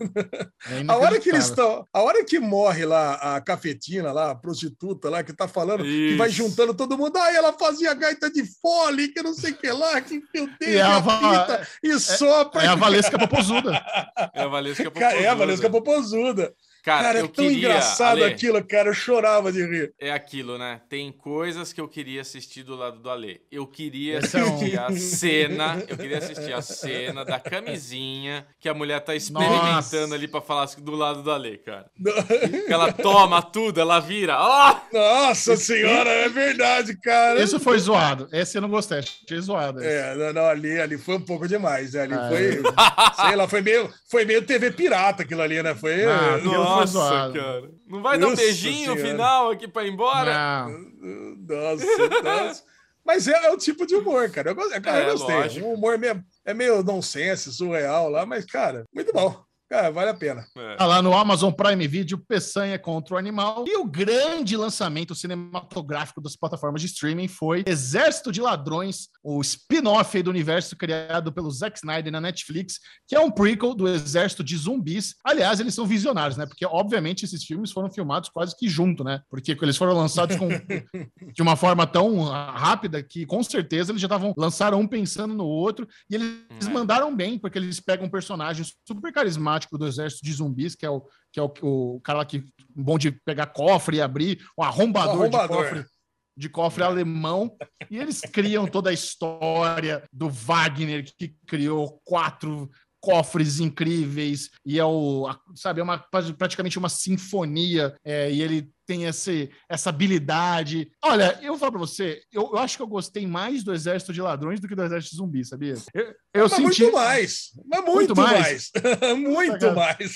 É A hora que eles inacreditável. estão, a hora que morre lá a cafetina lá, a prostituta lá que tá falando, que vai Isso. juntando todo mundo, aí ela fazia gaita de fole, que não sei o que lá, que enfia o dedo, E ela a va- fita e sopra. É a Valesca Popozuda. É a Valesca Cara, é a Popozuda. Valesca Popozuda. Cara, Cara, é eu tão queria, engraçado Ale, aquilo, cara, eu chorava de rir. É aquilo, né? Tem coisas que eu queria assistir do lado do Ale. Eu queria Esse é um- assistir a cena, eu queria assistir a cena da camisinha que a mulher tá experimentando Nossa. ali pra falar do lado do Ale, cara. Que ela toma tudo, ela vira. Ó! Nossa senhora, é verdade, cara. Isso foi zoado. Esse eu não gostei. Achei zoado. esse. É, não, não, ali, ali foi um pouco demais, né? Ali Ah, foi, sei lá, foi meio, foi meio T V pirata aquilo ali, né? Foi. Ah, aquilo foi Nossa, zoado. cara. Não vai dar um Nossa beijinho Senhora. final aqui pra ir embora? Não. Nossa, nossa. Mas é, é o tipo de humor, cara. Eu, gosto- cara, É, eu gostei. lógico. O humor meio, é meio nonsense, surreal lá, mas, cara, muito bom. Cara, vale a pena. É. Tá lá no Amazon Prime Video, Peçanha contra o Animal. E o grande lançamento cinematográfico das plataformas de streaming foi Exército de Ladrões, o spin-off aí do universo criado pelo Zack Snyder na Netflix, que é um prequel do Exército de Zumbis. Aliás, eles são visionários, né? Porque, obviamente, esses filmes foram filmados quase que junto, né? Porque eles foram lançados com, de uma forma tão rápida que, com certeza, eles já estavam lançaram um pensando no outro. E eles É. mandaram bem, porque eles pegam um personagem super carismático do Exército de Zumbis, que é o, que é o, o cara lá que bom de pegar cofre e abrir, o arrombador, O arrombador. de cofre de cofre alemão, e eles criam toda a história do Wagner, que criou quatro cofres incríveis, e é o, sabe, é uma, praticamente uma sinfonia, é, e ele tem esse, essa habilidade. Olha, eu vou falar pra você, eu, eu acho que eu gostei mais do Exército de Ladrões do que do Exército de Zumbi, sabia? Eu, eu mas senti... muito mais, mas muito, muito mais, mais. muito mais.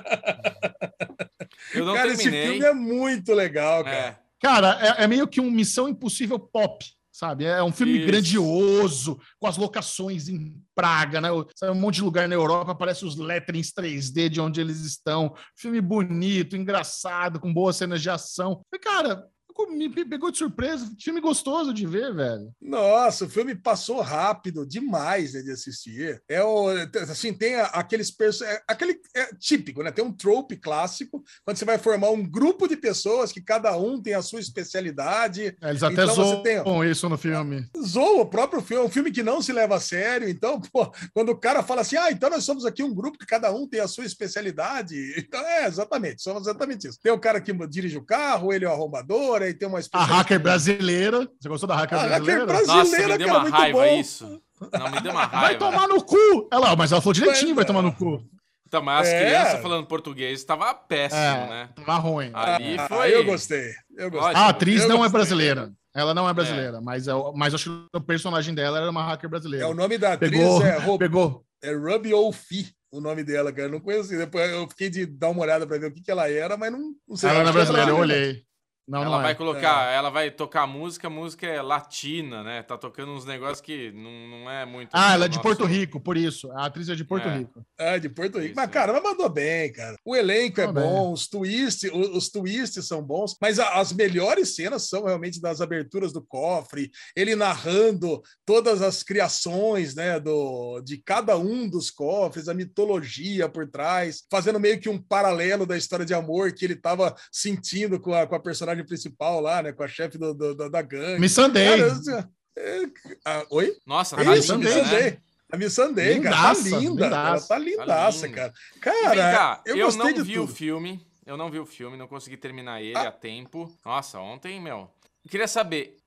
Eu não cara, terminei. esse filme é muito legal, cara. É. Cara, é, é meio que um Missão Impossível pop, sabe? É um filme Isso. grandioso, com as locações em Praga, né? Sabe, um monte de lugar na Europa, aparece os letterings três D de onde eles estão. Filme bonito, engraçado, com boas cenas de ação. E, cara, me pegou de surpresa. Filme gostoso de ver, velho. Nossa, o filme passou rápido demais, né, de assistir. É o, assim, tem aqueles personagens, aquele é típico, né? Tem um trope clássico quando você vai formar um grupo de pessoas que cada um tem a sua especialidade. É, eles até então, zoam tem, isso no filme. Zoam o próprio filme, é um filme que não se leva a sério. Então, pô, quando o cara fala assim, ah, então nós somos aqui um grupo que cada um tem a sua especialidade. Então, é, exatamente, somos exatamente isso. Tem o cara que dirige o carro, ele é o arrombador, aí tem uma A hacker brasileira. Você gostou da hacker a brasileira? Hacker brasileira, Nossa, me deu cara, uma muito raiva bom. isso. Não, me deu uma raiva. Vai tomar no cu! Ela, mas ela falou direitinho, vai tomar no cu. Então, mas as É. crianças falando português estava péssimo, É, né? tava ruim. Ali Ah, foi... eu gostei. Eu gostei. A atriz Eu não é gostei. brasileira. Ela não é brasileira, mas, é, mas acho que o personagem dela era uma hacker brasileira. É, o nome da atriz Pegou, é, Ro... pegou. é Ruby Olfi, o nome dela, cara. Eu não conhecia. Depois eu fiquei de dar uma olhada para ver o que, que ela era, mas não, não sei. Ela não é Acho que brasileira, eu ela- olhei. Não, ela não vai é. colocar, ela vai tocar música, a música é latina, né? Tá tocando uns negócios que não, não é muito... Ah, ela é de nosso- Porto Rico, por isso. A atriz é de Porto É. Rico. É, de Porto Rico. Isso, Mas, é. cara, mas mandou bem, cara. O elenco é Mandou bom, bem. os twists, os, os twists são bons, mas a- as melhores cenas são realmente das aberturas do cofre, ele narrando todas as criações, né, do, de cada um dos cofres, a mitologia por trás, fazendo meio que um paralelo da história de amor que ele estava sentindo com a, com a personagem principal lá, né, com a chefe do, do- da- da gangue. Miss Sunday. Cara, assim, é, ah, oi? Nossa, É tá isso, linda, Miss Sunday. né? Sunday. A Miss Sunday, cara, tá Lindaça, linda. Ela lindaça. tá lindaça, linda. cara. E vem Cara, cá, eu eu, gostei não de vi tudo. o filme, eu não vi o filme, não consegui terminar ele Ah. a tempo. Nossa, ontem, meu... Eu queria saber,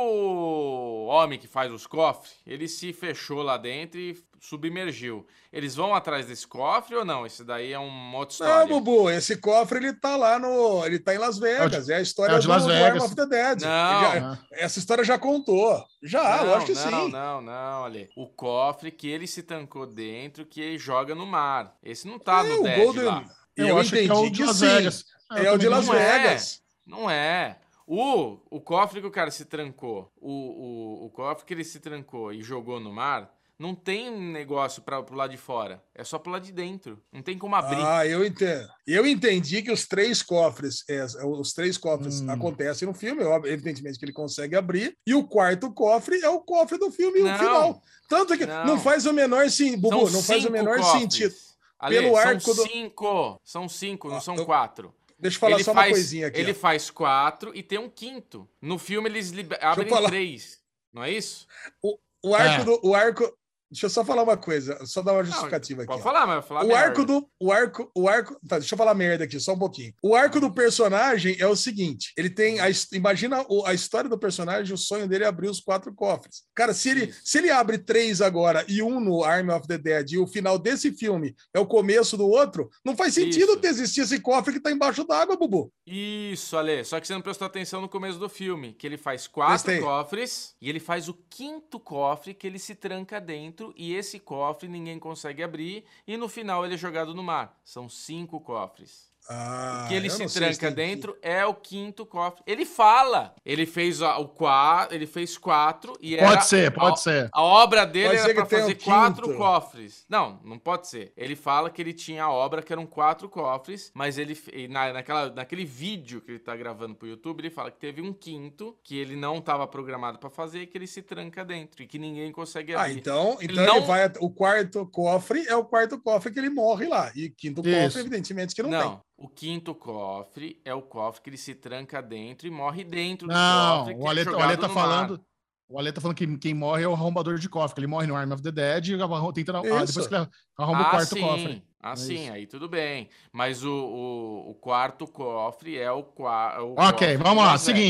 o homem que faz os cofres, ele se fechou lá dentro e submergiu. Eles vão atrás desse cofre ou não? Esse daí é uma outra Não, história. Bubu, esse cofre ele tá lá no. Ele tá em Las Vegas. É, a história é o de do, Las do Vegas. Arm of the Dead. Não. Ele já- essa história já contou. Já, não, lógico que não, sim. Não, não, Ale. O cofre que ele se tancou dentro, que ele joga no mar. Esse não tá É, no o Dead Golden- lá. Eu, Eu, acho entendi que é o de que Las sim. Vegas. É, eu o de também Las não é. Vegas. Não é. O, o cofre que o cara se trancou, o, o, o cofre que ele se trancou e jogou no mar, não tem negócio para pro lado de fora. É só pro lado de dentro. Não tem como abrir. Ah, eu entendo. Eu entendi que os três cofres, é, os três cofres Hum. acontecem no filme, óbvio, evidentemente que ele consegue abrir, e o quarto cofre é o cofre do filme Não. final. Tanto que Não. não, faz o menor sentido, Bubu, São não faz o cinco menor cofres. sentido. Ale, Pelo são arco do- cinco. São cinco, não Ah, são eu- quatro. Deixa eu falar ele só faz, uma coisinha aqui. Ele ó. faz quatro e tem um quinto. No filme eles liber... abrem falar. três. Não é isso? O, o arco É. do. O arco. Deixa eu só falar uma coisa, só dar uma Não, justificativa aqui. pode ó. falar, mas eu vou falar O merda. arco do. O arco. O arco. Tá, deixa eu falar merda aqui, só um pouquinho. O arco do personagem é o seguinte: ele tem. A, his- imagina o- a história do personagem, o sonho dele é abrir os quatro cofres. Cara, se ele, Isso. se ele abre três agora e um no Army of the Dead, e o final desse filme é o começo do outro, não faz sentido Isso. ter existir esse cofre que tá embaixo d'água, Bubu. Isso, Ale. Só que você não prestou atenção no começo do filme. Que ele faz quatro Prestei. cofres e ele faz o quinto cofre que ele se tranca dentro e esse cofre ninguém consegue abrir e no final ele é jogado no mar. São cinco cofres. Ah, O que ele eu se não sei tranca se tem- dentro é o quinto cofre. Ele fala. Ele fez a- o quatro, ele fez quatro e era Pode ser, pode a, ser. A obra dele Pode ser era que pra tenha fazer um quatro quinto. cofres. Não, não pode ser. Ele fala que ele tinha a obra que eram quatro cofres, mas ele e na, naquela, naquele vídeo que ele tá gravando pro YouTube, ele fala que teve um quinto que ele não estava programado pra fazer e que ele se tranca dentro e que ninguém consegue Ah, abrir. então, então Ele ele, não- vai. O quarto cofre é o quarto cofre que ele morre lá. E quinto Isso. cofre, evidentemente, que não, não, tem. o quinto cofre é o cofre que ele se tranca dentro e morre dentro do Não, cofre. que o Ale, é o jogado Ale tá no falando. mar. O Ale tá falando que quem morre é o arrombador de cofre. que Ele morre no Arm of the Dead e arrom- tenta. Ah, Isso. depois que ele arromba Ah, o quarto sim. cofre. Ah, É sim, isso. aí tudo bem. Mas o, o, o quarto cofre é o, qua- é o Ok, cofre vamos de lá, Las Vegas. seguindo.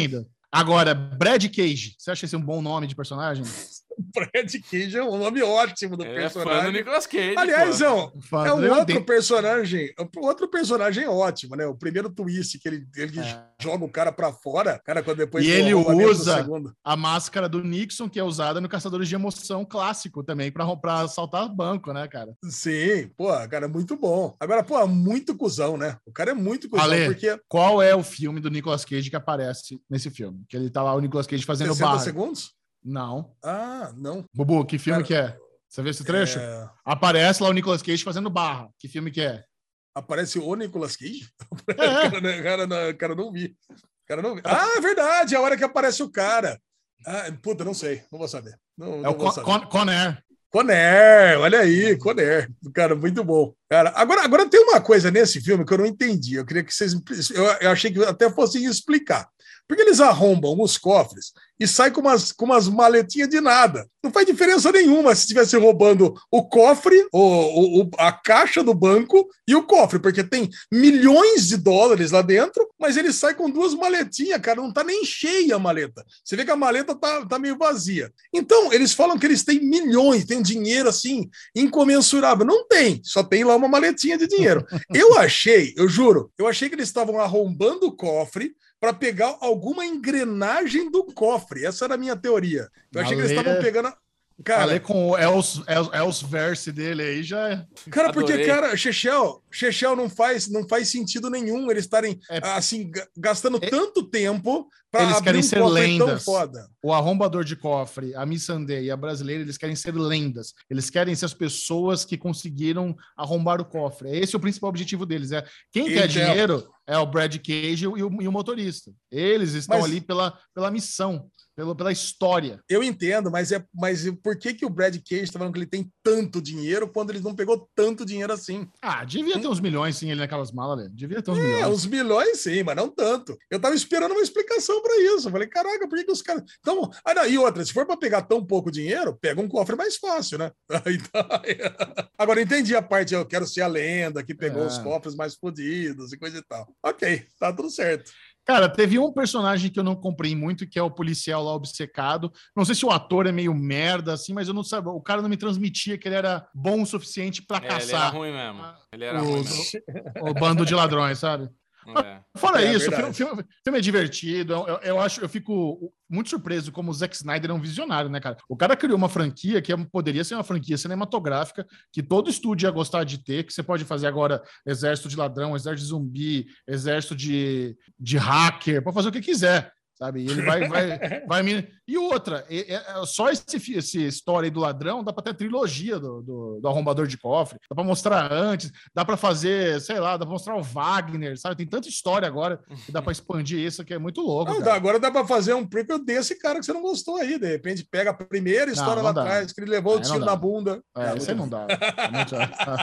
Agora, Brad Cage, você acha esse um bom nome de personagem? Brad Cage é um nome ótimo do É personagem. fã do Nicolas Cage. Aliás, é pô. um, Fã é um do- outro tem- personagem, outro personagem ótimo, né? O primeiro twist que ele, ele É. joga o cara pra fora, cara, quando depois E tem o ele arrombamento do usa segundo. a máscara do Nixon, que é usada no Caçadores de Emoção clássico também, pra, pra assaltar banco, né, cara? Sim, pô, cara, muito bom. Agora, pô, muito cuzão, né? O cara é muito cuzão, Ale, porque qual é o filme do Nicolas Cage que aparece nesse filme? Que ele tá lá, o Nicolas Cage fazendo sessenta barra. segundos? Não. Ah, não. Bubu, que filme Cara, que é? Você viu esse trecho? É, Aparece lá o Nicolas Cage fazendo barra. Que filme que é? Aparece o Nicolas Cage? É. cara, né, cara, não, cara, não vi. Cara, não vi. Ah, é verdade, é a hora que aparece o cara. Ah, puta, não sei, não vou saber. Não, É não o vou Con saber. Con Conair. Conner, olha aí, Conner. Cara, muito bom. Cara, agora, agora tem uma coisa nesse filme que eu não entendi. Eu queria que vocês. Eu, eu achei que até fossem explicar. Porque eles arrombam os cofres e saem com umas, com umas maletinhas de nada. Não faz diferença nenhuma se estivesse roubando o cofre, o, o, a caixa do banco e o cofre, porque tem milhões de dólares lá dentro, mas ele sai com duas maletinhas, cara. Não tá nem cheia a maleta. Você vê que a maleta tá, tá meio vazia. Então, eles falam que eles têm milhões, têm dinheiro assim, incomensurável. Não tem, só tem lá uma maletinha de dinheiro. Eu achei, eu juro, eu achei que eles estavam arrombando o cofre para pegar alguma engrenagem do cofre. Essa era a minha teoria. Eu achei que eles Ale- estavam pegando. Cara, Ale com o Els, Els, Elsverse dele aí já é. cara, porque, Adorei. cara, Chechel, Chechel não faz, não faz sentido nenhum eles estarem É- assim ga- gastando É- tanto tempo para Eles abrir querem um ser cofre tão lendas. foda. O arrombador de cofre, a Missandei e a brasileira, eles querem ser lendas. Eles querem ser as pessoas que conseguiram arrombar o cofre. Esse é o principal objetivo deles. É quem quer Então. dinheiro é o Brad Cage e o, e o motorista. Eles estão Mas- ali pela, pela missão, pela, pela história. Eu entendo, mas é, mas por que que o Brad Cage está falando que ele tem tanto dinheiro quando ele não pegou tanto dinheiro assim? Ah, devia ter uns milhões sim ali naquelas malas, né? Devia ter uns É, milhões. uns milhões sim, mas não tanto. Eu tava esperando uma explicação para isso. Eu falei, caraca, por que, que os caras. Então, ah, não, e outra, se for para pegar tão pouco dinheiro, pega um cofre mais fácil, né? Então, agora, entendi a parte, eu quero ser a lenda que pegou É. os cofres mais fodidos e coisa e tal. Ok, tá tudo certo. Cara, teve um personagem que eu não comprei muito, que é o policial lá obcecado. Não sei se o ator é meio merda, assim, mas eu não sabia. O cara não me transmitia que ele era bom o suficiente pra É, ele era caçar ruim mesmo. Ele era ruim mesmo. os, o bando de ladrões, sabe? É. Fora É isso, o verdade. filme, o filme é divertido. Eu, eu- eu acho, eu fico muito surpreso como o Zack Snyder é um visionário, né, cara? O cara criou uma franquia que é- poderia ser uma franquia cinematográfica que todo estúdio ia gostar de ter, que você pode fazer agora exército de ladrão, exército de zumbi, exército de, de hacker, pode fazer o que quiser. Sabe? E ele vai, vai, vai me... E outra, é, é- só esse, fi- esse história aí do ladrão dá pra ter trilogia do, do, do arrombador de cofre, dá pra mostrar antes, dá pra fazer, sei lá, dá pra mostrar o Wagner, sabe? Tem tanta história agora que dá pra expandir isso que é muito louco. Não, cara. dá- agora dá para fazer um prequel desse cara que você não gostou aí. De repente, pega a primeira história não lá dá. atrás, que ele levou o Aí não tiro dá. na bunda. É, Ah, isso aí muito não dá. É muito-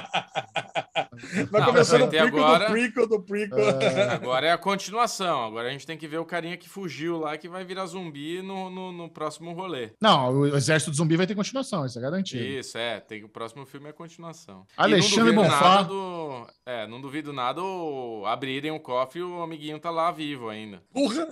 Vai Não, começando vai o ter prequel agora- do prequel do prequel. Agora é a continuação. Agora a gente tem que ver o carinha que fugiu lá, que vai virar zumbi no, no, no próximo rolê. Não, o Exército do Zumbi vai ter continuação, isso é garantido. Isso, é. Tem, o próximo filme é a continuação. Alexandre e não duvido Bonfá. nada do, É, não duvido nada o, abrirem o cofre e o amiguinho tá lá vivo ainda. Porra!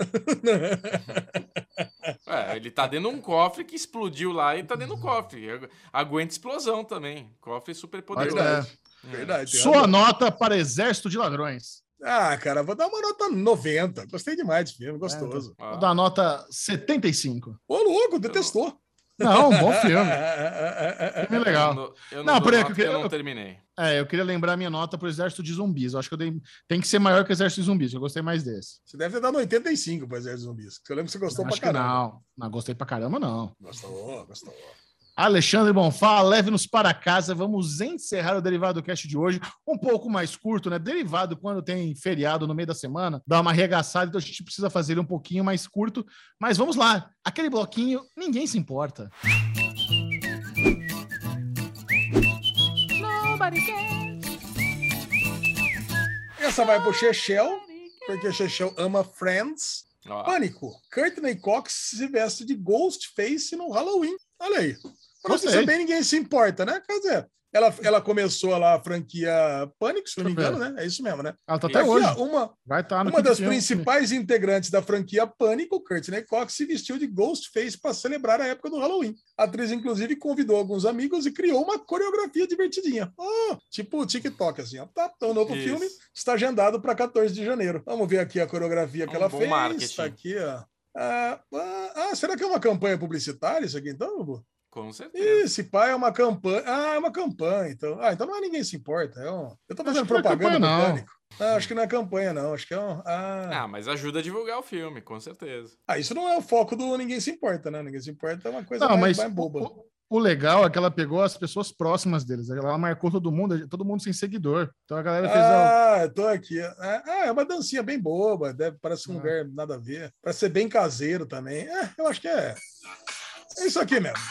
É, ele tá dentro de um cofre que explodiu lá e tá dentro do cofre. Aguenta explosão também. Cofre super poderoso. Verdade. Verdade. tem Sua razão. nota para Exército de Ladrões. Ah, cara, vou dar uma nota noventa. Gostei demais desse filme, gostoso. Ó. Vou dar uma nota setenta e cinco. Ô, louco, detestou. Não, um bom filme. Filme legal. Eu não, eu Não, não, por dou aí, nota eu que eu queria- não terminei. É, eu queria lembrar a minha nota pro Exército de Zumbis. Eu acho que eu dei... tem que ser maior que o Exército de Zumbis. Eu gostei mais desse. Você deve ter dado oitenta e cinco para Exército Zumbis. Eu lembro que você gostou acho pra que caramba. não. Não gostei pra caramba, não. Gostou, gostou. Alexandre Bonfá, leve-nos para casa. Vamos encerrar o Derivado Cast de hoje. Um pouco mais curto, né? Derivado, quando tem feriado no meio da semana, dá uma arregaçada, então a gente precisa fazer ele um pouquinho mais curto. Mas vamos lá. Aquele bloquinho, ninguém se importa. Nobody cares. Essa vai pro Chechel, porque Chechel ama Friends. Ó, Pânico. Courtney Cox se veste de Ghostface no Halloween. Olha aí. Pra não Gostei. dizer bem, ninguém se importa, né? Quer dizer, Ela, ela começou lá a franquia Pânico, se não me Deixa eu engano, né? É isso mesmo, né? Ela tá Isso. até Aqui, hoje. ó, uma, Vai estar no uma das filme. principais integrantes da franquia Pânico, Courtney Cox, se vestiu de Ghostface para celebrar a época do Halloween. A atriz, inclusive, convidou alguns amigos e criou uma coreografia divertidinha. Oh, tipo o TikTok, assim. Ó. Tá, então, o novo Isso. filme está agendado para quatorze de janeiro. Vamos ver aqui a coreografia que Um ela bom fez. marketing. Tá aqui, ó. Ah, ah, ah, será que é uma campanha publicitária isso aqui, então, Bubu? Com certeza. Esse pai é uma campanha. Ah, é uma campanha. Então, ah, então não é ninguém se importa. É um... Eu tô Acho fazendo que não é propaganda campanha, pro não. Pânico. Ah, acho que não é campanha, não. Acho que é um. Ah. Ah, mas ajuda a divulgar o filme, com certeza. ah, isso não é o foco do Ninguém Se Importa, né? Ninguém Se Importa é uma coisa Não, mais, mas mais o, boba. o- o legal é que ela pegou as pessoas próximas deles. Ela marcou todo mundo, todo mundo sem seguidor. Então a galera fez. a- Ah, eu tô aqui. Ah, é uma dancinha bem boba. Deve, parece um Ah. lugar nada a ver. Parece ser bem caseiro também. É, eu acho que é. É isso aqui mesmo.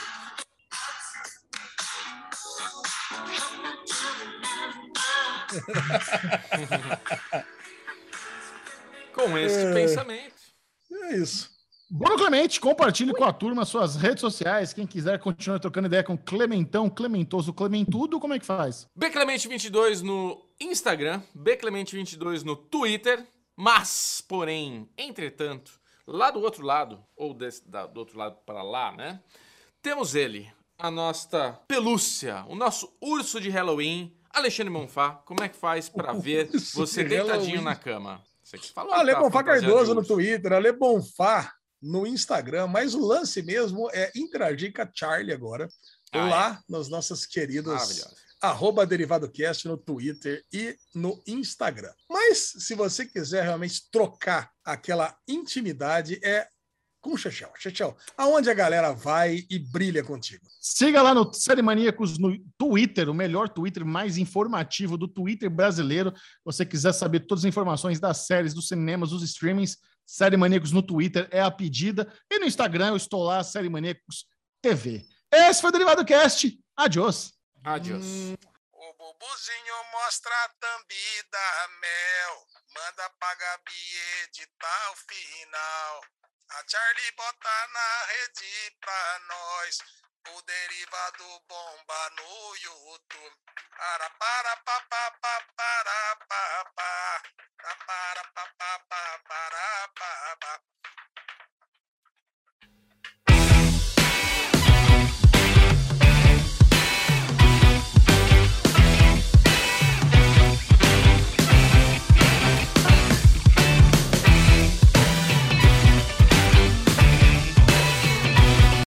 Com esse É. pensamento. É isso. Bruno Clemente, compartilhe com a turma suas redes sociais. Quem quiser continuar trocando ideia com Clementão, Clementoso, Clementudo, como é que faz? Bclemente vinte e dois no Instagram, Bclemente vinte e dois no Twitter, mas, porém, entretanto, lá do outro lado, ou desse, da- do outro lado para lá, né? Temos ele, a nossa pelúcia, o nosso urso de Halloween, Alexandre Monfá. Como é que faz pra ver urso você de deitadinho Halloween. na cama? Você que falou. Ale tá Bonfá fantasiado de Cardoso no urso. Twitter, Ale Bonfá no Instagram, mas o lance mesmo é interagir com a Charlie agora, Ah, lá nos nossos queridos Maravilhoso. arroba DerivadoCast no Twitter e no Instagram. Mas se você quiser realmente trocar aquela intimidade, é com o Chechel. Chechel, aonde a galera vai e brilha contigo? Siga lá no Série Maníacos no Twitter, o melhor Twitter mais informativo do Twitter brasileiro. Se você quiser saber todas as informações das séries, dos cinemas, dos streamings, Série Maníacos no Twitter é a pedida. E no Instagram eu estou lá, Série Maníacos T V. Esse foi o Derivado Cast. Adiós. Adiós. O Bubuzinho mostra a thumb da Mel, manda pra Gabi editar o final. A Charlie bota na rede pra nós, o Derivado bomba no YouTube. Para para pa pa pa para pa pa, para para pa pa pa para pa pa.